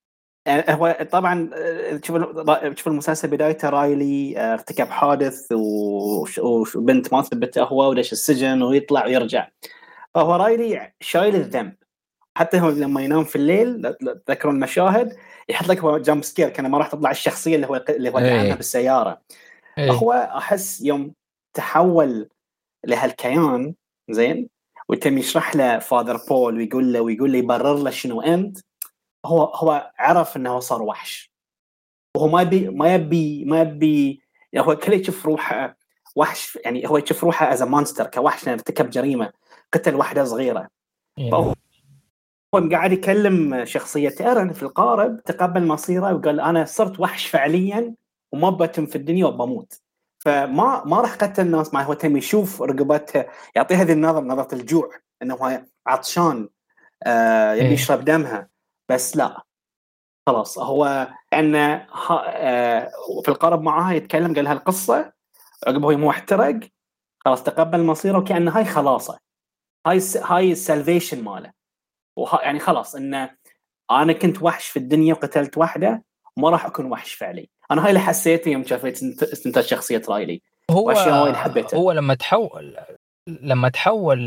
هو طبعا تشوف المسلسل بدايته رايلي ارتكب حادث وبنت ما ثبته هو ودش السجن ويطلع ويرجع، فهو رايلي شايل الذنب. حتى هو لما ينام في الليل تذكرون المشاهد يحط لك جامب سكير كان ما راح تطلع الشخصية اللي هو دعمها بالسيارة. هو أحس يوم تحول لهالكيان زين وتم يشرح له فادر بول ويقول له يبرر له شنو أنت، هو عرف انه صار وحش، وهو ما يبي يعني هو كله يشوف روحه وحش، يعني هو يشوف روحه از مونستر كوحش لانه ارتكب جريمه قتل واحده صغيره. فهو قاعد يكلم شخصيه ايرن في القارب تقبل مصيره وقال انا صرت وحش فعليا وما بتم في الدنيا وبموت، فما راح قتل الناس معه. هو تم يشوف رقبته يعطيه هذه نظره الجوع انه هو عطشان يبي يشرب دمها، بس لا خلاص هو أنه في القارب معها يتكلم قال هالقصة عقبه هو احترق خلاص تقبل مصيره وكأنه هاي خلاصة هاي السالفيشن ماله، يعني خلاص إنه أنا كنت وحش في الدنيا وقتلت واحدة وما راح أكون وحش فعلي. أنا هاي اللي حسيته يوم شافت استنتاج شخصية رايلي. هو لما تحول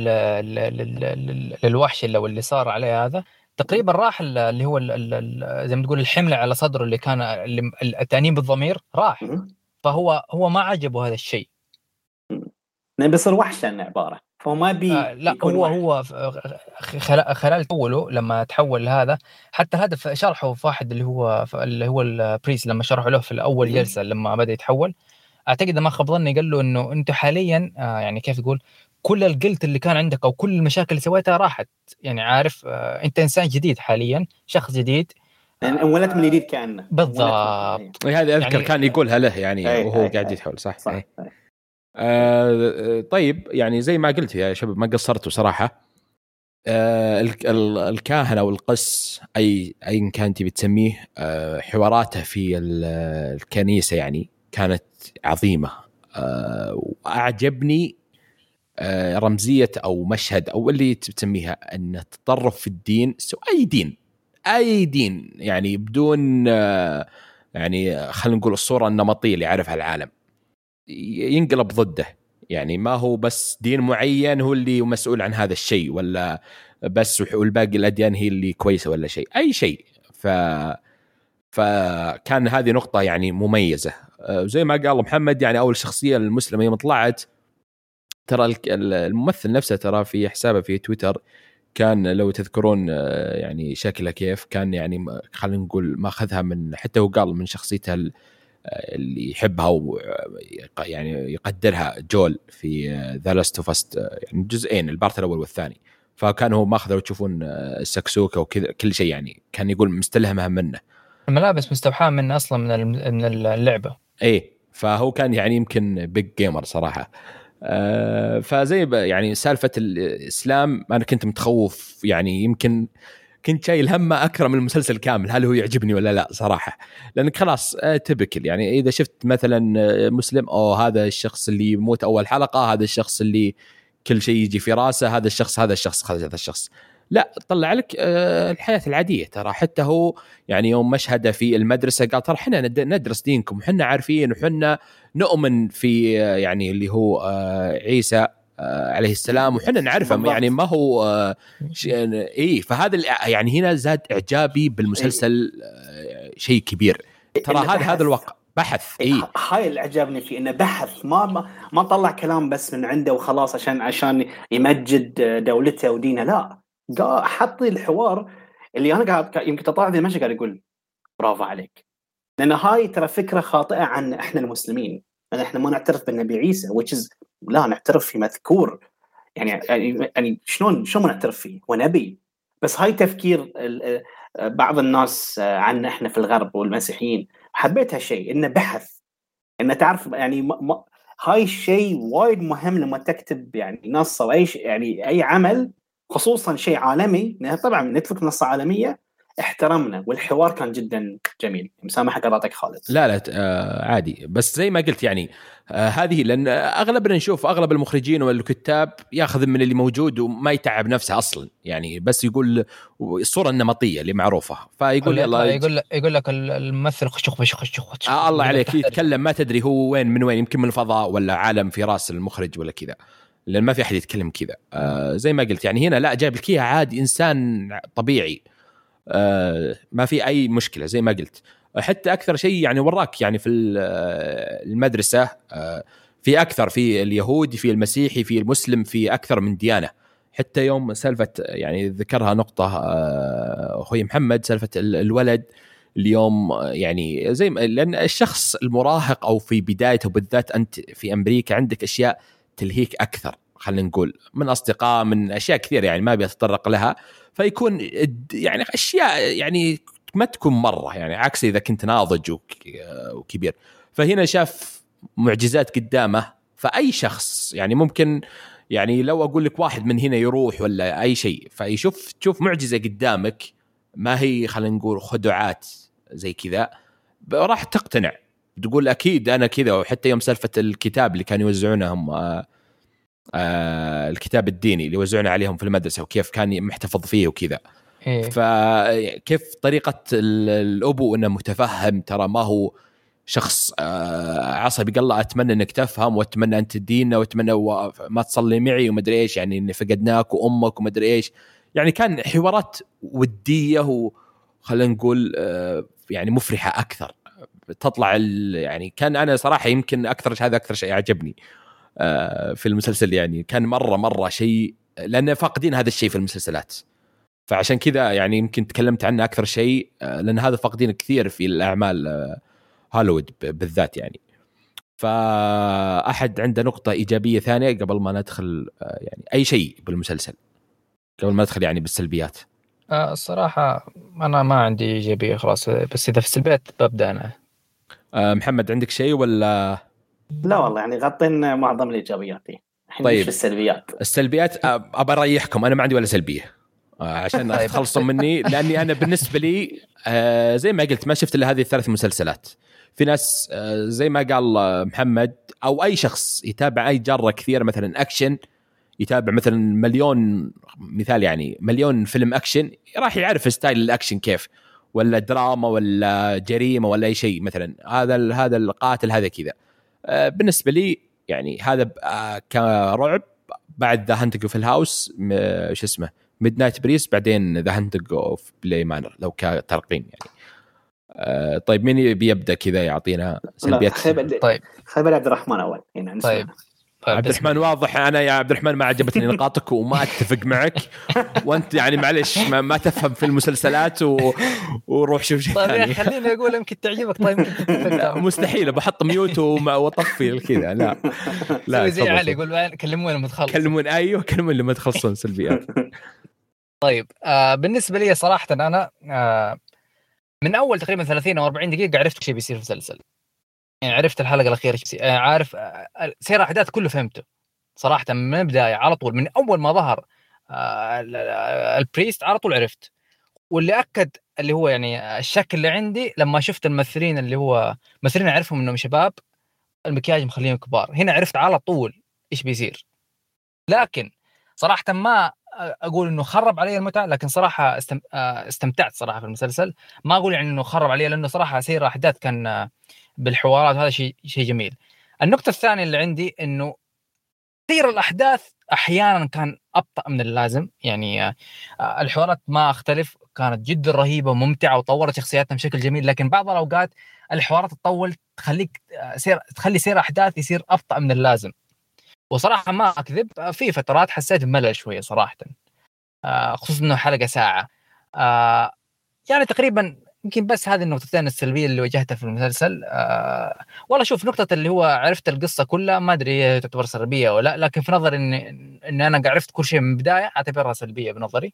للوحش اللي صار عليه هذا تقريبا راح اللي هو زي ما تقول الحمل على صدره اللي كان التأنيب بالضمير راح، فهو ما عجبه هذا الشيء. بيصير وحش لأنه عبارة، فهو ما بي لا هو خلال توله لما تحول لهذا، حتى الهدف شرحه في واحد اللي هو البريس لما شرحوا له في الأول جلسة لما بدأ يتحول. أعتقد ما خاب ظني قال له إنه أنت حاليا يعني كيف تقول كل الجلد اللي كان عندك أو كل المشاكل اللي سويتها راحت، يعني عارف أنت إنسان جديد حاليا، شخص جديد يعني انولدت من جديد كأنه بالضبط. هذا أذكر يعني كان يقولها له يعني وهو قاعد يتحول صح. طيب يعني زي ما قلت يا شباب ما قصرتوا صراحة. الكاهن أو القس أي كان تبي تسميه، حواراته في الكنيسة يعني كانت عظيمة. وأعجبني رمزية أو مشهد أو اللي تسميها أن التطرف في الدين، أي دين يعني بدون يعني خلينا نقول الصورة النمطية اللي يعرفها العالم ينقلب ضده. يعني ما هو بس دين معين هو اللي مسؤول عن هذا الشيء، ولا بس والباقي الأديان هي اللي كويسة ولا شيء أي شيء. فكان هذه نقطة يعني مميزة. زي ما قال محمد يعني أول شخصية المسلمة يوم طلعت، ترى الممثل نفسه ترى في حسابه في تويتر كان لو تذكرون يعني شكله كيف كان، يعني خلينا نقول ما أخذها من حتى هو قال من شخصيته اللي يحبها يعني يقدرها جول في ذا لاست اوف اس يعني جزئين البارت الأول والثاني، فكان هو ماخذه وتشوفون السكسوكة وكذا كل شيء يعني كان يقول مستلهمها منه، الملابس مستوحاة من أصلا من اللعبة. إيه فهو كان يعني يمكن بيج جيمر صراحة. فزي يعني سالفة الإسلام أنا كنت متخوف، يعني يمكن كنت شايل همه أكثر من المسلسل كامل هل هو يعجبني ولا لا صراحة، لأنك خلاص تبكل يعني إذا شفت مثلا مسلم هذا الشخص اللي يموت أول حلقة، هذا الشخص اللي كل شيء يجي في راسه، هذا الشخص لا طلع لك الحياة العادية. ترى حتى هو يعني يوم مشهده في المدرسة قال ترى حنا ندرس دينكم وحنا عارفين وحنا نؤمن في يعني اللي هو عيسى عليه السلام وحنا نعرفه يعني ما هو إيه. فهذا يعني هنا زاد إعجابي بالمسلسل شيء كبير. ترى هذا الوقت بحث. إيه هاي اللي عجبني فيه إنه بحث ما طلع كلام بس من عنده وخلاص عشان يمجد دولته ودينه، لا حط الحوار اللي أنا قاعد يمكن تطلع ذي ماشي قاعد يقول برافو عليك، لأن هاي ترى فكرة خاطئة عن إحنا المسلمين، أن إحنا ما نعترف بالنبي عيسى لا نعترف في مذكور يعني شلون ما نعترف فيه ونبي. بس هاي تفكير بعض الناس عنا إحنا في الغرب والمسيحيين. حبيت هالشيء إنه بحث إنه تعرف يعني هاي الشيء وايد مهم لما تكتب يعني نص أو أي عمل، خصوصا شيء عالمي. طبعا نتفق نص عالمية احترمنا والحوار كان جدا جميل. مسامحة قراءتك خالد. لا عادي، بس زي ما قلت يعني هذه لأن أغلبنا نشوف أغلب المخرجين والكتاب يأخذ من اللي موجود وما يتعب نفسه أصلا، يعني بس يقول الصورة النمطية اللي معروفة فيقول يقول لك الممثل خشخ الله عليك يتكلم ما تدري هو وين من وين، يمكن من الفضاء ولا عالم في راس المخرج ولا كذا، لأن ما في أحد يتكلم كذا. زي ما قلت يعني هنا لا جايب لك إياه عادي إنسان طبيعي، ما في أي مشكلة زي ما قلت. حتى أكثر شيء يعني وراك يعني في المدرسة في أكثر في اليهودي في المسيحي في المسلم في أكثر من ديانة. حتى يوم سالفة يعني ذكرها نقطة أخوي محمد سالفة الولد اليوم يعني زي لأن الشخص المراهق أو في بدايته بالذات أنت في أمريكا عندك أشياء تلهيك أكثر، خلينا نقول من أصدقاء من أشياء كثير يعني ما بيتطرق لها، فيكون يعني أشياء يعني ما تكون مرة يعني عكس إذا كنت ناضج وكبير. فهنا شاف معجزات قدامه، فأي شخص يعني ممكن يعني لو أقول لك واحد من هنا يروح ولا أي شيء تشوف معجزة قدامك ما هي خلينا نقول خدعات زي كذا، راح تقتنع تقول أكيد أنا كذا. وحتى يوم سالفة الكتاب اللي كانوا يوزعونهم الكتاب الديني اللي وزعنا عليهم في المدرسة وكيف كان محتفظ فيه وكذا، فكيف طريقة الأبو إنه متفهم ترى ما هو شخص عصبي، قال له أتمنى إنك تفهم وأتمنى أن تديننا وأتمنى ما تصلي معي ومدري إيش، يعني إن فقدناك وأمك ومدري إيش. يعني كان حوارات ودية وخلينا نقول يعني مفرحة أكثر تطلع يعني كان أنا صراحة يمكن أكثر شيء عجبني. في المسلسل، يعني كان مرة شيء، لأن فاقدين هذا الشيء في المسلسلات، فعشان كذا يعني يمكن تكلمت عنه أكثر شيء، لأن هذا فاقدين كثير في الأعمال هوليوود بالذات يعني. فأحد عنده نقطة إيجابية ثانية قبل ما ندخل يعني أي شيء بالمسلسل، قبل ما ندخل يعني بالسلبيات؟ الصراحة أنا ما عندي إيجابية خلاص، بس إذا في السلبيات ببدأ أنا. محمد عندك شيء ولا؟ لا والله يعني غطينا معظم الإيجابيات. طيب مش السلبيات. السلبيات أبى أريحكم، أنا ما عندي ولا سلبية عشان تخلصوا مني، لأني أنا بالنسبة لي زي ما قلت ما شفت إلا هذه الثلاث مسلسلات. في ناس زي ما قال محمد أو أي شخص يتابع أي جرة كثير، مثلا أكشن يتابع مثلا مليون مثال، يعني مليون فيلم أكشن، راح يعرف ستايل الأكشن كيف، ولا دراما ولا جريمة ولا أي شيء. مثلا هذا القاتل هذا كذا. بالنسبة لي يعني هذا كرعب، بعد ذا هانتنج اوف الهاوس شو اسمه ميدنايت بريس، بعدين ذا هانتنج اوف بلاي مانر لو كترقيم يعني. طيب مين بيبدأ كذا يعطينا سلبيات؟ طيب خبر عبد الرحمن أول هنا. طيب عبد الرحمن واضح. أنا يا عبد الرحمن ما عجبتني نقاطك وما أتفق معك، وأنت يعني معلش ما تفهم في المسلسلات وروح شوف شيء ثاني. طيب خليني أقول يمكن تعجبك. طيب لا مستحيل، بحط ميوت وطفي كذا. لا زي علي يقول كلموني لما تخلص. كلموني لما تخلصون سلبيات. طيب بالنسبة لي صراحة أنا من أول تقريبا 30 أو 40 دقيقة عرفت شيء بيصير في المسلسل، يعني عرفت الحلقة الأخيرة عارف سير أحداث كله فهمته صراحة من البداية على طول. من أول ما ظهر البريست على طول عرفت. واللي أكد اللي هو يعني الشك اللي عندي لما شفت الممثلين اللي هو ممثلين أعرفهم إنهم شباب، المكياج مخليهم كبار، هنا عرفت على طول إيش بيصير. لكن صراحة ما أقول إنه خرب علي المتعة، لكن صراحة استمتعت صراحة في المسلسل. ما أقول يعني إنه خرب علي، لأنه صراحة سير أحداث كان بالحوارات، هذا شيء جميل. النقطة الثانية اللي عندي إنه سير الأحداث أحيانا كان أبطأ من اللازم، يعني الحوارات ما أختلف كانت جدا رهيبة وممتعة وطورت شخصياتنا بشكل جميل، لكن بعض الأوقات الحوارات تطول تخلي سير أحداث يصير أبطأ من اللازم. وصراحة ما أكذب في فترات حسيت بملل شوية صراحة، خصوصا إنه حلقة ساعة. يعني تقريبا يمكن بس هذه النقطتين السلبية اللي واجهتها في المسلسل. والله شوف، نقطة اللي هو عرفت القصة كلها ما أدري هي تعتبر سلبية ولا، لكن في نظري إن أنا عرفت كل شيء من البداية أعتبرها سلبية بنظري.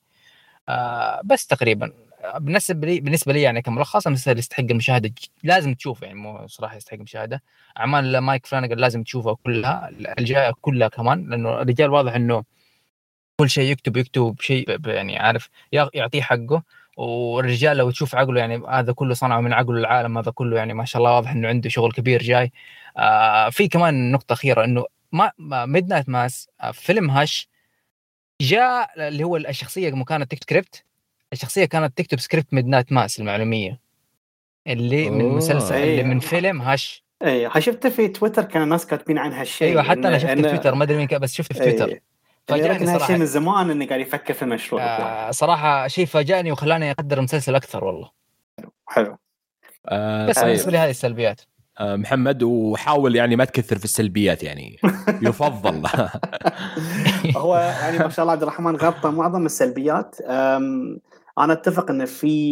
بس تقريبا بالنسبة لي يعني كملخص، المسلسل يستحق المشاهدة، لازم تشوفه يعني، مو صراحة يستحق المشاهدة. أعمال مايك فلانيغان لازم تشوفها كلها، الجاية كلها كمان، لأنه الرجال واضح إنه كل شيء يكتب شيء يعني عارف يعطيه حقه. والرجال لو تشوف عقله يعني هذا كله صنعه من عقله العالم هذا كله، يعني ما شاء الله واضح إنه عنده شغل كبير جاي. في كمان نقطة أخيرة إنه ميدنايت ماس فيلم هاش جاء اللي هو الشخصية كانت تكتب سكريبت، الشخصية كانت تكتب سكريبت ميدنايت ماس المعلومية اللي من مسلسل اللي من فيلم هاش. ايوه شفت في تويتر كان الناس كاتبين عن هالشيء. ايوه حتى انا شفت في تويتر، ما ادري مين بس شفت في تويتر. فاجأني هالشيء من زمان اني قاعد يفكر في المشروع. صراحة شيء فاجأني وخلاني اقدر المسلسل اكثر والله. حلو. بس بالنسبة لي هذه السلبيات. محمد، وحاول يعني ما تكثر في السلبيات يعني يفضل. هو يعني ما شاء الله عبد الرحمن غطى معظم السلبيات. انا اتفق ان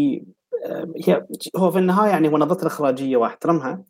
هو في النهايه يعني هو نظرته الاخراجيه واحترمها.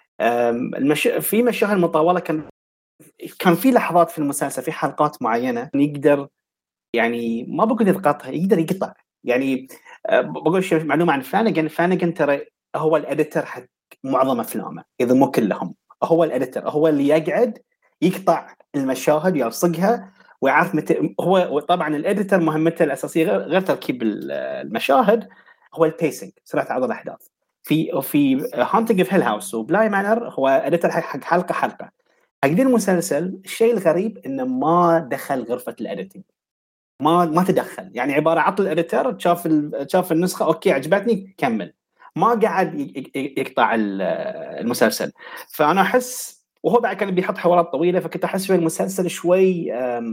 في مشاهد مطوله كان في لحظات في المسلسل في حلقات معينه يقدر يعني ما بقول يضغطها، يقدر يقطع. يعني بقول شيء معلومه عن فلانيغان ترى هو الاديتور حق معظم افلامه اذا مو كلهم. هو الاديتور، هو اللي يقعد يقطع المشاهد ويلصقها ويعرف متى. هو طبعا الاديتور مهمته الاساسيه غير تركيب المشاهد، هو البيسنج، سرعه عرض الاحداث. في هانتنج اوف هيل هاوس وبلاي مانر هو اديتور حق حلقه. حق المسلسل الشيء الغريب انه ما دخل غرفه الاديتنج، ما تدخل. يعني عباره عطل الاديتور شاف النسخه اوكي عجبتني كمل، ما قاعد يقطع المسلسل. فانا احس وهو بعد كان بيحط حوارات طويله، فكنت احس في المسلسل شوي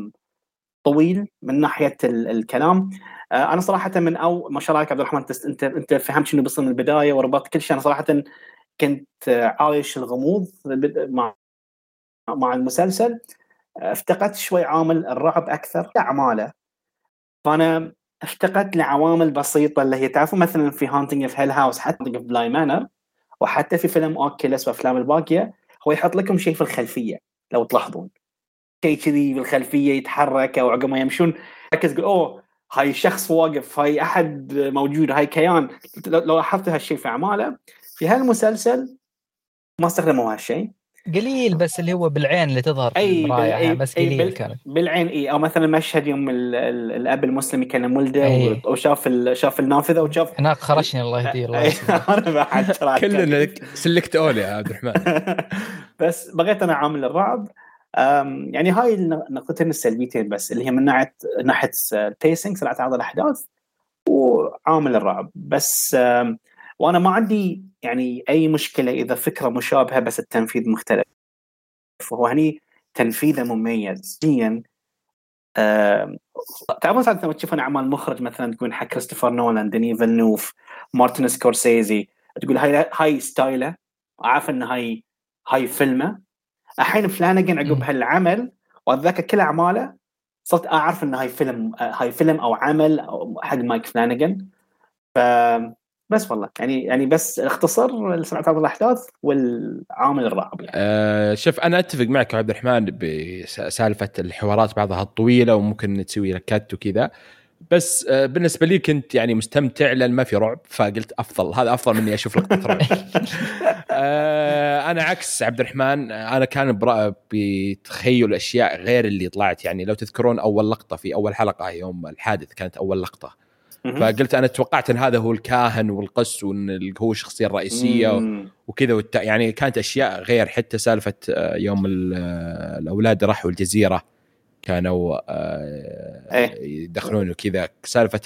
طويل من ناحيه الكلام. انا صراحه من او ما شاء الله عليك عبد الرحمن، انت فهمت شنو بيصير من البدايه وربطت كل شيء. انا صراحه كنت عايش الغموض مع مع المسلسل افتقدت شوي عامل الرعب اكثر اعماله. فانا افتقدت لعوامل بسيطه اللي هي تعرفوا مثلا في هانتنج اوف هيل هاوس، حتى في بلاي مانر، وحتى في فيلم اوكيلس وافلام الباقيه، هو يحط لكم شيء في الخلفيه لو تلاحظون، شيء كذي بالخلفيه يتحرك او عقب ما يمشون ركز تقول اوه هاي شخص واقف، هاي احد موجود، هاي كيان. لو لاحظت هالشيء في اعماله، في هالمسلسل ما استخدموا هالشيء قليل، بس اللي هو بالعين اللي تظهر في المرايه بس قليل كانت بالعين. او مثلا مشهد يوم الاب المسلم يكلم ولده وشاف النافذه وشاف هناك خرشني الله يهديه الله يسلمك. انا بعد كلنا سلكت اولي يا عبد الرحمن. بس بغيت انا عامل الرعب. يعني هاي النقطتين السلبيتين بس، اللي هي من ناحيه البيسنج سرعه عرض الاحداث وعامل الرعب بس. وانا ما عندي يعني اي مشكله اذا فكره مشابهه بس التنفيذ مختلف. فهو هني تنفيذه مميز جدا. تعرفون ساعات لما تشوفون اعمال مخرج مثلا تكون حق كريستوفر نولان، ديني فيلنوف، مارتن سكورسيزي، تقول هاي ستايله، عارف ان هاي فيلمه. الحين فلانجن عقب هالعمل واتذكر كل اعماله صرت اعرف ان هاي فيلم او عمل أو حق مايك فلانجن. بس والله يعني بس اختصر سرعه عرض الاحداث والعامل الرعب يعني. شوف انا اتفق معك يا عبد الرحمن بسالفه الحوارات بعضها الطويله وممكن تسوي لكات وكذا، بس بالنسبه لي كنت يعني مستمتع لان ما في رعب، فقلت هذا افضل مني اشوف لقطه رعب. انا عكس عبد الرحمن، انا كان بتخيل اشياء غير اللي طلعت. يعني لو تذكرون اول لقطه في اول حلقه يوم الحادث كانت اول لقطه، فقلت انا توقعت ان هذا هو الكاهن والقس وان هو الشخصيه الرئيسيه وكذا يعني كانت اشياء غير. حتى سالفه يوم الاولاد راحوا الجزيره كانوا يدخلون وكذا، سالفه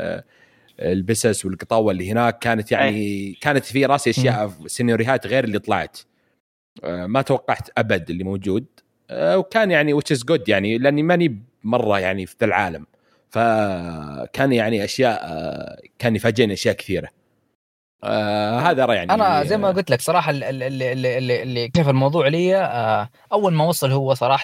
البسس والقطاوه اللي هناك كانت يعني كانت في راسي اشياء سيناريوهات غير اللي طلعت. ما توقعت ابد اللي موجود، وكان يعني which is good يعني لاني ماني مره يعني في العالم، فكان يعني اشياء كان يفاجئني اشياء كثيره. هذا رأي يعني. انا زي ما قلت لك صراحه اللي كيف الموضوع لي اول ما وصل هو صراحه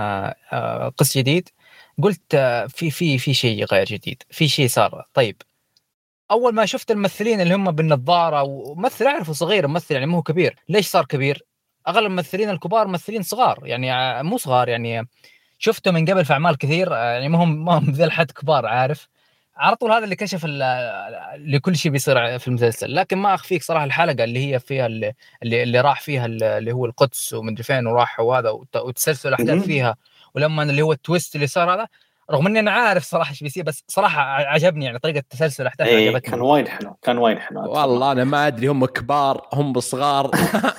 قص جديد، قلت في شيء غير جديد، في شيء صار. طيب اول ما شفت الممثلين اللي هم بالنظاره، وممثل اعرفه صغير، ممثل يعني مو كبير، ليش صار كبير؟ اغلب الممثلين الكبار ممثلين صغار، يعني مو صغار، يعني شفته من قبل في اعمال كثير، يعني ما هم ذي الحد كبار، عارف على طول. هذا اللي كشف لكل شيء بيصير في المسلسل. لكن ما اخفيك صراحه الحلقه اللي هي فيها اللي راح فيها اللي هو القدس ومدري فين وراح وهذا وتسلسل الاحداث فيها، ولما اللي هو التويست اللي صار هذا، رغم اني انا عارف صراحه ايش بيصير، بس صراحه عجبني يعني طريقه تسلسل الاحداث. عجبتني، كان وايد حلو، كان وايد حلو والله. انا ما ادري هم كبار هم صغار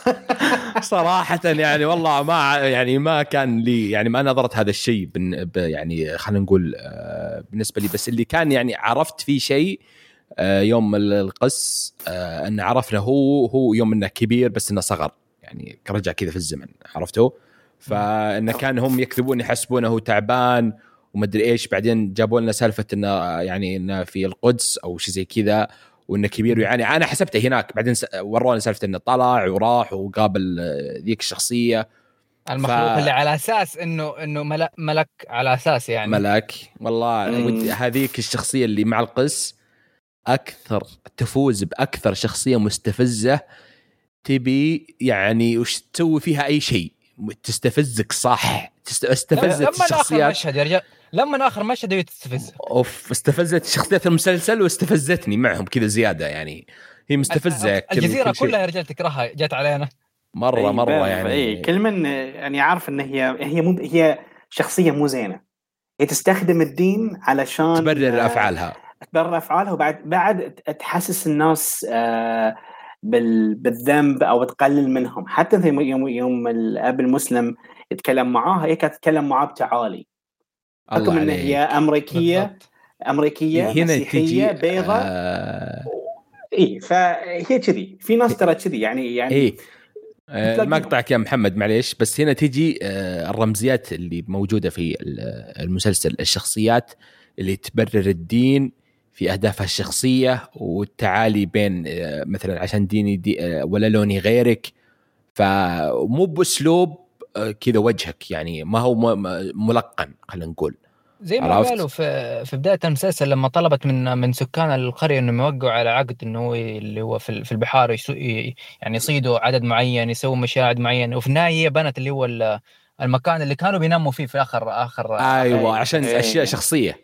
صراحه يعني والله ما كان لي يعني ما نظرت هذا الشيء يعني خلينا نقول بالنسبه لي. بس اللي كان يعني عرفت فيه شيء يوم القس ان عرفنا هو يوم انه كبير بس انه صغر، يعني رجع كذا في الزمن، عرفته؟ فانه كان هم يكذبون يحسبونه هو تعبان وما ادري ايش، بعدين جابوا لنا سالفه انه يعني انه في القدس او شيء زي كذا وانه كبير. يعني انا حسبته هناك، بعدين ورونا سالفه انه طلع وراح وقابل ذيك الشخصيه المخلوق اللي على اساس انه ملك على اساس يعني ملك. والله هذيك الشخصيه اللي مع القس اكثر تفوز باكثر شخصيه مستفزه، تبي يعني وش تسوي فيها اي شيء تستفزك، صح؟ استفزت الشخصيات. مشهد يا رجال لما اخر مشهد هي تستفز، استفزت شخصيات المسلسل واستفزتني معهم كذا زياده. يعني هي مستفزه. الجزيره كلها يا رجال تكرهها، جات علينا مره يعني كل من يعني عارف ان هي شخصيه مو زينه، هي تستخدم الدين علشان تبرر افعالها وبعد تحسس الناس بالذنب او تقلل منهم. حتى يوم الاب المسلم يتكلم معاها، هي كانت تتكلم معاه بتعالي، حكم ان هي امريكيه مسيحيه بيضاء. فهي كذي، في ناس ترى كذي يعني ما اقطعك يا محمد معليش، بس هنا تيجي الرمزيات اللي موجوده في المسلسل، الشخصيات اللي تبرر الدين في أهدافها الشخصية والتعالي بين مثلا عشان ديني ولا لوني غيرك، فمو بأسلوب كذا وجهك، يعني ما هو ملقن خلينا نقول. زي ما قالوا في بداية المسلسل لما طلبت من سكان القرية انهم يوقعوا على عقد انه هو اللي هو في البحار يعني يصيدوا عدد معين، يسووا مشاهد معين، وفي النهاية بنت اللي هو المكان اللي كانوا بيناموا فيه في آخر ايوه عشان اشياء شخصية.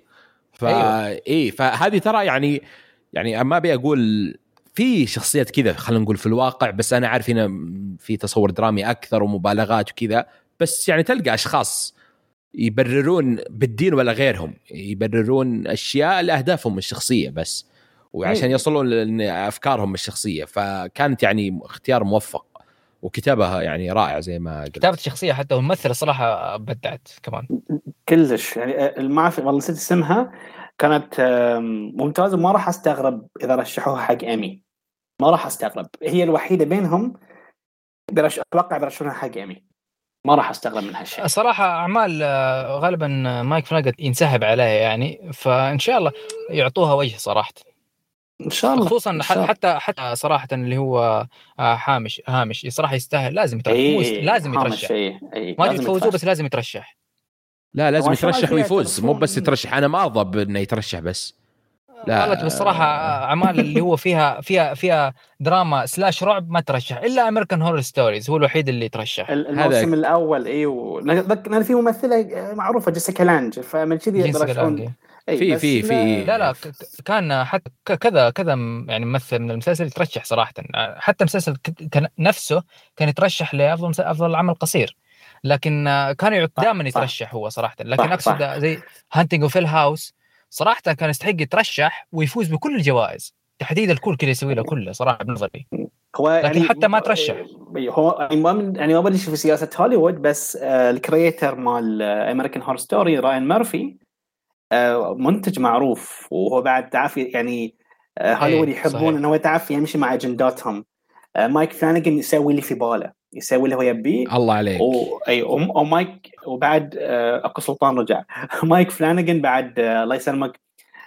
ايه فهذه ترى يعني ما ابي اقول في شخصيات كذا خلينا نقول في الواقع، بس انا عارف هنا في تصور درامي اكثر ومبالغات وكذا، بس يعني تلقى اشخاص يبررون بالدين ولا غيرهم، يبررون اشياء لاهدافهم الشخصيه بس، وعشان يصلون لافكارهم الشخصيه. فكانت يعني اختيار موفق، وكتابها يعني رائع زي ما قلت. كتابة الشخصيه حتى والممثل صراحه بدعت كمان كلش. يعني ما اعرف والله نسيت اسمها، كانت ممتازه. ما راح استغرب اذا رشحوها حق ايمي، ما راح استغرب. هي الوحيده بينهم اتوقع بيرشحونها حق ايمي، ما راح استغرب من هالشيء صراحه. اعمال غالبا مايك فلاغت ينسحب عليها يعني، فان شاء الله يعطوها وجه صراحه ان شاء الله. خصوصا حتى صراحه اللي هو هامش صراحه يستاهل، لازم يترشح. لازم يترشح. ما تفوزوا بس لازم يترشح. لا لازم يترشح ويفوز، مو بس يترشح. انا ما ارضى بانه يترشح بس. لا بصراحه اعمال اللي هو فيها دراما سلاش رعب ما ترشح الا امريكان هورر ستوريز، هو الوحيد اللي يترشح. الموسم الاول ايوه انا في ممثله معروفه جيسيكا لانج، فمن كذي يترشحون. في لا كان حتى كذا يعني ممثل من المسلسل يترشح صراحه. حتى المسلسل كان نفسه كان يترشح لافضل عمل قصير، لكن كان دائما يترشح هو صراحه. لكن اقصد زي هانتينج اوف هاوس صراحه كان يستحق يترشح ويفوز بكل الجوائز، تحديد الكل كذا يسوي له كله صراحه بنظري. هو لكن يعني حتى ما ترشح. هو ما بدي في سياسه هوليوود، بس الكرييتر مال امريكان هورر ستوري راين ميرفي منتج معروف، وهو بعد تعرف يعني هوليوود يحبون انه يتعرف يمشي مع اجنداتهم. مايك فلانيغان يسوي اللي في باله، يسوي اللي هو يبيه. الله عليك. ومايك وبعد اكو سلطان رجع مايك فلانيغان بعد الله يسلمك.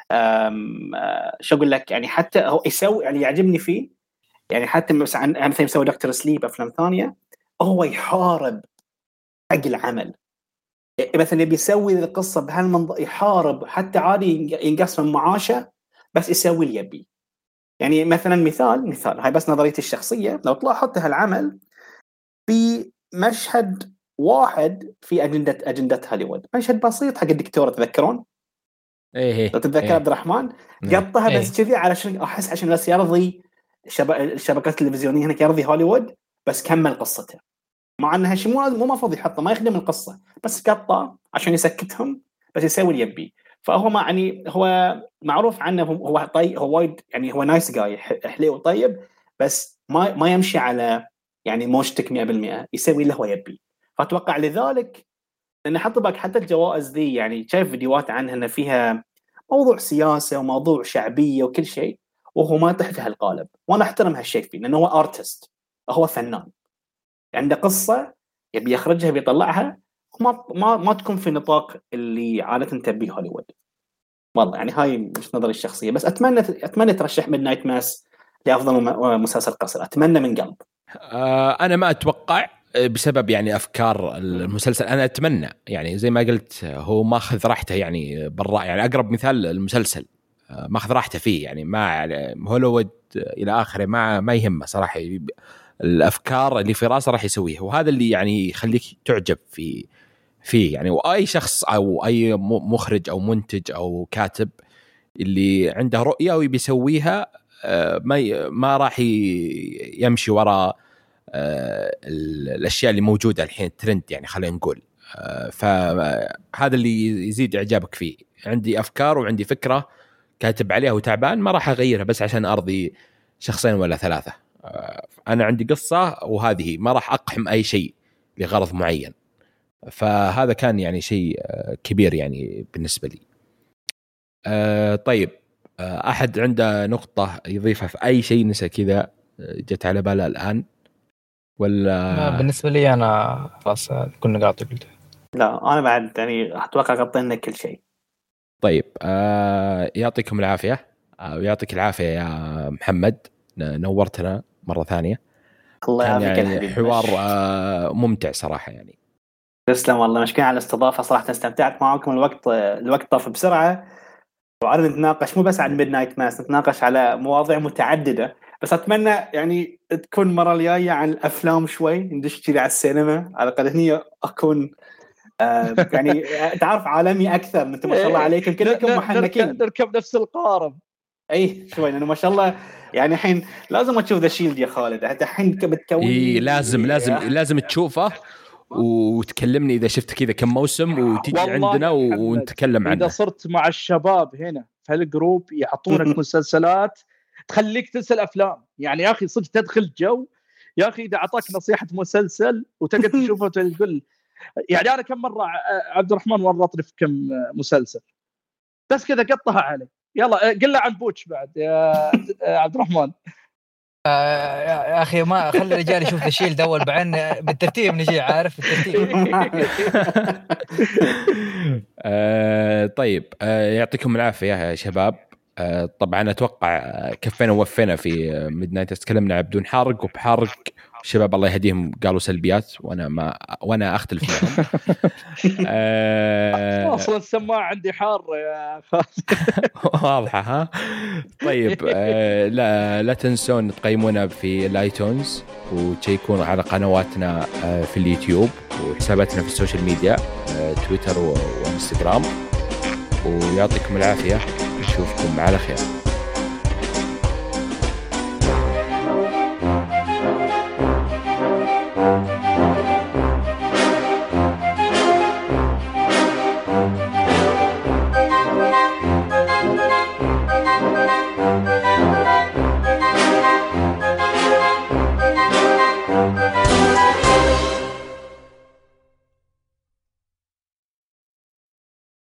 شو اقول لك، يعني حتى هو يسوي يعني يعجبني فيه، يعني حتى مثلا يسوي دكتور سليب افلام ثانيه، هو يحارب حق العمل. مثلا يبي يسوي القصه بهالمنظر، يحارب حتى عادي ينقص من معاشه بس يسوي اللي يبي. يعني مثلا مثال هاي بس نظريتي الشخصيه، لو تلاحظت هالعمل في مشهد واحد في اجنده هوليوود، مشهد بسيط حق الدكتور تذكرون؟ لو تتذكر عبد الرحمن قطها بس كذي علشان احس عشان بس يرضي الشبكات التلفزيونيه هنا، يرضي هوليوود، بس كمل قصته مع انها شيء مو مفروض يحطه، ما يخدم القصه، بس قطه عشان يسكتهم، بس يسوي اللي يبي. فهو ما يعني هو معروف عنه هو طيب، هو وايد يعني هو نايس جاي، حلو وطيب، بس ما يمشي على يعني موشتك 100%، يسوي اللي هو يبي. فاتوقع لذلك لان حتى الجوائز ذي يعني شايف فيديوهات عنها ان فيها موضوع سياسه وموضوع شعبيه وكل شيء، وهو ما يطيح في هالقالب. وانا احترم هالشيء فيه لانه هو ارتست، هو فنان عنده قصه يبي يخرجها بيطلعها، ما تكون في نطاق اللي عاده تبيه هوليوود. والله يعني هاي مش نظري الشخصيه، بس اتمنى ترشح من نايت ماس لافضل مسلسل قصير، اتمنى من قلب. انا ما اتوقع بسبب يعني افكار المسلسل. انا اتمنى يعني زي ما قلت هو ماخذ راحته يعني بالراحه، يعني اقرب مثال المسلسل ماخذ راحته فيه، يعني ما هوليوود الى اخره ما يهمه صراحه. الافكار اللي في راسه راح يسويها، وهذا اللي يعني يخليك تعجب فيه يعني. واي شخص او اي مخرج او منتج او كاتب اللي عنده رؤيه ويبي يسويها ما راح يمشي وراء الاشياء اللي موجوده الحين ترند يعني خلينا نقول. فهذا اللي يزيد اعجابك فيه. عندي افكار وعندي فكره كاتب عليها وتعبان، ما راح اغيرها بس عشان ارضي شخصين ولا ثلاثه. انا عندي قصه وهذه، ما راح اقحم اي شيء لغرض معين. فهذا كان يعني شيء كبير يعني بالنسبه لي. طيب احد عنده نقطه يضيفها في اي شيء نسى كذا جت على باله الان ولا؟ بالنسبه لي انا خلاص كل نقاط قلتها. لا انا بعد يعني اتوقع غطينا كل شيء. طيب يعطيكم العافيه ويعطيك العافيه يا محمد، نورتنا مره ثانيه. الله يعافيك يعني حوار ممتع صراحه يعني. تسلم والله، مشكور على الاستضافه، صراحه استمتعت معكم. الوقت طاف بسرعه، وعرض نتناقش مو بس عن ميدنايت ماس، نتناقش على مواضيع متعدده. بس اتمنى يعني تكون المره الجايه عن الافلام شوي، ندش كذا على السينما على الاقل، هني اكون يعني تعرف عالمي اكثر. انتم ما شاء الله عليكم كلكم محنكين، نركب نفس القارب. اي شوي لانه ما شاء الله يعني الحين لازم تشوف ذا شيلد يا خالد، حتى الحين بتكون لازم تشوفه وتكلمني اذا شفت كذا كم موسم، وتجي عندنا ونتكلم عنه. اذا صرت مع الشباب هنا في الجروب يعطونك مسلسلات تخليك تنسى الافلام. يعني يا اخي صدق تدخل جو يا اخي، اذا اعطاك نصيحه مسلسل وتقعد تشوفه وتقول يعني انا كم مره عبد الرحمن ورطني في كم مسلسل بس كذا قطها علي. يلا قل له عن بوتش بعد يا عبد الرحمن. يا اخي ما خلي الرجال يشوف الشيلد اول، بعدين بالترتيب نجي، عارف الترتيب. طيب يعطيكم العافيه يا شباب. طبعا اتوقع كفينا ووفينا في ميدنايت، تكلمنا بدون حرق وبحرق. الشباب الله يهديهم قالوا سلبيات وانا اختلف معهم. اصلا السماعه عندي حار يا واضحه ها. طيب لا تنسون تقيمونا في الايتونز، وتشيكون على قنواتنا في اليوتيوب، وحساباتنا في السوشيال ميديا تويتر وانستغرام. ويعطيكم العافيه، نشوفكم على خير.